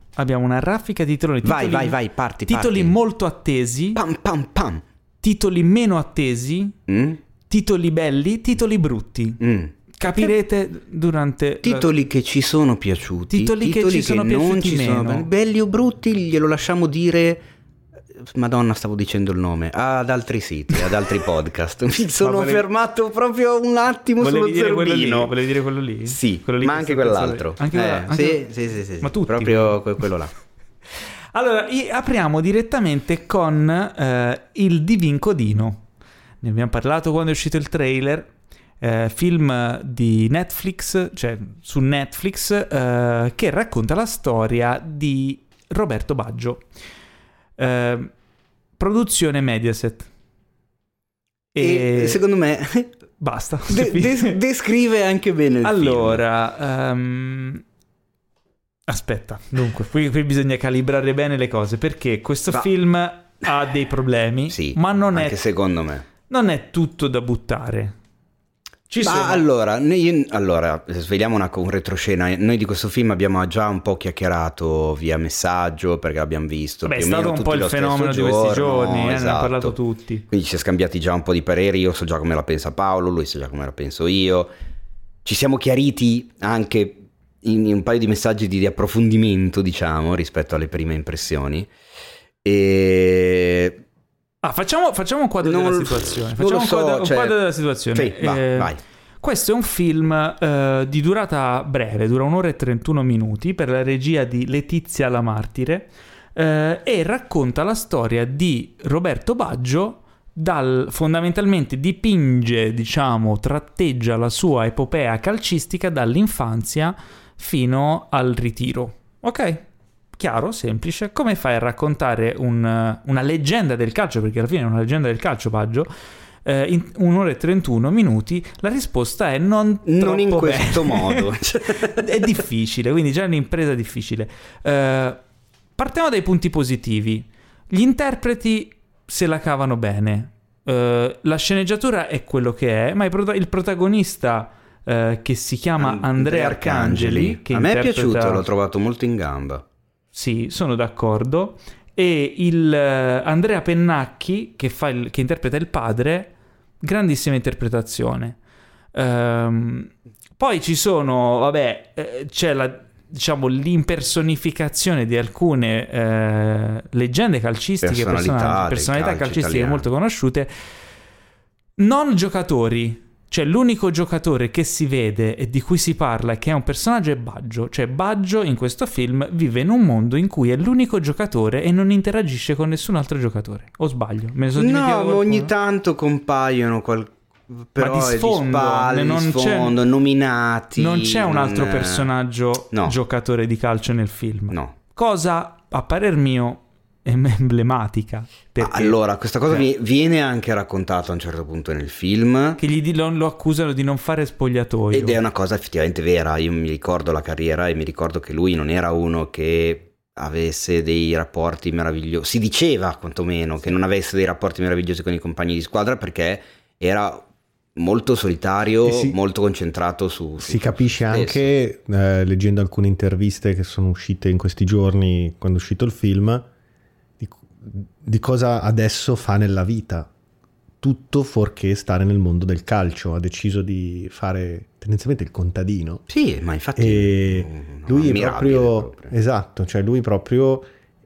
Vai, parti. Titoli molto attesi. Pam. Titoli meno attesi. Titoli belli, titoli brutti. Capirete durante... Titoli che ci sono piaciuti. Titoli che ci sono non piaciuti ci meno. sono belli o brutti, glielo lasciamo dire... Madonna, stavo dicendo il nome. Ad altri siti, ad altri podcast. Mi sono fermato proprio un attimo sullo zerbino. Volevi dire quello lì? Sì, quello lì, ma anche quell'altro. Sì. Ma tutti. Proprio quello là. Allora, apriamo direttamente con il Divincodino. Ne abbiamo parlato quando è uscito il trailer. Film di Netflix, cioè su Netflix, che racconta la storia di Roberto Baggio. Produzione Mediaset. E secondo me basta. Descrive anche bene il allora, aspetta, dunque, qui bisogna calibrare bene le cose, perché questo film ha dei problemi, sì, ma non anche secondo me non è tutto da buttare. Allora, sveliamo un retroscena. Noi di questo film abbiamo già un po' chiacchierato via messaggio, perché l'abbiamo visto. Vabbè, è stato un po' il fenomeno di questi giorni, ne hanno parlato tutti. Quindi ci si è scambiati già un po' di pareri, io so già come la pensa Paolo, lui sa già come la penso io. Ci siamo chiariti anche in un paio di messaggi di approfondimento, diciamo, rispetto alle prime impressioni. E... facciamo un quadro della situazione. Un quadro della situazione. Sì, vai. Questo è un film di durata breve, dura 1 ora e 31 minuti, per la regia di Letizia La Martire, e racconta la storia di Roberto Baggio. Fondamentalmente dipinge, tratteggia la sua epopea calcistica dall'infanzia fino al ritiro. Ok? Chiaro, semplice. Come fai a raccontare una leggenda del calcio, perché alla fine è una leggenda del calcio Baggio, in 1 ora e 31 minuti? La risposta è non in questo modo. È difficile, quindi già è un'impresa difficile. Partiamo dai punti positivi. Gli interpreti se la cavano bene. La sceneggiatura è quello che è, ma il protagonista, che si chiama Andrea Arcangeli, che a me è piaciuto, l'ho trovato molto in gamba. Sì, sono d'accordo. E il Andrea Pennacchi, che interpreta il padre, grandissima interpretazione. Poi ci sono, c'è l'impersonificazione di alcune leggende calcistiche, personalità calcistiche italiane molto conosciute, non giocatori. Cioè l'unico giocatore che si vede e di cui si parla e che è un personaggio è Baggio. Cioè Baggio in questo film vive in un mondo in cui è l'unico giocatore e non interagisce con nessun altro giocatore. O sbaglio? Me ne sono dimenticato qualcuno? Ogni tanto compaiono però ma di sfondo, nominati. Non c'è un altro personaggio giocatore di calcio nel film. No. Cosa, a parer mio, emblematica, perché allora questa cosa viene anche raccontata a un certo punto nel film, che lo accusano di non fare spogliatoio, ed è una cosa effettivamente vera. Io mi ricordo la carriera e mi ricordo che lui non era uno che avesse dei rapporti meravigliosi, si diceva quantomeno che non avesse dei rapporti meravigliosi con i compagni di squadra, perché era molto solitario, E molto concentrato su Si capisce stesso. anche, leggendo alcune interviste che sono uscite in questi giorni, quando è uscito il film, di cosa adesso fa nella vita. Tutto fuorché stare nel mondo del calcio. Ha deciso di fare tendenzialmente il contadino. Sì, ma infatti E lui è proprio, esatto, cioè lui proprio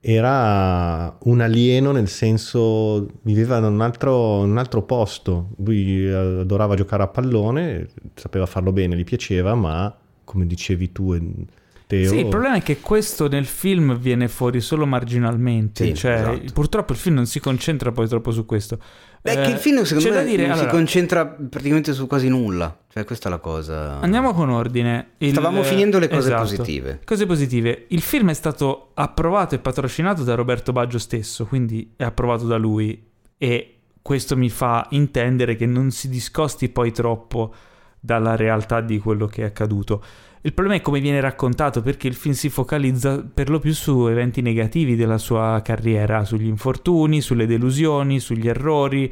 era un alieno, nel senso viveva in un altro posto. Lui adorava giocare a pallone, sapeva farlo bene, gli piaceva, ma come dicevi tu, Teo, Sì, il problema è che questo nel film viene fuori solo marginalmente, Sì, cioè esatto. purtroppo il film non si concentra poi troppo su questo. È che il film secondo c'è me da dire, non allora, si concentra praticamente su quasi nulla, cioè questa è la cosa. andiamo con ordine. Stavamo finendo le cose esatto. positive. Cose positive. Il film è stato approvato e patrocinato da Roberto Baggio stesso, quindi è approvato da lui, e questo mi fa intendere che non si discosti poi troppo dalla realtà di quello che è accaduto. Il problema è come viene raccontato, perché il film si focalizza per lo più su eventi negativi della sua carriera, sugli infortuni, sulle delusioni, sugli errori,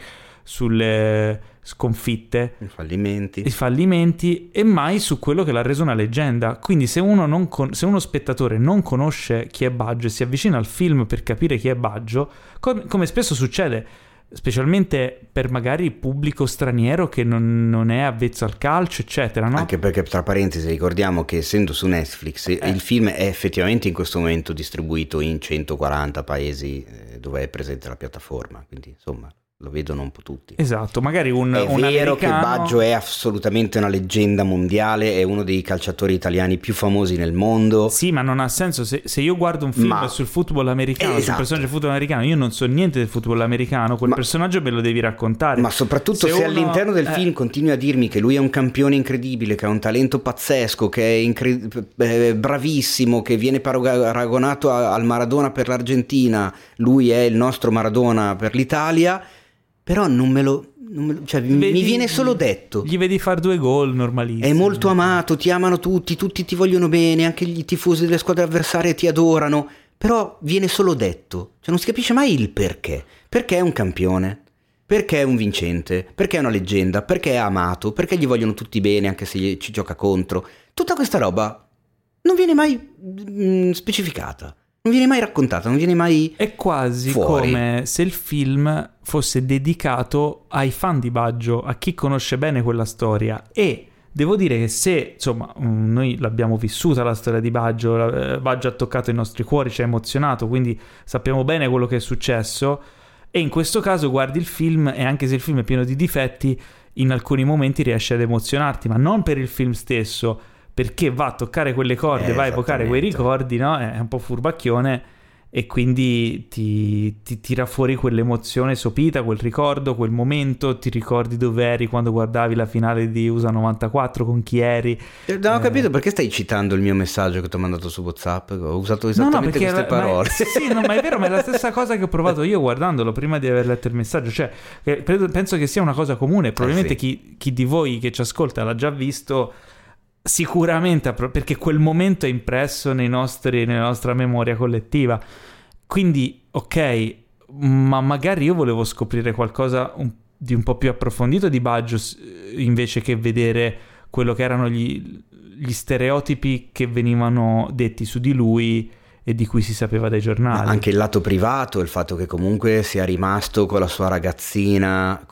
sulle sconfitte, I i fallimenti, e mai su quello che l'ha reso una leggenda. Quindi se uno spettatore non conosce chi è Baggio e si avvicina al film per capire chi è Baggio, come spesso succede, specialmente per magari pubblico straniero che non è avvezzo al calcio, eccetera, no? Anche perché, tra parentesi, ricordiamo che essendo su Netflix il film è effettivamente in questo momento distribuito in 140 paesi dove è presente la piattaforma, quindi insomma lo vedono un po' tutti. Esatto, magari È un vero americano... che Baggio è assolutamente una leggenda mondiale, è uno dei calciatori italiani più famosi nel mondo. Sì, ma non ha senso se io guardo un film Ma- sul football americano, sul Esatto. personaggio del football americano, io non so niente del football americano, quel personaggio me lo devi raccontare. Ma soprattutto se uno- all'interno del film continui a dirmi che lui è un campione incredibile, che ha un talento pazzesco, che è bravissimo, che viene paragonato al Maradona per l'Argentina, lui è il nostro Maradona per l'Italia, però cioè, mi viene solo detto. Gli vedi far 2 gol normalissimi. È molto amato, ti amano tutti ti vogliono bene, anche i tifosi delle squadre avversarie ti adorano, però viene solo detto, cioè non si capisce mai il perché. Perché è un campione? Perché è un vincente? Perché è una leggenda? Perché è amato? Perché gli vogliono tutti bene anche se ci gioca contro? Tutta questa roba non viene mai specificata, non viene mai raccontata, non viene mai... È quasi fuori. come se il film fosse dedicato ai fan di Baggio, a chi conosce bene quella storia. E devo dire che se, insomma, noi l'abbiamo vissuta la storia di Baggio, Baggio ha toccato i nostri cuori, ci ha emozionato, quindi sappiamo bene quello che è successo, e in questo caso guardi il film e anche se il film è pieno di difetti, in alcuni momenti riesci ad emozionarti, ma non per il film stesso, perché va a toccare quelle corde, va a evocare quei ricordi, no? È un po' furbacchione, e quindi ti tira fuori quell'emozione sopita, quel ricordo, quel momento, ti ricordi dove eri quando guardavi la finale di USA 94, con chi eri. Non ho capito perché stai citando il mio messaggio che ti ho mandato su WhatsApp, ho usato esattamente queste parole. Sì, no, ma è vero, ma è la stessa cosa che ho provato io guardandolo prima di aver letto il messaggio, cioè penso che sia una cosa comune, probabilmente sì. chi di voi che ci ascolta l'ha già visto, sicuramente, perché quel momento è impresso nella nostra memoria collettiva. Quindi, ok, ma magari io volevo scoprire qualcosa di un po' più approfondito di Baggio, invece che vedere quello che erano gli stereotipi che venivano detti su di lui e di cui si sapeva dai giornali. Ma anche il lato privato, il fatto che comunque sia rimasto con la sua ragazzina,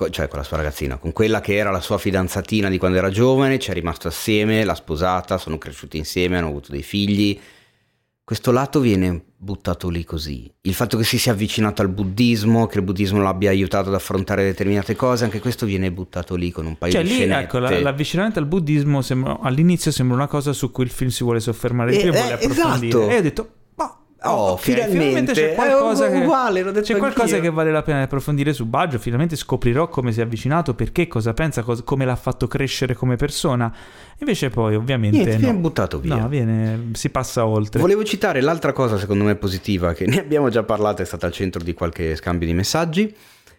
con quella che era la sua fidanzatina di quando era giovane, ci è rimasto assieme, l'ha sposata, sono cresciuti insieme, hanno avuto dei figli. Questo lato viene buttato lì così. Il fatto che si sia avvicinato al buddismo, che il buddismo l'abbia aiutato ad affrontare determinate cose, anche questo viene buttato lì con un paio di scenette. Ecco, l'avvicinamento al buddismo all'inizio sembra una cosa su cui il film si vuole soffermare di più e vuole approfondire. Esatto. E ho detto, finalmente c'è qualcosa è uguale, l'ho detto c'è qualcosa anch'io. che vale la pena approfondire su Baggio. Finalmente scoprirò come si è avvicinato, perché, cosa pensa, come l'ha fatto crescere come persona. Invece poi ovviamente viene buttato via. No, si passa oltre. Volevo citare l'altra cosa secondo me positiva, che ne abbiamo già parlato, è stata al centro di qualche scambio di messaggi.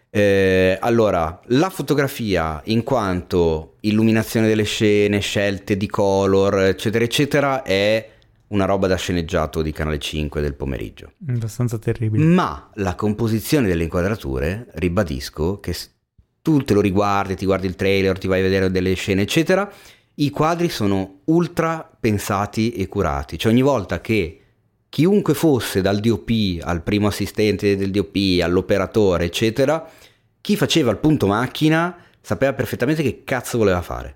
Allora, la fotografia in quanto illuminazione delle scene, scelte di color, eccetera eccetera, è una roba da sceneggiato di Canale 5 del pomeriggio. Abbastanza terribile. Ma la composizione delle inquadrature, ribadisco che tu te lo riguardi, ti guardi il trailer, ti vai a vedere delle scene eccetera, i quadri sono ultra pensati e curati, cioè ogni volta che chiunque fosse, dal DOP al primo assistente del DOP all'operatore eccetera, chi faceva il punto macchina sapeva perfettamente che cazzo voleva fare.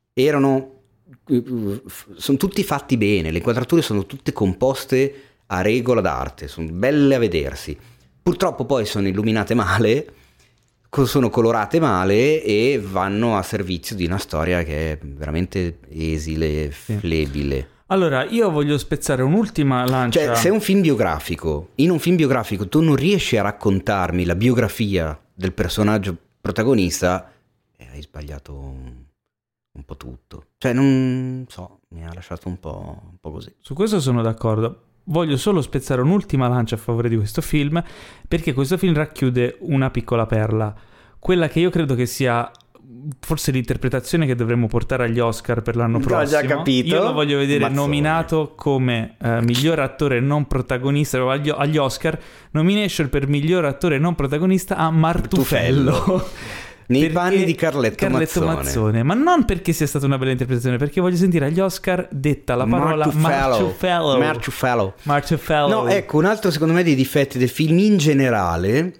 Sono tutti fatti bene, le inquadrature sono tutte composte a regola d'arte, sono belle a vedersi. Purtroppo poi sono illuminate male, sono colorate male e vanno a servizio di una storia che è veramente esile, flebile. Allora, io voglio spezzare un'ultima lancia. Cioè, se è un film biografico, in un film biografico tu non riesci a raccontarmi la biografia del personaggio protagonista, hai sbagliato un po' tutto. Cioè, non so, mi ha lasciato un po' così. Su questo sono d'accordo. Voglio solo spezzare un'ultima lancia a favore di questo film, perché questo film racchiude una piccola perla, quella che io credo che sia forse l'interpretazione che dovremmo portare agli Oscar per l'anno prossimo. Ho già capito. Io lo voglio vedere Mazzone. Nominato come miglior attore non protagonista agli Oscar, nomination per miglior attore non protagonista a Martufello. Nei panni di Carletto Mazzone. Ma non perché sia stata una bella interpretazione, perché voglio sentire agli Oscar detta la parola Martufello. No, ecco, un altro secondo me dei difetti del film in generale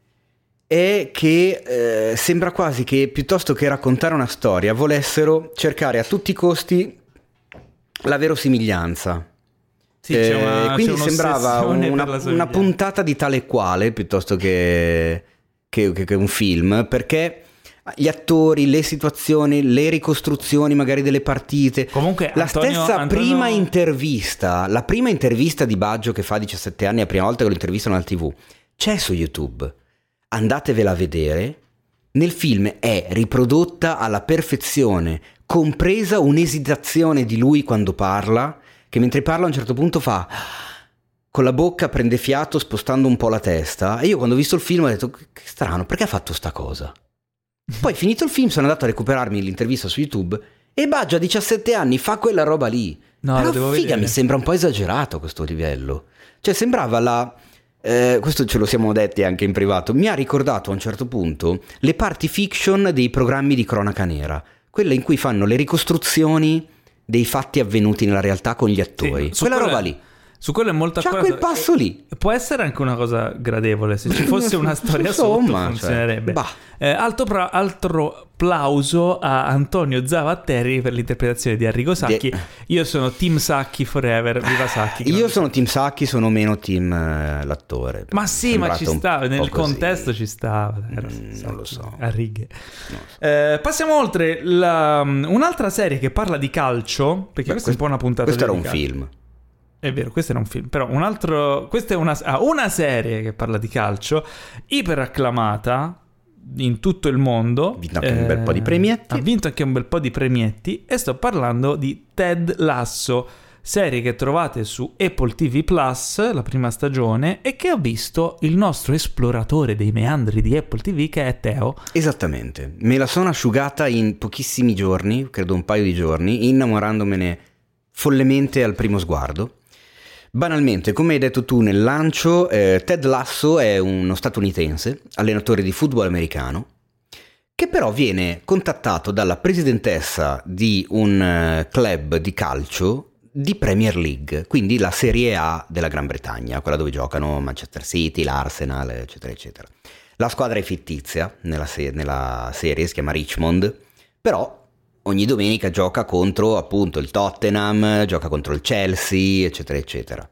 è che sembra quasi che piuttosto che raccontare una storia volessero cercare a tutti i costi la verosimiglianza. Sì, quindi c'è sembrava una puntata di tale e quale piuttosto che un film, perché gli attori, le situazioni, le ricostruzioni magari delle partite. Comunque la prima intervista di Baggio che fa 17 anni, la prima volta che lo intervistano al TV, c'è su YouTube, andatevela a vedere. Nel film è riprodotta alla perfezione, compresa un'esitazione di lui quando parla, che mentre parla a un certo punto fa con la bocca, prende fiato spostando un po' la testa, e io quando ho visto il film ho detto che strano, perché ha fatto sta cosa? Poi finito il film sono andato a recuperarmi l'intervista su YouTube e Baggio a 17 anni fa quella roba lì. No, però devo figa, vedere. Mi sembra un po' esagerato questo livello, cioè sembrava questo ce lo siamo detti anche in privato, mi ha ricordato a un certo punto le party fiction dei programmi di cronaca nera, quelle in cui fanno le ricostruzioni dei fatti avvenuti nella realtà con gli attori, Sì, quella roba lì. Su quello è molto C'ha quel passo lì. Può essere anche una cosa gradevole, se ci fosse una storia sotto funzionerebbe. Altro plauso a Antonio Zavatteri per l'interpretazione di Arrigo Sacchi. Io sono team Sacchi forever, viva Sacchi. Io sono team Sacchi, sono meno team l'attore. Ma sì, ma ci stava, nel contesto ci stava. Non lo so. A righe. Passiamo oltre. Un'altra serie che parla di calcio, perché questa è un po' una puntata. Questo era un calcio. film. È vero, questo era un film, però questa è una serie che parla di calcio, iper acclamata in tutto il mondo. Ha vinto anche un bel po' di premietti. Ha vinto anche un bel po' di premietti e sto parlando di Ted Lasso, serie che trovate su Apple TV Plus, la prima stagione, e che ha visto il nostro esploratore dei meandri di Apple TV, che è Teo. Esattamente, me la sono asciugata in pochissimi giorni, credo un paio di giorni, innamorandomene follemente al primo sguardo. Banalmente, come hai detto tu nel lancio, Ted Lasso è uno statunitense, allenatore di football americano, che però viene contattato dalla presidentessa di un club di calcio di Premier League, quindi la Serie A della Gran Bretagna, quella dove giocano Manchester City, l'Arsenal, eccetera, eccetera. La squadra è fittizia nella serie, si chiama Richmond, però ogni domenica gioca contro appunto il Tottenham, gioca contro il Chelsea, eccetera, eccetera.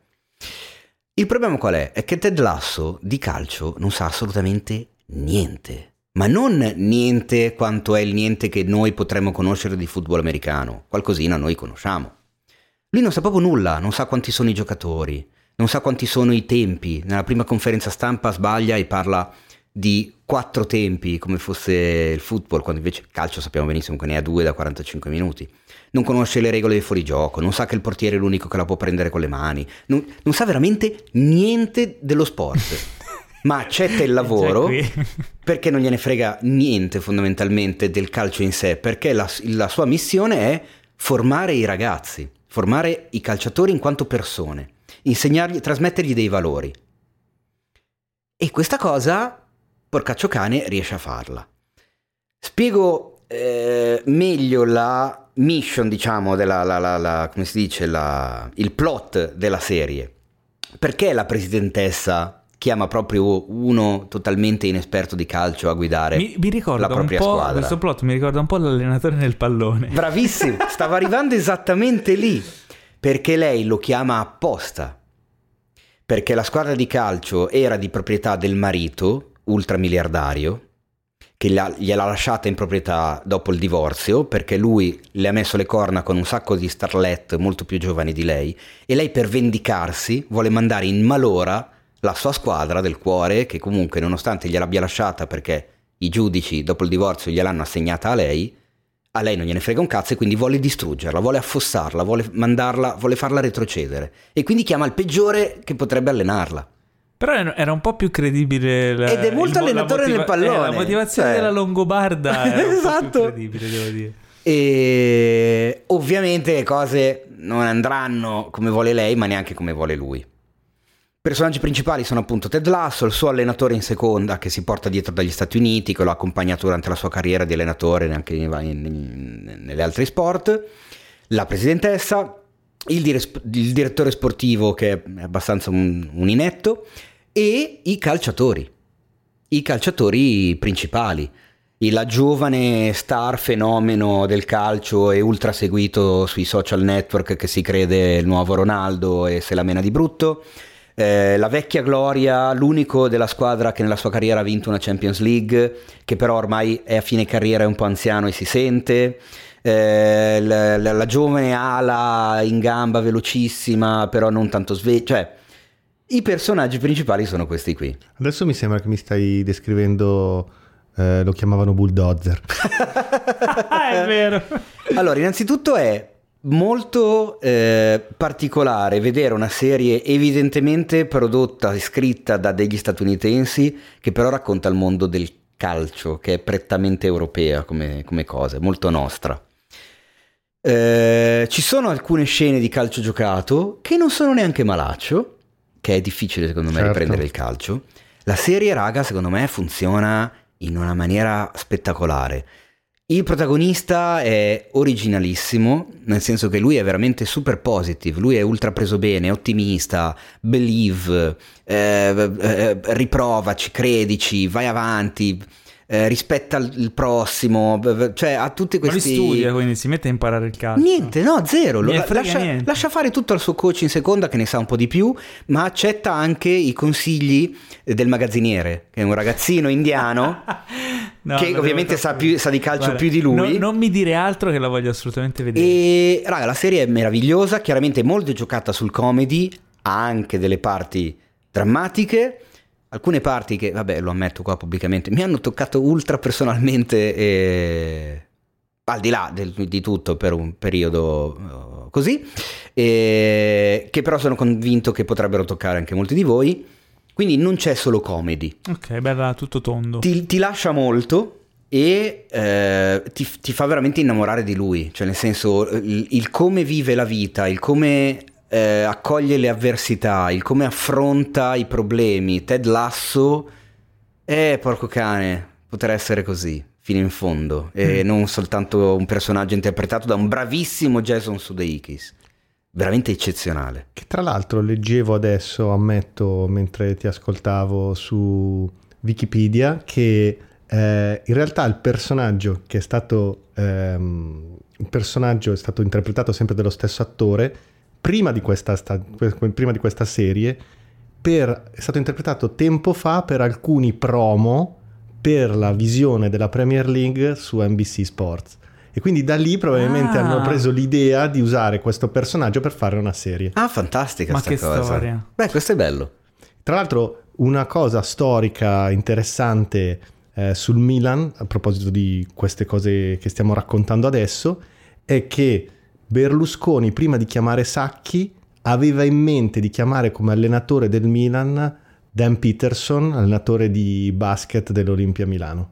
Il problema qual è? È che Ted Lasso di calcio non sa assolutamente niente. Ma non niente quanto è il niente che noi potremmo conoscere di football americano. Qualcosina noi conosciamo. Lui non sa proprio nulla, non sa quanti sono i giocatori, non sa quanti sono i tempi. Nella prima conferenza stampa sbaglia e parla di 4 tempi come fosse il football, quando invece il calcio sappiamo benissimo che ne ha 2 da 45 minuti. Non conosce le regole del fuorigioco, non sa che il portiere è l'unico che la può prendere con le mani, non sa veramente niente dello sport. Ma accetta il lavoro perché non gliene frega niente fondamentalmente del calcio in sé, perché la sua missione è formare i ragazzi, formare i calciatori in quanto persone, insegnargli, trasmettergli dei valori. E questa cosa porcaccio cane riesce a farla. Spiego meglio la mission, diciamo, come si dice, il plot della serie. Perché la presidentessa chiama proprio uno totalmente inesperto di calcio a guidare mi ricorda la propria un po', squadra? questo plot mi ricorda un po' l'allenatore nel pallone. Bravissimo, stava arrivando esattamente lì, perché lei lo chiama apposta, perché la squadra di calcio era di proprietà del marito ultramiliardario, che gliel'ha lasciata in proprietà dopo il divorzio, perché lui le ha messo le corna con un sacco di starlet molto più giovani di lei, e lei, per vendicarsi, vuole mandare in malora la sua squadra del cuore, che comunque, nonostante gliel'abbia lasciata perché i giudici dopo il divorzio gliel'hanno assegnata a lei non gliene frega un cazzo, e quindi vuole distruggerla, vuole affossarla, vuole farla retrocedere, e quindi chiama il peggiore che potrebbe allenarla. Però era un po' più credibile ed è molto allenatore del pallone, la motivazione della Longobarda era un po' più Esatto. credibile, devo dire. E ovviamente le cose non andranno come vuole lei, ma neanche come vuole lui. I personaggi principali sono appunto Ted Lasso, il suo allenatore in seconda, che si porta dietro dagli Stati Uniti, che lo ha accompagnato durante la sua carriera di allenatore anche nelle altri sport, la presidentessa, il direttore sportivo, che è abbastanza un inetto, e i calciatori principali, la giovane star fenomeno del calcio e ultra seguito sui social network, che si crede il nuovo Ronaldo e se la mena di brutto, la vecchia gloria, l'unico della squadra che nella sua carriera ha vinto una Champions League, che però ormai è a fine carriera, è un po' anziano e si sente, la giovane ala in gamba velocissima però non tanto sveglia, cioè i personaggi principali sono questi qui. Adesso mi sembra che mi stai descrivendo, lo chiamavano bulldozer. È vero. Allora, innanzitutto è molto particolare vedere una serie evidentemente prodotta e scritta da degli statunitensi, che però racconta il mondo del calcio, che è prettamente europea come cosa, molto nostra. Ci sono alcune scene di calcio giocato che non sono neanche malaccio, che è difficile secondo me riprendere il calcio. La serie, raga, secondo me funziona in una maniera spettacolare. Il protagonista è originalissimo, nel senso che lui è veramente super positive, lui è ultra preso bene, ottimista, believe, riprovaci, credici, vai avanti, rispetta il prossimo, cioè ha tutti questi... Ma lui studia, quindi si mette a imparare il calcio. Niente, no, zero. Niente. Lascia fare tutto al suo coach in seconda, che ne sa un po' di più, ma accetta anche i consigli del magazziniere, che è un ragazzino indiano che ovviamente sa di calcio più di lui. Non mi dire altro, che la voglio assolutamente vedere. E raga, la serie è meravigliosa, chiaramente molto giocata sul comedy, ha anche delle parti drammatiche. Alcune parti che, vabbè, lo ammetto qua pubblicamente, mi hanno toccato ultra personalmente, al di là di tutto, per un periodo così, che però sono convinto che potrebbero toccare anche molti di voi. Quindi non c'è solo comedy. Ok, bella, tutto tondo. Ti lascia molto e ti fa veramente innamorare di lui, cioè nel senso il come vive la vita, il come... accoglie le avversità, il come affronta i problemi. Ted Lasso porco cane, potrà essere così fino in fondo, e non soltanto un personaggio interpretato da un bravissimo Jason Sudeikis, veramente eccezionale. Che tra l'altro leggevo adesso, ammetto, mentre ti ascoltavo su Wikipedia, che in realtà il personaggio che è stato interpretato sempre dallo stesso attore prima di questa serie, è stato interpretato tempo fa per alcuni promo per la visione della Premier League su NBC Sports, e quindi da lì probabilmente hanno preso l'idea di usare questo personaggio per fare una serie. Fantastica. Ma sta che cosa. storia. Beh, questo è bello. Tra l'altro, una cosa storica interessante sul Milan, a proposito di queste cose che stiamo raccontando adesso, è che Berlusconi, prima di chiamare Sacchi, aveva in mente di chiamare come allenatore del Milan Dan Peterson, allenatore di basket dell'Olimpia Milano.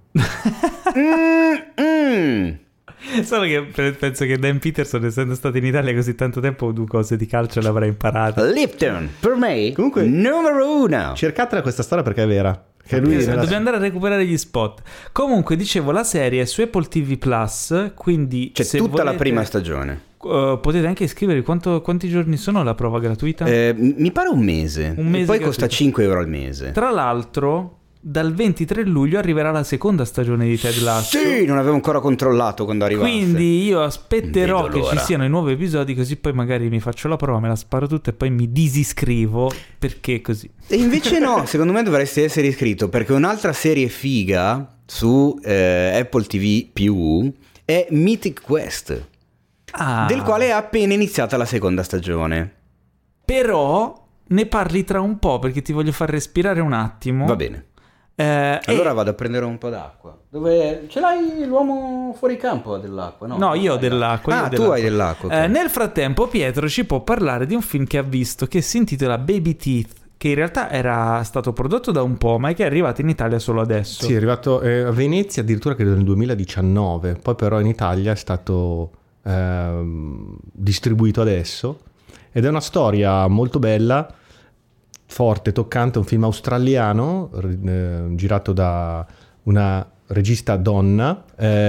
Solo che penso che Dan Peterson, essendo stato in Italia così tanto tempo, due cose di calcio le avrà imparate. Lipton, per me, Comunque, numero 1. cercatela questa storia perché è vera. Che lui Dobbiamo andare a recuperare gli spot. Comunque, dicevo, la serie è su Apple TV Plus, quindi C'è se tutta la volete, prima stagione. potete anche iscrivervi. Quanti giorni sono la prova gratuita? Mi pare un mese. Un mese E poi gratuito. costa 5 euro al mese. Tra l'altro, dal 23 luglio arriverà la seconda stagione di Ted Lasso. Sì, non avevo ancora controllato quando arrivasse. Quindi io aspetterò Non che vedo ci l'ora. siano i nuovi episodi, così poi magari mi faccio la prova, me la sparo tutta e poi mi disiscrivo, perché così. E invece no, secondo me dovresti essere iscritto, perché un'altra serie figa su Apple TV+ è Mythic Quest, Ah, del quale è appena iniziata la seconda stagione. però ne parli tra un po', perché ti voglio far respirare un attimo. Va bene. E- Allora vado a prendere un po' d'acqua. Dove ce l'hai l'uomo fuori campo dell'acqua? No, io ho dell'acqua. io ho Ah, tu dell'acqua. hai dell'acqua. ok. Nel frattempo Pietro ci può parlare di un film che ha visto, che si intitola Baby Teeth, che in realtà era stato prodotto da un po', ma che è arrivato in Italia solo adesso. Sì, è arrivato a Venezia addirittura credo nel 2019, poi però in Italia è stato distribuito adesso ed è una storia molto bella, forte, toccante, un film australiano girato da una regista donna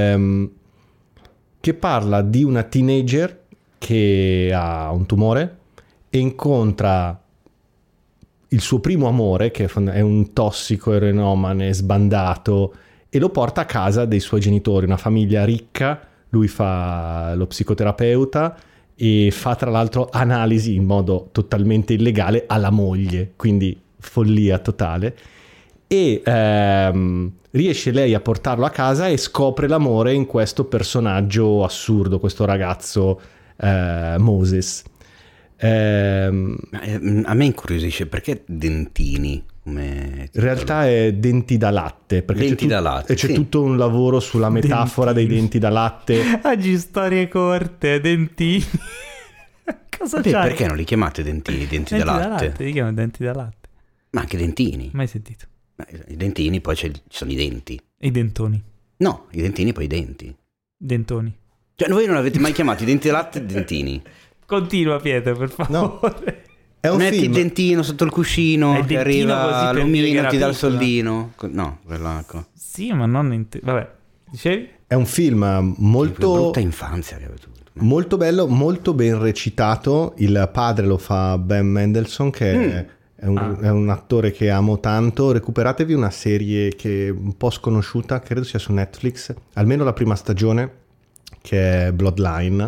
che parla di una teenager che ha un tumore e incontra il suo primo amore, che è un tossico eroinomane sbandato, e lo porta a casa dei suoi genitori, una famiglia ricca. Lui fa lo psicoterapeuta e fa tra l'altro analisi in modo totalmente illegale alla moglie, quindi follia totale, e riesce lei a portarlo a casa e scopre l'amore in questo personaggio assurdo, questo ragazzo Moses. A me incuriosisce perché dentini come In realtà è denti da latte, perché Denti da latte, e c'è sì. tutto un lavoro sulla metafora dei denti da latte. Oggi storie corte, dentini. Cosa Vabbè, c'hai? perché non li chiamate dentini, denti da latte? Si chiamano denti da latte. Ma anche dentini. Mai sentito? Ma i dentini poi ci sono i denti. E i dentoni. No, i dentini poi i denti. Dentoni. Cioè voi non avete mai chiamato i denti da latte dentini? Continua Pietro, per No. favore. È un Metti film. il dentino sotto il cuscino, È il che dentino così arriva per dire che l'omino, era ti dà il piccola. soldino. No, quell'acqua. Sì, ma non vabbè, dicevi? È un film Che molto, brutta infanzia che avete avuto. molto bello, molto ben recitato. Il padre lo fa Ben Mendelsohn, che è un attore che amo tanto. Recuperatevi una serie che è un po' sconosciuta, credo sia su Netflix, almeno la prima stagione, che è Bloodline.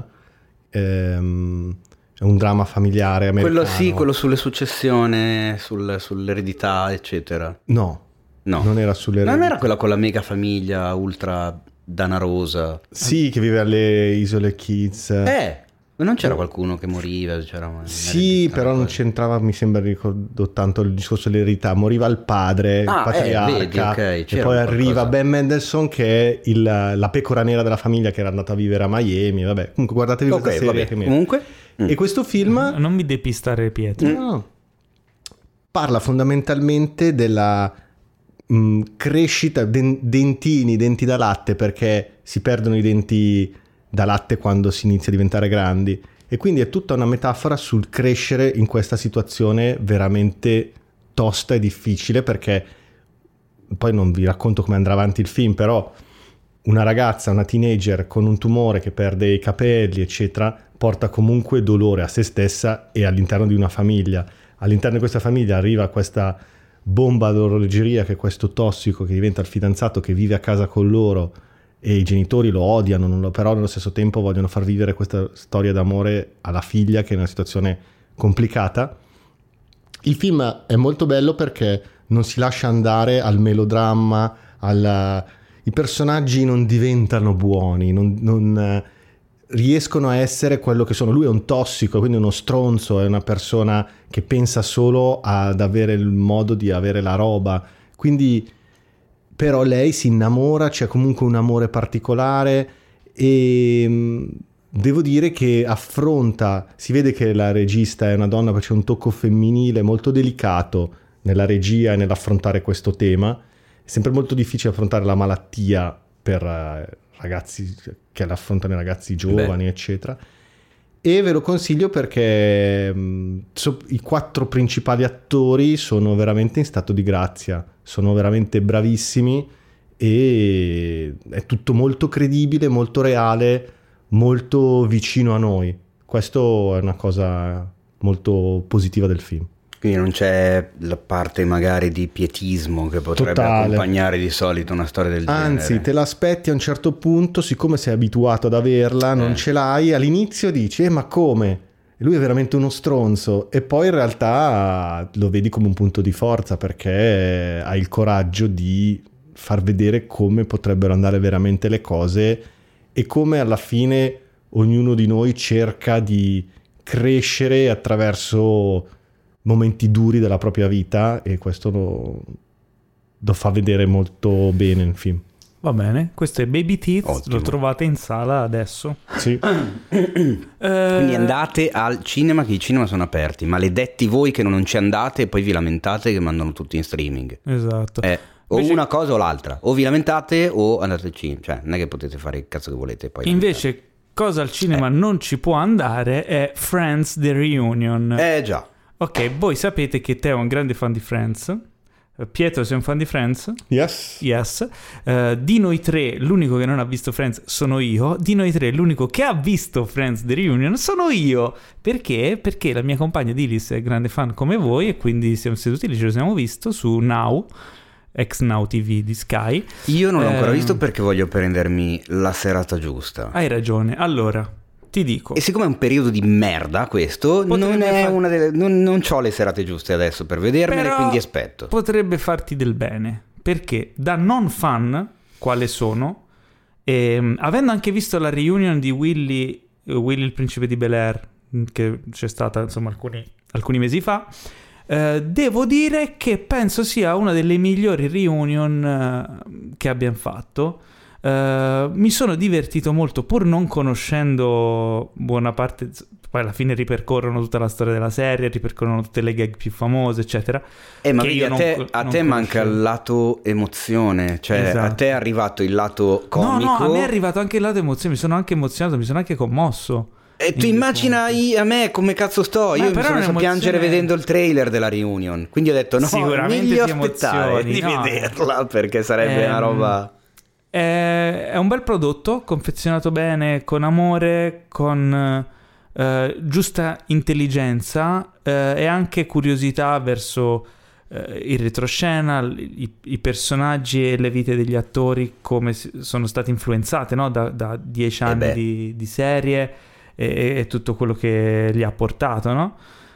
È un dramma familiare americano. Quello sì, quello sulle successioni, sull'eredità, eccetera. No, No. non era sulle Non era quella con la mega famiglia ultra danarosa. Sì, che vive alle isole Kids. Non c'era qualcuno che moriva? C'era Sì, però non c'entrava, mi sembra, ricordo tanto il discorso dell'eredità. Moriva il padre, il patriarca, vedi, ok, e c'era poi qualcosa. arriva Ben Mendelsohn, che è la pecora nera della famiglia, che era andata a vivere a Miami. Vabbè, comunque guardatevi questa serie vabbè. che mi... Comunque, E questo film Non mi depistare Pietro. no, parla fondamentalmente della crescita denti da latte, perché si perdono i denti da latte quando si inizia a diventare grandi, e quindi è tutta una metafora sul crescere in questa situazione veramente tosta e difficile, perché poi non vi racconto come andrà avanti il film, però una ragazza, una teenager con un tumore che perde i capelli eccetera, porta comunque dolore a se stessa e all'interno di una famiglia. All'interno di questa famiglia arriva questa bomba d'orologeria, che è questo tossico che diventa il fidanzato, che vive a casa con loro, e i genitori lo odiano, però nello stesso tempo vogliono far vivere questa storia d'amore alla figlia, che è in una situazione complicata. Il film è molto bello perché non si lascia andare al melodramma, i personaggi non diventano buoni, non riescono a essere quello che sono. Lui è un tossico, quindi uno stronzo, è una persona che pensa solo ad avere il modo di avere la roba, quindi però lei si innamora, c'è comunque un amore particolare, e devo dire che si vede che la regista è una donna, perché c'è un tocco femminile molto delicato nella regia e nell'affrontare questo tema. È sempre molto difficile affrontare la malattia per ragazzi che l'affrontano i ragazzi giovani, eccetera. E ve lo consiglio perché i 4 principali attori sono veramente in stato di grazia, sono veramente bravissimi e è tutto molto credibile, molto reale, molto vicino a noi. Questo è una cosa molto positiva del film. Quindi non c'è la parte magari di pietismo che potrebbe accompagnare di solito una storia del genere. Anzi, te l'aspetti a un certo punto, siccome sei abituato ad averla, non ce l'hai, all'inizio dici ma come? E lui è veramente uno stronzo, e poi in realtà lo vedi come un punto di forza perché hai il coraggio di far vedere come potrebbero andare veramente le cose e come alla fine ognuno di noi cerca di crescere attraverso momenti duri della propria vita, e questo lo fa vedere molto bene il film. Va bene, questo è Baby Teeth. Ottimo. Lo trovate in sala adesso. Sì. Quindi andate al cinema, che i cinema sono aperti, maledetti voi che non ci andate e poi vi lamentate che mandano tutti in streaming. Esatto. O Invece- una cosa o l'altra, o vi lamentate o andate al cinema, cioè non è che potete fare il cazzo che volete poi. Invece, cosa al cinema non ci può andare è Friends The Reunion. Già. Ok, voi sapete che te è un grande fan di Friends. Pietro, sei un fan di Friends? Yes. Yes. Di noi tre, l'unico che non ha visto Friends sono io. Di noi tre, l'unico che ha visto Friends The Reunion sono io. Perché? Perché la mia compagna Dilis è grande fan come voi, e quindi siamo seduti lì, ce lo siamo visto su Now, ex Now TV di Sky. Io non l'ho ancora visto perché voglio prendermi la serata giusta. Hai ragione. Allora, ti dico. E siccome è un periodo di merda questo, non è una delle, non c'ho le serate giuste adesso per vedermele, Però quindi aspetto. potrebbe farti del bene, perché da non fan, quale sono, avendo anche visto la reunion di Willy il principe di Bel-Air, che c'è stata insomma alcuni mesi fa, devo dire che penso sia una delle migliori reunion che abbiamo fatto. Mi sono divertito molto, pur non conoscendo buona parte. Poi alla fine ripercorrono tutta la storia della serie, ripercorrono tutte le gag più famose, eccetera. Ma che vedi, io a te manca il lato emozione, cioè Esatto. a te è arrivato il lato comico. No, a me è arrivato anche il lato emozione, mi sono anche emozionato, mi sono anche commosso. E tu immagina a me come cazzo sto? Io mi però sono è messo a piangere un'emozione- vedendo il trailer della reunion, quindi ho detto no, Sicuramente meglio ti aspettare emozioni, di no? vederla perché sarebbe una roba. È un bel prodotto, confezionato bene, con amore, con giusta intelligenza e anche curiosità verso il retroscena, i personaggi e le vite degli attori, come sono state influenzate, no? da 10 anni di serie e tutto quello che li ha portato, no?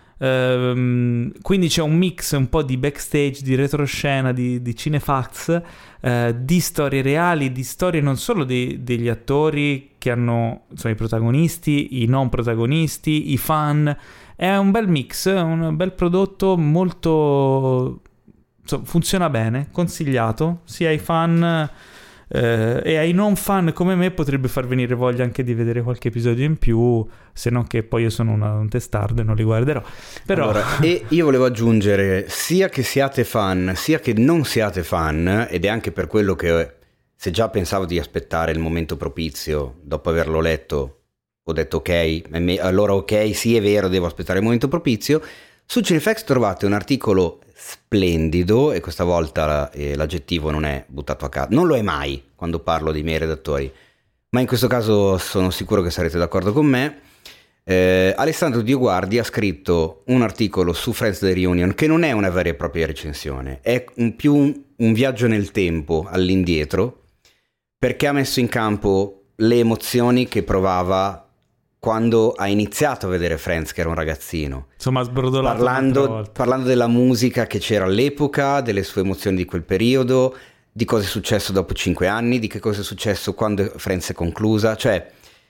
Quindi c'è un mix un po' di backstage, di retroscena, di cinefax, di storie reali, di storie non solo degli attori che hanno, insomma, i protagonisti, i non protagonisti, i fan. È un bel mix, un bel prodotto molto, insomma, funziona bene, consigliato sia ai fan e ai non fan come me. Potrebbe far venire voglia anche di vedere qualche episodio in più, se non che poi io sono un testardo e non li guarderò. Però Allora, e io volevo aggiungere sia che siate fan sia che non siate fan, ed è anche per quello che, se già pensavo di aspettare il momento propizio dopo averlo letto, ho detto ok, allora ok, sì è vero, devo aspettare il momento propizio. Su Cinefax trovate un articolo splendido, e questa volta l'aggettivo non è buttato a caso, non lo è mai quando parlo dei miei redattori, ma in questo caso sono sicuro che sarete d'accordo con me. Alessandro Dioguardi ha scritto un articolo su Friends The Reunion che non è una vera e propria recensione, è più un viaggio nel tempo, all'indietro, perché ha messo in campo le emozioni che provava quando ha iniziato a vedere Friends, che era un ragazzino, insomma, sbrodolato un'altra volta. parlando della musica che c'era all'epoca, delle sue emozioni di quel periodo, di cosa è successo dopo 5 anni, di che cosa è successo quando Friends è conclusa. Cioè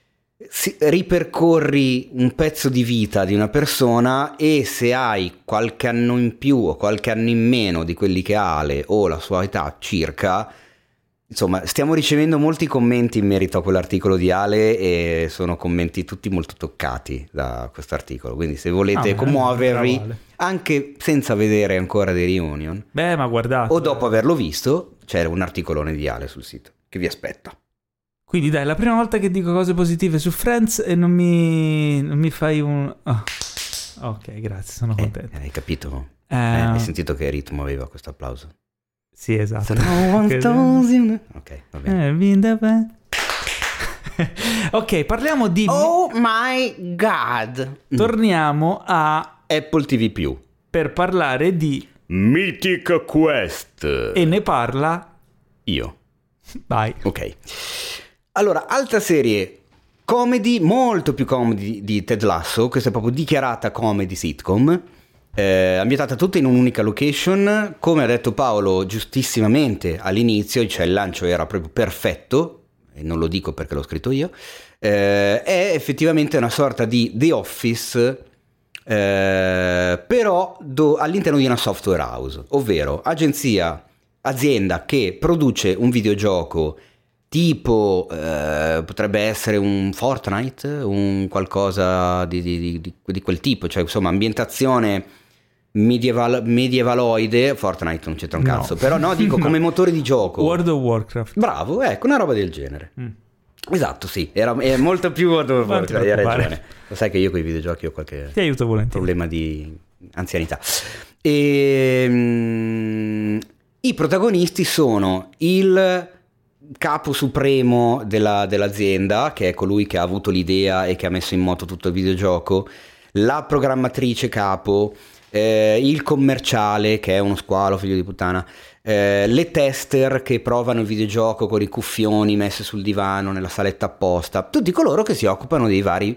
ripercorri un pezzo di vita di una persona, e se hai qualche anno in più o qualche anno in meno di quelli che ha Ale o la sua età circa, insomma, stiamo ricevendo molti commenti in merito a quell'articolo di Ale, e sono commenti tutti molto toccati da questo articolo, quindi se volete commuovervi, bravo Ale. anche senza vedere ancora The Reunion, Ma guardate, o dopo averlo visto, c'è un articolone di Ale sul sito che vi aspetta. Quindi dai, la prima volta che dico cose positive su Friends e non mi fai un... Oh. Ok, grazie, sono contento. Hai capito? Hai sentito che ritmo aveva questo applauso? Sì, esatto. Ok, va bene. Ok, parliamo di... Oh my god! Torniamo a Apple TV+. Per parlare di... Mythic Quest. E ne parla... Io. Vai. Ok. Allora, altra serie comedy, molto più comedy di Ted Lasso. Questa è proprio dichiarata comedy sitcom. Ambientata tutta in un'unica location. Come ha detto Paolo giustissimamente all'inizio, cioè il lancio era proprio perfetto. E non lo dico perché l'ho scritto io. È effettivamente una sorta di The Office... però all'interno di una software house, ovvero azienda che produce un videogioco tipo potrebbe essere un Fortnite, un qualcosa di quel tipo, cioè insomma ambientazione medievaloide. Fortnite non c'entra un cazzo, però no, dico come motore di gioco. World of Warcraft. Bravo, ecco, una roba del genere. Esatto, sì, è molto più World of Warcraft, hai ragione. Lo sai che io con i videogiochi ho qualche Ti aiuto volentieri. problema di anzianità. E i protagonisti sono il capo supremo dell'azienda, che è colui che ha avuto l'idea e che ha messo in moto tutto il videogioco, la programmatrice capo, il commerciale, che è uno squalo, figlio di puttana, le tester che provano il videogioco con i cuffioni messi sul divano nella saletta apposta, tutti coloro che si occupano dei vari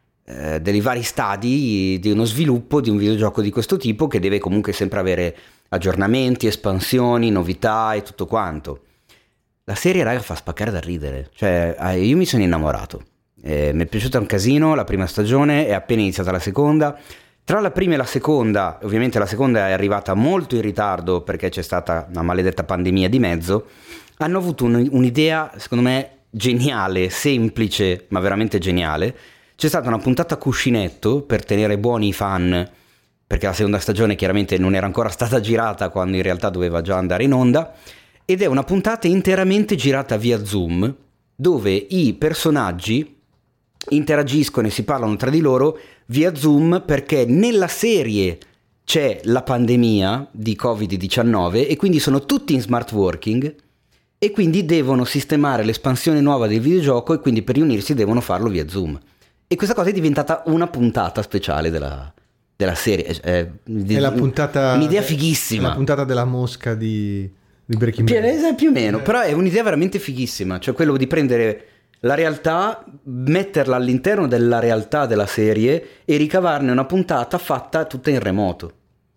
stadi di uno sviluppo di un videogioco di questo tipo, che deve comunque sempre avere aggiornamenti, espansioni, novità e tutto quanto. La serie, raga, fa spaccare da ridere, cioè io mi sono innamorato, mi è piaciuta un casino la prima stagione, è appena iniziata la seconda. Tra la prima e la seconda, ovviamente la seconda è arrivata molto in ritardo perché c'è stata una maledetta pandemia di mezzo, hanno avuto un'idea secondo me geniale, semplice ma veramente geniale. C'è stata una puntata a cuscinetto per tenere buoni i fan, perché la seconda stagione chiaramente non era ancora stata girata quando in realtà doveva già andare in onda, ed è una puntata interamente girata via Zoom, dove i personaggi interagiscono e si parlano tra di loro via Zoom, perché nella serie c'è la pandemia di Covid-19 e quindi sono tutti in smart working e quindi devono sistemare l'espansione nuova del videogioco, e quindi per riunirsi devono farlo via Zoom. E questa cosa è diventata una puntata speciale della serie. È la puntata, un'idea fighissima. È la puntata della mosca di Breaking Bad. Più o meno, però è un'idea veramente fighissima. Cioè quello di prendere la realtà, metterla all'interno della realtà della serie e ricavarne una puntata fatta tutta in remoto.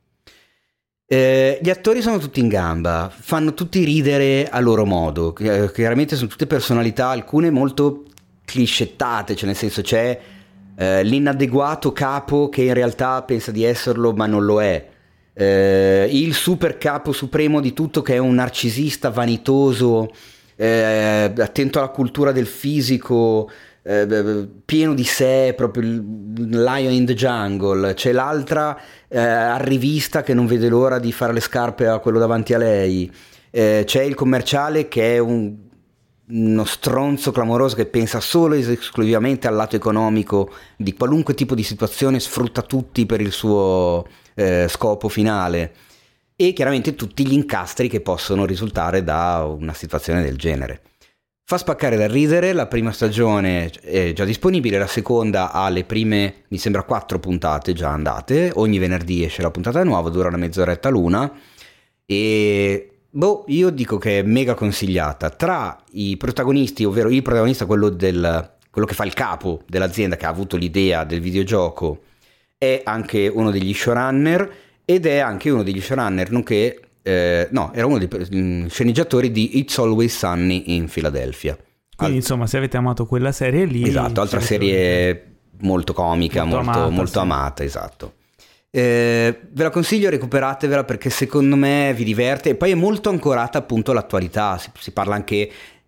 Gli attori sono tutti in gamba, fanno tutti ridere a loro modo. Chiaramente sono tutte personalità, alcune molto clichettate, cioè nel senso c'è l'inadeguato capo che in realtà pensa di esserlo ma non lo è, il super capo supremo di tutto che è un narcisista vanitoso, attento alla cultura del fisico, pieno di sé, proprio il lion in the jungle. C'è l'altra arrivista che non vede l'ora di fare le scarpe a quello davanti a lei, c'è il commerciale che è uno stronzo clamoroso che pensa solo ed esclusivamente al lato economico di qualunque tipo di situazione, sfrutta tutti per il suo scopo finale, e chiaramente tutti gli incastri che possono risultare da una situazione del genere. Fa spaccare da ridere. La prima stagione è già disponibile, la seconda ha le prime, mi sembra, 4 puntate già andate, ogni venerdì esce la puntata nuova, dura una mezz'oretta l'una, e io dico che è mega consigliata. Tra i protagonisti, ovvero il protagonista, quello che fa il capo dell'azienda, che ha avuto l'idea del videogioco, è anche uno degli showrunner, ed è anche uno degli showrunner, nonché era uno dei sceneggiatori di It's Always Sunny in Philadelphia. Quindi insomma, se avete amato quella serie lì, esatto, altra serie molto comica, molto amata, esatto. Ve la consiglio, recuperatevela perché secondo me vi diverte, e poi è molto ancorata appunto all'attualità. Si parla anche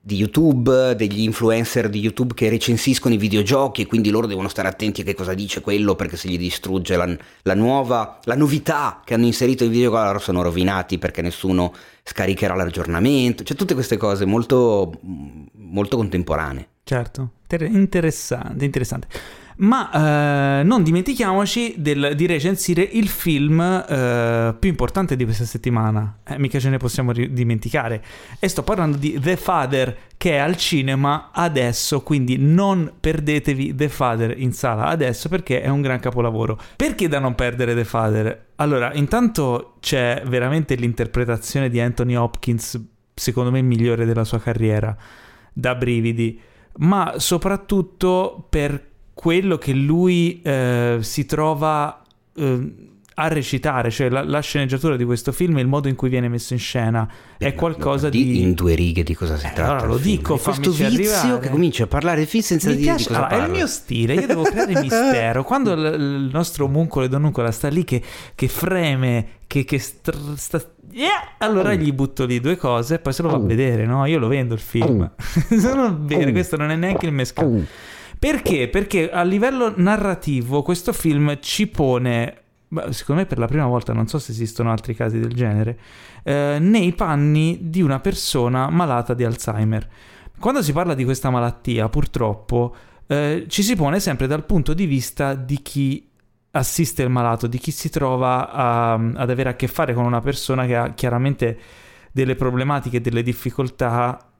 YouTube, degli influencer di YouTube che recensiscono i videogiochi e quindi loro devono stare attenti a che cosa dice quello, perché se gli distrugge la novità che hanno inserito in videogioco, allora sono rovinati perché nessuno scaricherà l'aggiornamento. Cioè tutte queste cose molto, molto contemporanee. Certo, interessante. Ma non dimentichiamoci di recensire il film più importante di questa settimana. Mica ce ne possiamo dimenticare. E sto parlando di The Father, che è al cinema adesso, quindi non perdetevi The Father in sala adesso, perché è un gran capolavoro. Perché da non perdere The Father? Allora, intanto c'è veramente l'interpretazione di Anthony Hopkins, secondo me migliore della sua carriera, da brividi, ma soprattutto per quello che lui si trova a recitare, cioè la sceneggiatura di questo film, il modo in cui viene messo in scena, è qualcosa di... In 2 righe di cosa si tratta? Allora lo dico, questo vizio arrivare. Che comincia a parlare di film senza dire di cosa parla. È il mio stile, io devo creare mistero. Quando il nostro omuncolo e Donuncola sta lì che freme, allora gli butto lì 2 cose e poi se lo va a vedere, no? Io lo vendo il film. Sono bene, questo non è neanche il mescale. Perché? Perché a livello narrativo questo film ci pone, secondo me per la prima volta, non so se esistono altri casi del genere, nei panni di una persona malata di Alzheimer. Quando si parla di questa malattia, purtroppo, ci si pone sempre dal punto di vista di chi assiste il malato, di chi si trova ad avere a che fare con una persona che ha chiaramente delle problematiche, delle difficoltà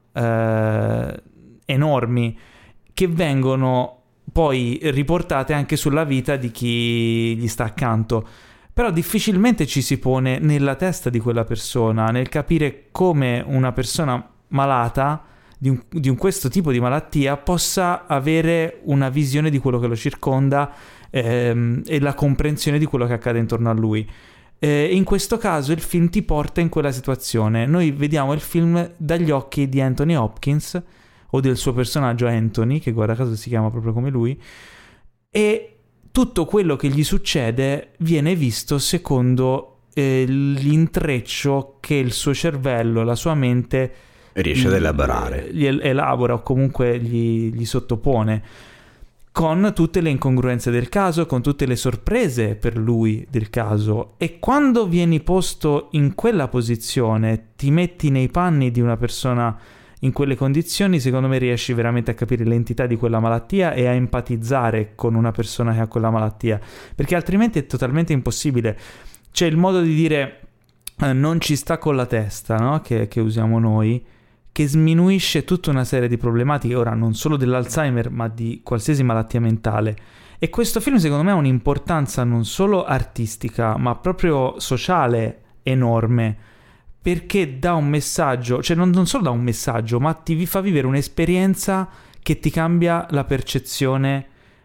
enormi, che vengono poi riportate anche sulla vita di chi gli sta accanto. Però difficilmente ci si pone nella testa di quella persona, nel capire come una persona malata di questo tipo di malattia possa avere una visione di quello che lo circonda e la comprensione di quello che accade intorno a lui. In questo caso il film ti porta in quella situazione. Noi vediamo il film dagli occhi di Anthony Hopkins, o del suo personaggio Anthony, che guarda caso si chiama proprio come lui, e tutto quello che gli succede viene visto secondo l'intreccio che il suo cervello, la sua mente riesce ad elaborare, elabora o comunque gli sottopone, con tutte le incongruenze del caso, con tutte le sorprese per lui del caso. E quando vieni posto in quella posizione, ti metti nei panni di una persona in quelle condizioni, secondo me riesci veramente a capire l'entità di quella malattia e a empatizzare con una persona che ha quella malattia, perché altrimenti è totalmente impossibile. C'è il modo di dire non ci sta con la testa, no? che usiamo noi, che sminuisce tutta una serie di problematiche, ora non solo dell'Alzheimer ma di qualsiasi malattia mentale. E questo film secondo me ha un'importanza non solo artistica ma proprio sociale enorme, perché dà un messaggio, cioè non solo dà un messaggio, ma ti fa vivere un'esperienza che ti cambia la percezione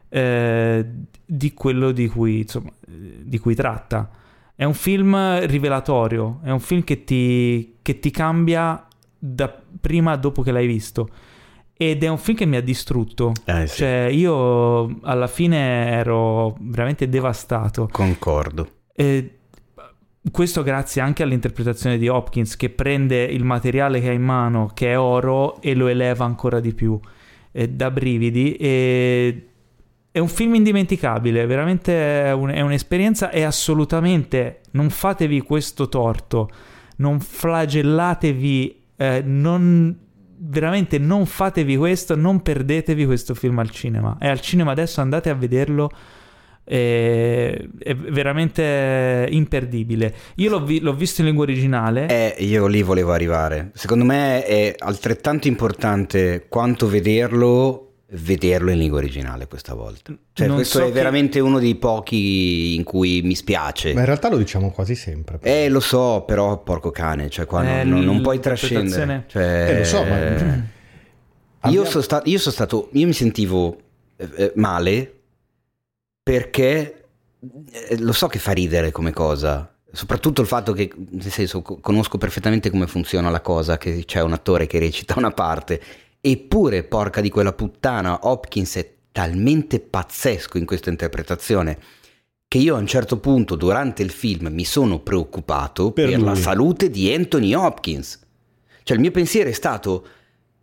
di quello di cui tratta. È un film rivelatorio, è un film che ti cambia da prima a dopo che l'hai visto, ed è un film che mi ha distrutto. Sì. Cioè io alla fine ero veramente devastato. Concordo. Questo grazie anche all'interpretazione di Hopkins, che prende il materiale che ha in mano, che è oro, e lo eleva ancora di più, da brividi. È un film indimenticabile, veramente è un'esperienza, e assolutamente non fatevi questo torto, non flagellatevi, veramente non fatevi questo, non perdetevi questo film al cinema. È al cinema adesso, andate a vederlo. È veramente imperdibile. Io l'ho visto in lingua originale. Io lì volevo arrivare. Secondo me è altrettanto importante quanto vederlo in lingua originale questa volta. Cioè questo è veramente uno dei pochi in cui mi spiace. Ma in realtà lo diciamo quasi sempre. Lo so, però porco cane, cioè qua non puoi trascendere. Cioè, lo so, ma io mi sentivo male, perché lo so che fa ridere come cosa, soprattutto il fatto che, nel senso, conosco perfettamente come funziona la cosa, che c'è un attore che recita una parte, eppure porca di quella puttana, Hopkins è talmente pazzesco in questa interpretazione che io a un certo punto durante il film mi sono preoccupato per la salute di Anthony Hopkins. Cioè il mio pensiero è stato: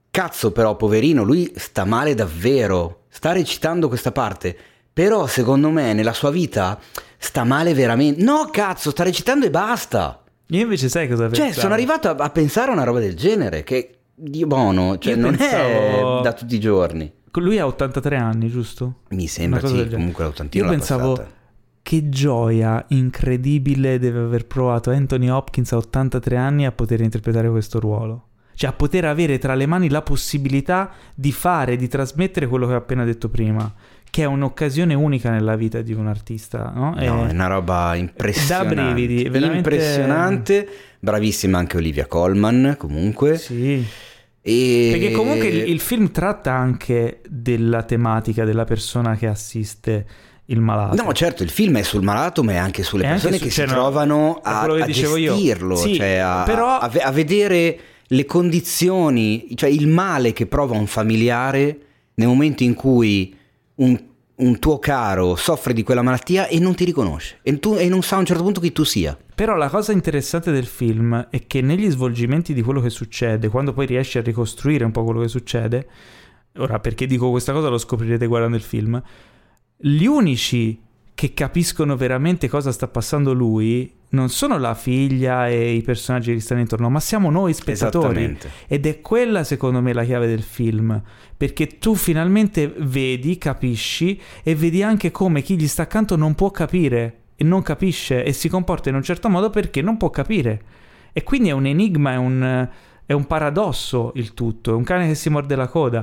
cazzo però poverino, lui sta male davvero, sta recitando questa parte, però secondo me nella sua vita sta male veramente. No cazzo, sta recitando e basta. Io invece sai cosa pensavo? Cioè sono arrivato a pensare a una roba del genere, che Dio buono, cioè Io non pensavo- è da tutti i giorni. Lui ha 83 anni, giusto? Mi sembra, Una cosa sì, del genere. comunque l'ottantino Io l'ha pensavo passata. che gioia incredibile deve aver provato Anthony Hopkins a 83 anni a poter interpretare questo ruolo. Cioè a poter avere tra le mani la possibilità di fare, di trasmettere quello che ho appena detto prima, che è un'occasione unica nella vita di un artista, no? No, è una roba impressionante. Da brividi, veramente. Impressionante. Bravissima anche Olivia Colman, comunque. Sì. E... Perché comunque il film tratta anche della tematica della persona che assiste il malato. No, certo, il film è sul malato, ma è anche sulle È anche persone su- che cioè, si no, trovano è quello che a dicevo io. gestirlo, Sì, cioè però- a vedere le condizioni, cioè il male che prova un familiare nel momento in cui un tuo caro soffre di quella malattia e non ti riconosce e non sa a un certo punto chi tu sia. Però la cosa interessante del film è che negli svolgimenti di quello che succede, quando poi riesci a ricostruire un po' quello che succede, ora perché dico questa cosa lo scoprirete guardando il film, gli unici che capiscono veramente cosa sta passando lui non sono la figlia e i personaggi che stanno intorno, ma siamo noi spettatori. Esattamente. Ed è quella secondo me la chiave del film, perché tu finalmente vedi, capisci e vedi anche come chi gli sta accanto non può capire e non capisce e si comporta in un certo modo perché non può capire. E quindi è un enigma, è un paradosso il tutto, è un cane che si morde la coda.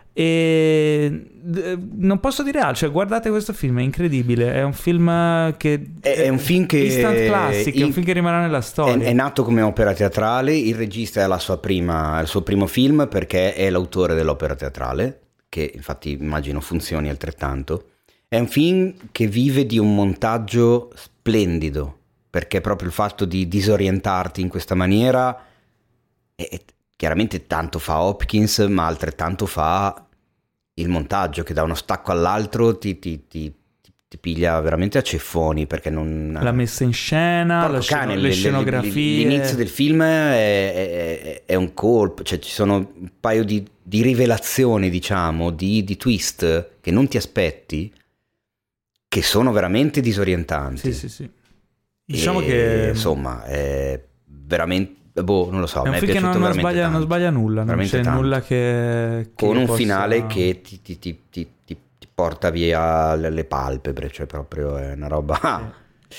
E non posso dire altro, cioè guardate questo film, è incredibile, è un film che È un film che instant classic, è un film che rimarrà nella storia. È nato come opera teatrale, il regista è il suo primo film perché è l'autore dell'opera teatrale, che infatti immagino funzioni altrettanto. È un film che vive di un montaggio splendido, perché proprio il fatto di disorientarti in questa maniera chiaramente tanto fa Hopkins, ma altrettanto fa il montaggio, che da uno stacco all'altro ti piglia veramente a ceffoni, perché non... La messa in scena, Porco cane, le scenografie. L'inizio del film è un colpo, cioè ci sono un paio di rivelazioni, diciamo, di twist che non ti aspetti, che sono veramente disorientanti. Sì. Diciamo E, che insomma è veramente, non lo so, è a un me è film che piaciuto non veramente tanto. sbaglia nulla, non Veramente c'è tanto. nulla che Con un possa... finale che ti porta via le palpebre, cioè proprio è una roba...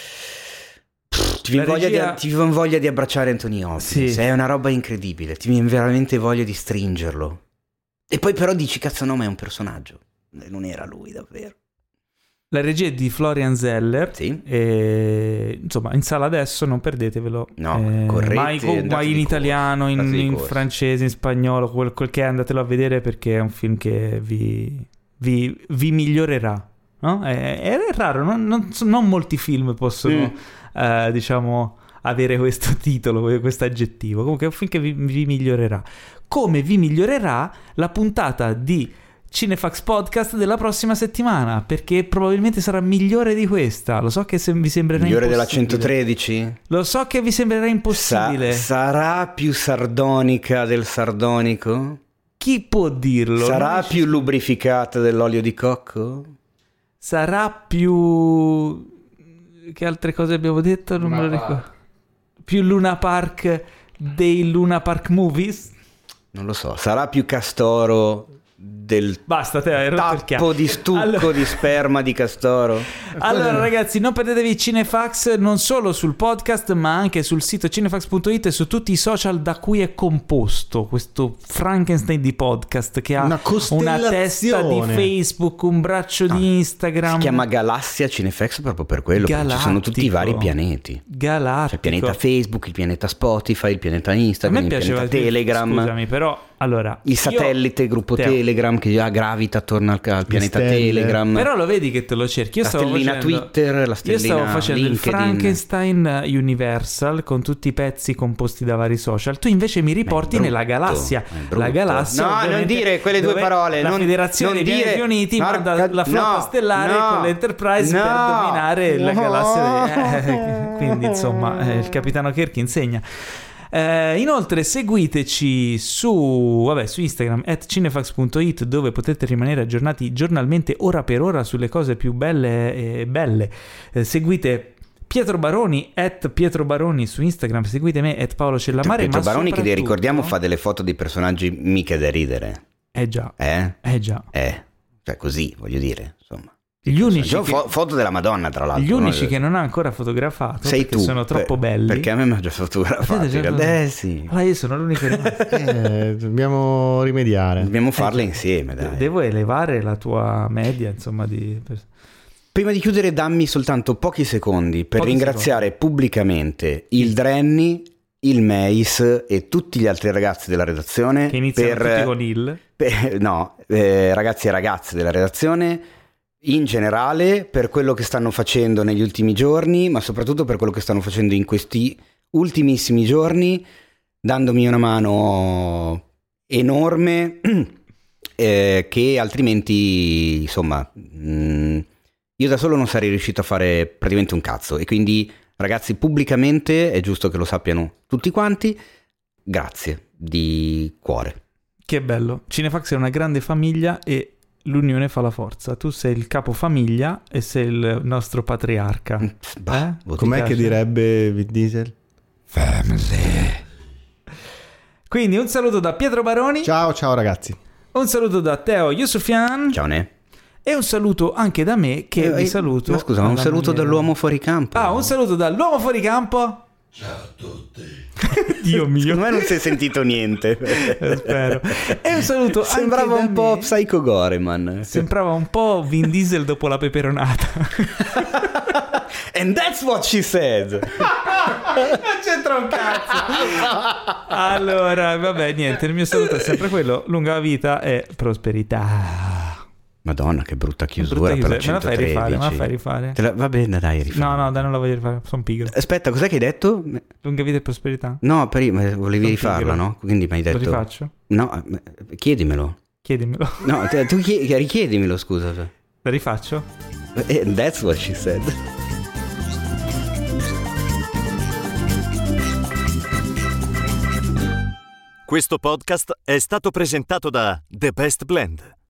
Ti viene voglia di abbracciare Anthony Hopkins, Sì. è una roba incredibile, ti viene veramente voglia di stringerlo. E poi però dici, cazzo no, ma è un personaggio, non era lui davvero. La regia è di Florian Zeller. Sì. E, insomma, in sala adesso non perdetevelo. No, correte, ma in italiano, andate di in corsa. francese, in spagnolo, quel che è, andatelo a vedere perché è un film che vi migliorerà. No? È raro, non molti film possono, diciamo, avere questo titolo, questo aggettivo. Comunque è un film che vi migliorerà. Come vi migliorerà la puntata di Cinefax Podcast della prossima settimana, perché probabilmente sarà migliore di questa. Lo so che vi sembrerà Migliore della impossibile. 113? Lo so che vi sembrerà impossibile. Sarà più sardonica del sardonico? Chi può dirlo? Sarà Non ci- più lubrificata dell'olio di cocco? Sarà più... Che altre cose abbiamo detto? Non me lo Luna ricordo. Più Luna Park dei Luna Park Movies? Non lo so. Sarà più castoro del Basta, te hai rotto il tappo chiaro. di stucco Allora- di sperma di castoro? Allora ragazzi, non perdetevi Cinefax non solo sul podcast ma anche sul sito cinefax.it e su tutti i social da cui è composto questo Frankenstein di podcast, che ha Una una testa di costellazione. Facebook, un braccio di Instagram. Si chiama Galassia Cinefax proprio per quello, perché ci sono tutti i vari pianeti. Galattico. C'è il pianeta Facebook, il pianeta Spotify, il pianeta A Instagram, me il piaceva pianeta Telegram, Scusami, però allora il satellite, il gruppo Teo, Telegram che già gravita attorno al pianeta stelle. Telegram. Però lo vedi che te lo cerchi. Io La stavo stellina facendo, Twitter, la io stellina stavo facendo il LinkedIn. Frankenstein Universal con tutti i pezzi composti da vari social. Tu invece mi riporti Ma è nella brutto, galassia. è brutto. La galassia, No, non ovviamente, dire quelle due dove parole, La non- Federazione non dei Pianeti dire- Uniti manda Porca- la flotta no, stellare no, con l'Enterprise per no, dominare la no. galassia. Quindi insomma, il capitano Kirk insegna. Inoltre seguiteci su Instagram @cinefax.it, dove potete rimanere aggiornati giornalmente, ora per ora, sulle cose più belle. Seguite Pietro Baroni @Pietro Baroni su Instagram, seguite me @Paolo Cellamare. Pietro Baroni, che ricordiamo soprattutto fa delle foto di personaggi mica da ridere. Già. Cioè così, voglio dire, insomma. Gli unici foto della Madonna, tra l'altro. Gli unici che non ha ancora fotografato sei perché tu, sono troppo belli. Perché a me mi ha già fotografato. Sì. Allora io sono l'unico rimasto. Dobbiamo rimediare. Dobbiamo farle insieme, dai. Devo elevare la tua media, insomma, di... Prima di chiudere, dammi soltanto pochi secondi per ringraziare pubblicamente il Drenny, il Meis e tutti gli altri ragazzi della redazione. Che iniziano tutti con il... ragazzi e ragazze della redazione, in generale, per quello che stanno facendo negli ultimi giorni, ma soprattutto per quello che stanno facendo in questi ultimissimi giorni, dandomi una mano enorme che altrimenti, insomma, io da solo non sarei riuscito a fare praticamente un cazzo. E quindi, ragazzi, pubblicamente è giusto che lo sappiano tutti quanti, grazie di cuore. Che bello. Cinefax è una grande famiglia e l'unione fa la forza. Tu sei il capofamiglia e sei il nostro patriarca. Com'è che direbbe Vin Diesel? Family. Quindi un saluto da Pietro Baroni. Ciao ragazzi. Un saluto da Teo Yusufian. Ciao Ne. E un saluto anche da me, che vi saluto. Ma scusa, un saluto dall'uomo fuori campo. Un saluto dall'uomo fuori campo. Ciao a tutti. Dio mio. Secondo me non si è sentito niente. Spero. E un saluto sembrava anche un da po' me. Psycho Goreman. Sembrava un po' Vin Diesel dopo la peperonata. And that's what she said. Non c'entra un cazzo. Allora, vabbè, niente, il mio saluto è sempre quello: lunga vita e prosperità. Madonna, che brutta chiusura per la 113. Me la fai rifare? Va bene, dai, rifare. No, dai, non la voglio rifare, sono pigro. Aspetta, cos'è che hai detto? Lunga vita e prosperità. No, prima volevi rifarla, no? Quindi mi hai detto... Lo rifaccio? No, chiedimelo. Chiedimelo. No, tu richiedimelo, scusa. La rifaccio? That's what she said. Questo podcast è stato presentato da The Best Blend,